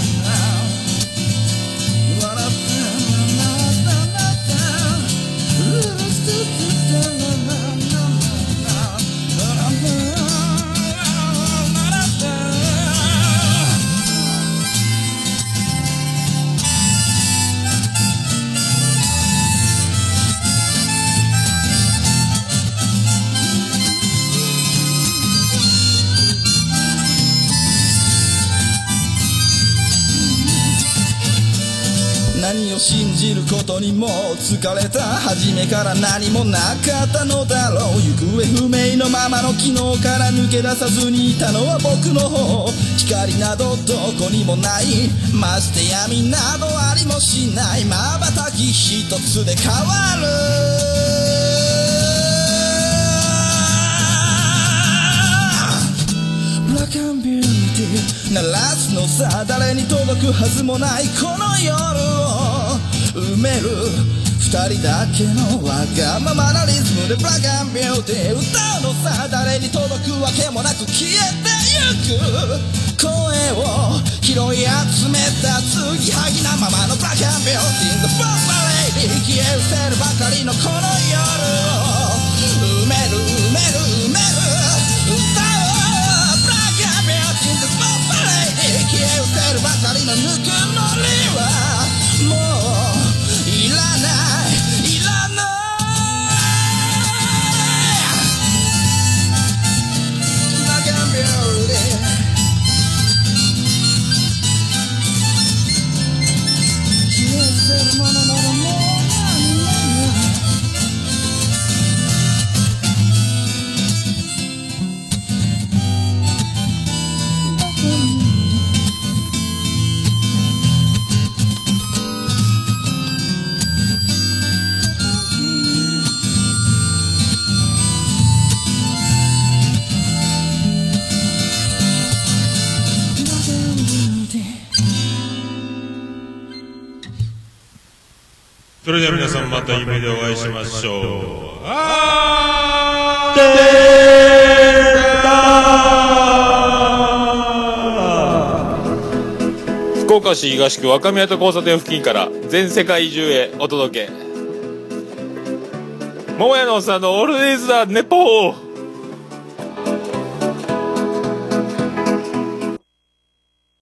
何を信じることにも疲れた初めから何もなかったのだろう行方不明のままの昨日から抜け出さずにいたのは僕の方光などどこにもないまして闇などありもしない瞬き一つで変わるブラックアンビューティー鳴らすのさ誰に届くはずもないこの夜を埋める二人だけのわがままなリズムでブラックアンビューティー歌うのさ誰に届くわけもなく消えてゆく声を拾い集めた継ぎはぎなままのブラックアンビューティー The Bomb Lady 消え失せるばかりのこの夜を埋める埋める埋める歌をブラックアンビューティー The Bomb Lady 消え失せるばかりのぬくもりはもういらないいらないブラックアンビューティー消え失せるものならもうそれでは皆さんまた夢でお会いしましょう。あー福岡市東区若宮と交差点付近から全世界中へお届け桃屋のおっさんのオールディーズ・ザ・ネポー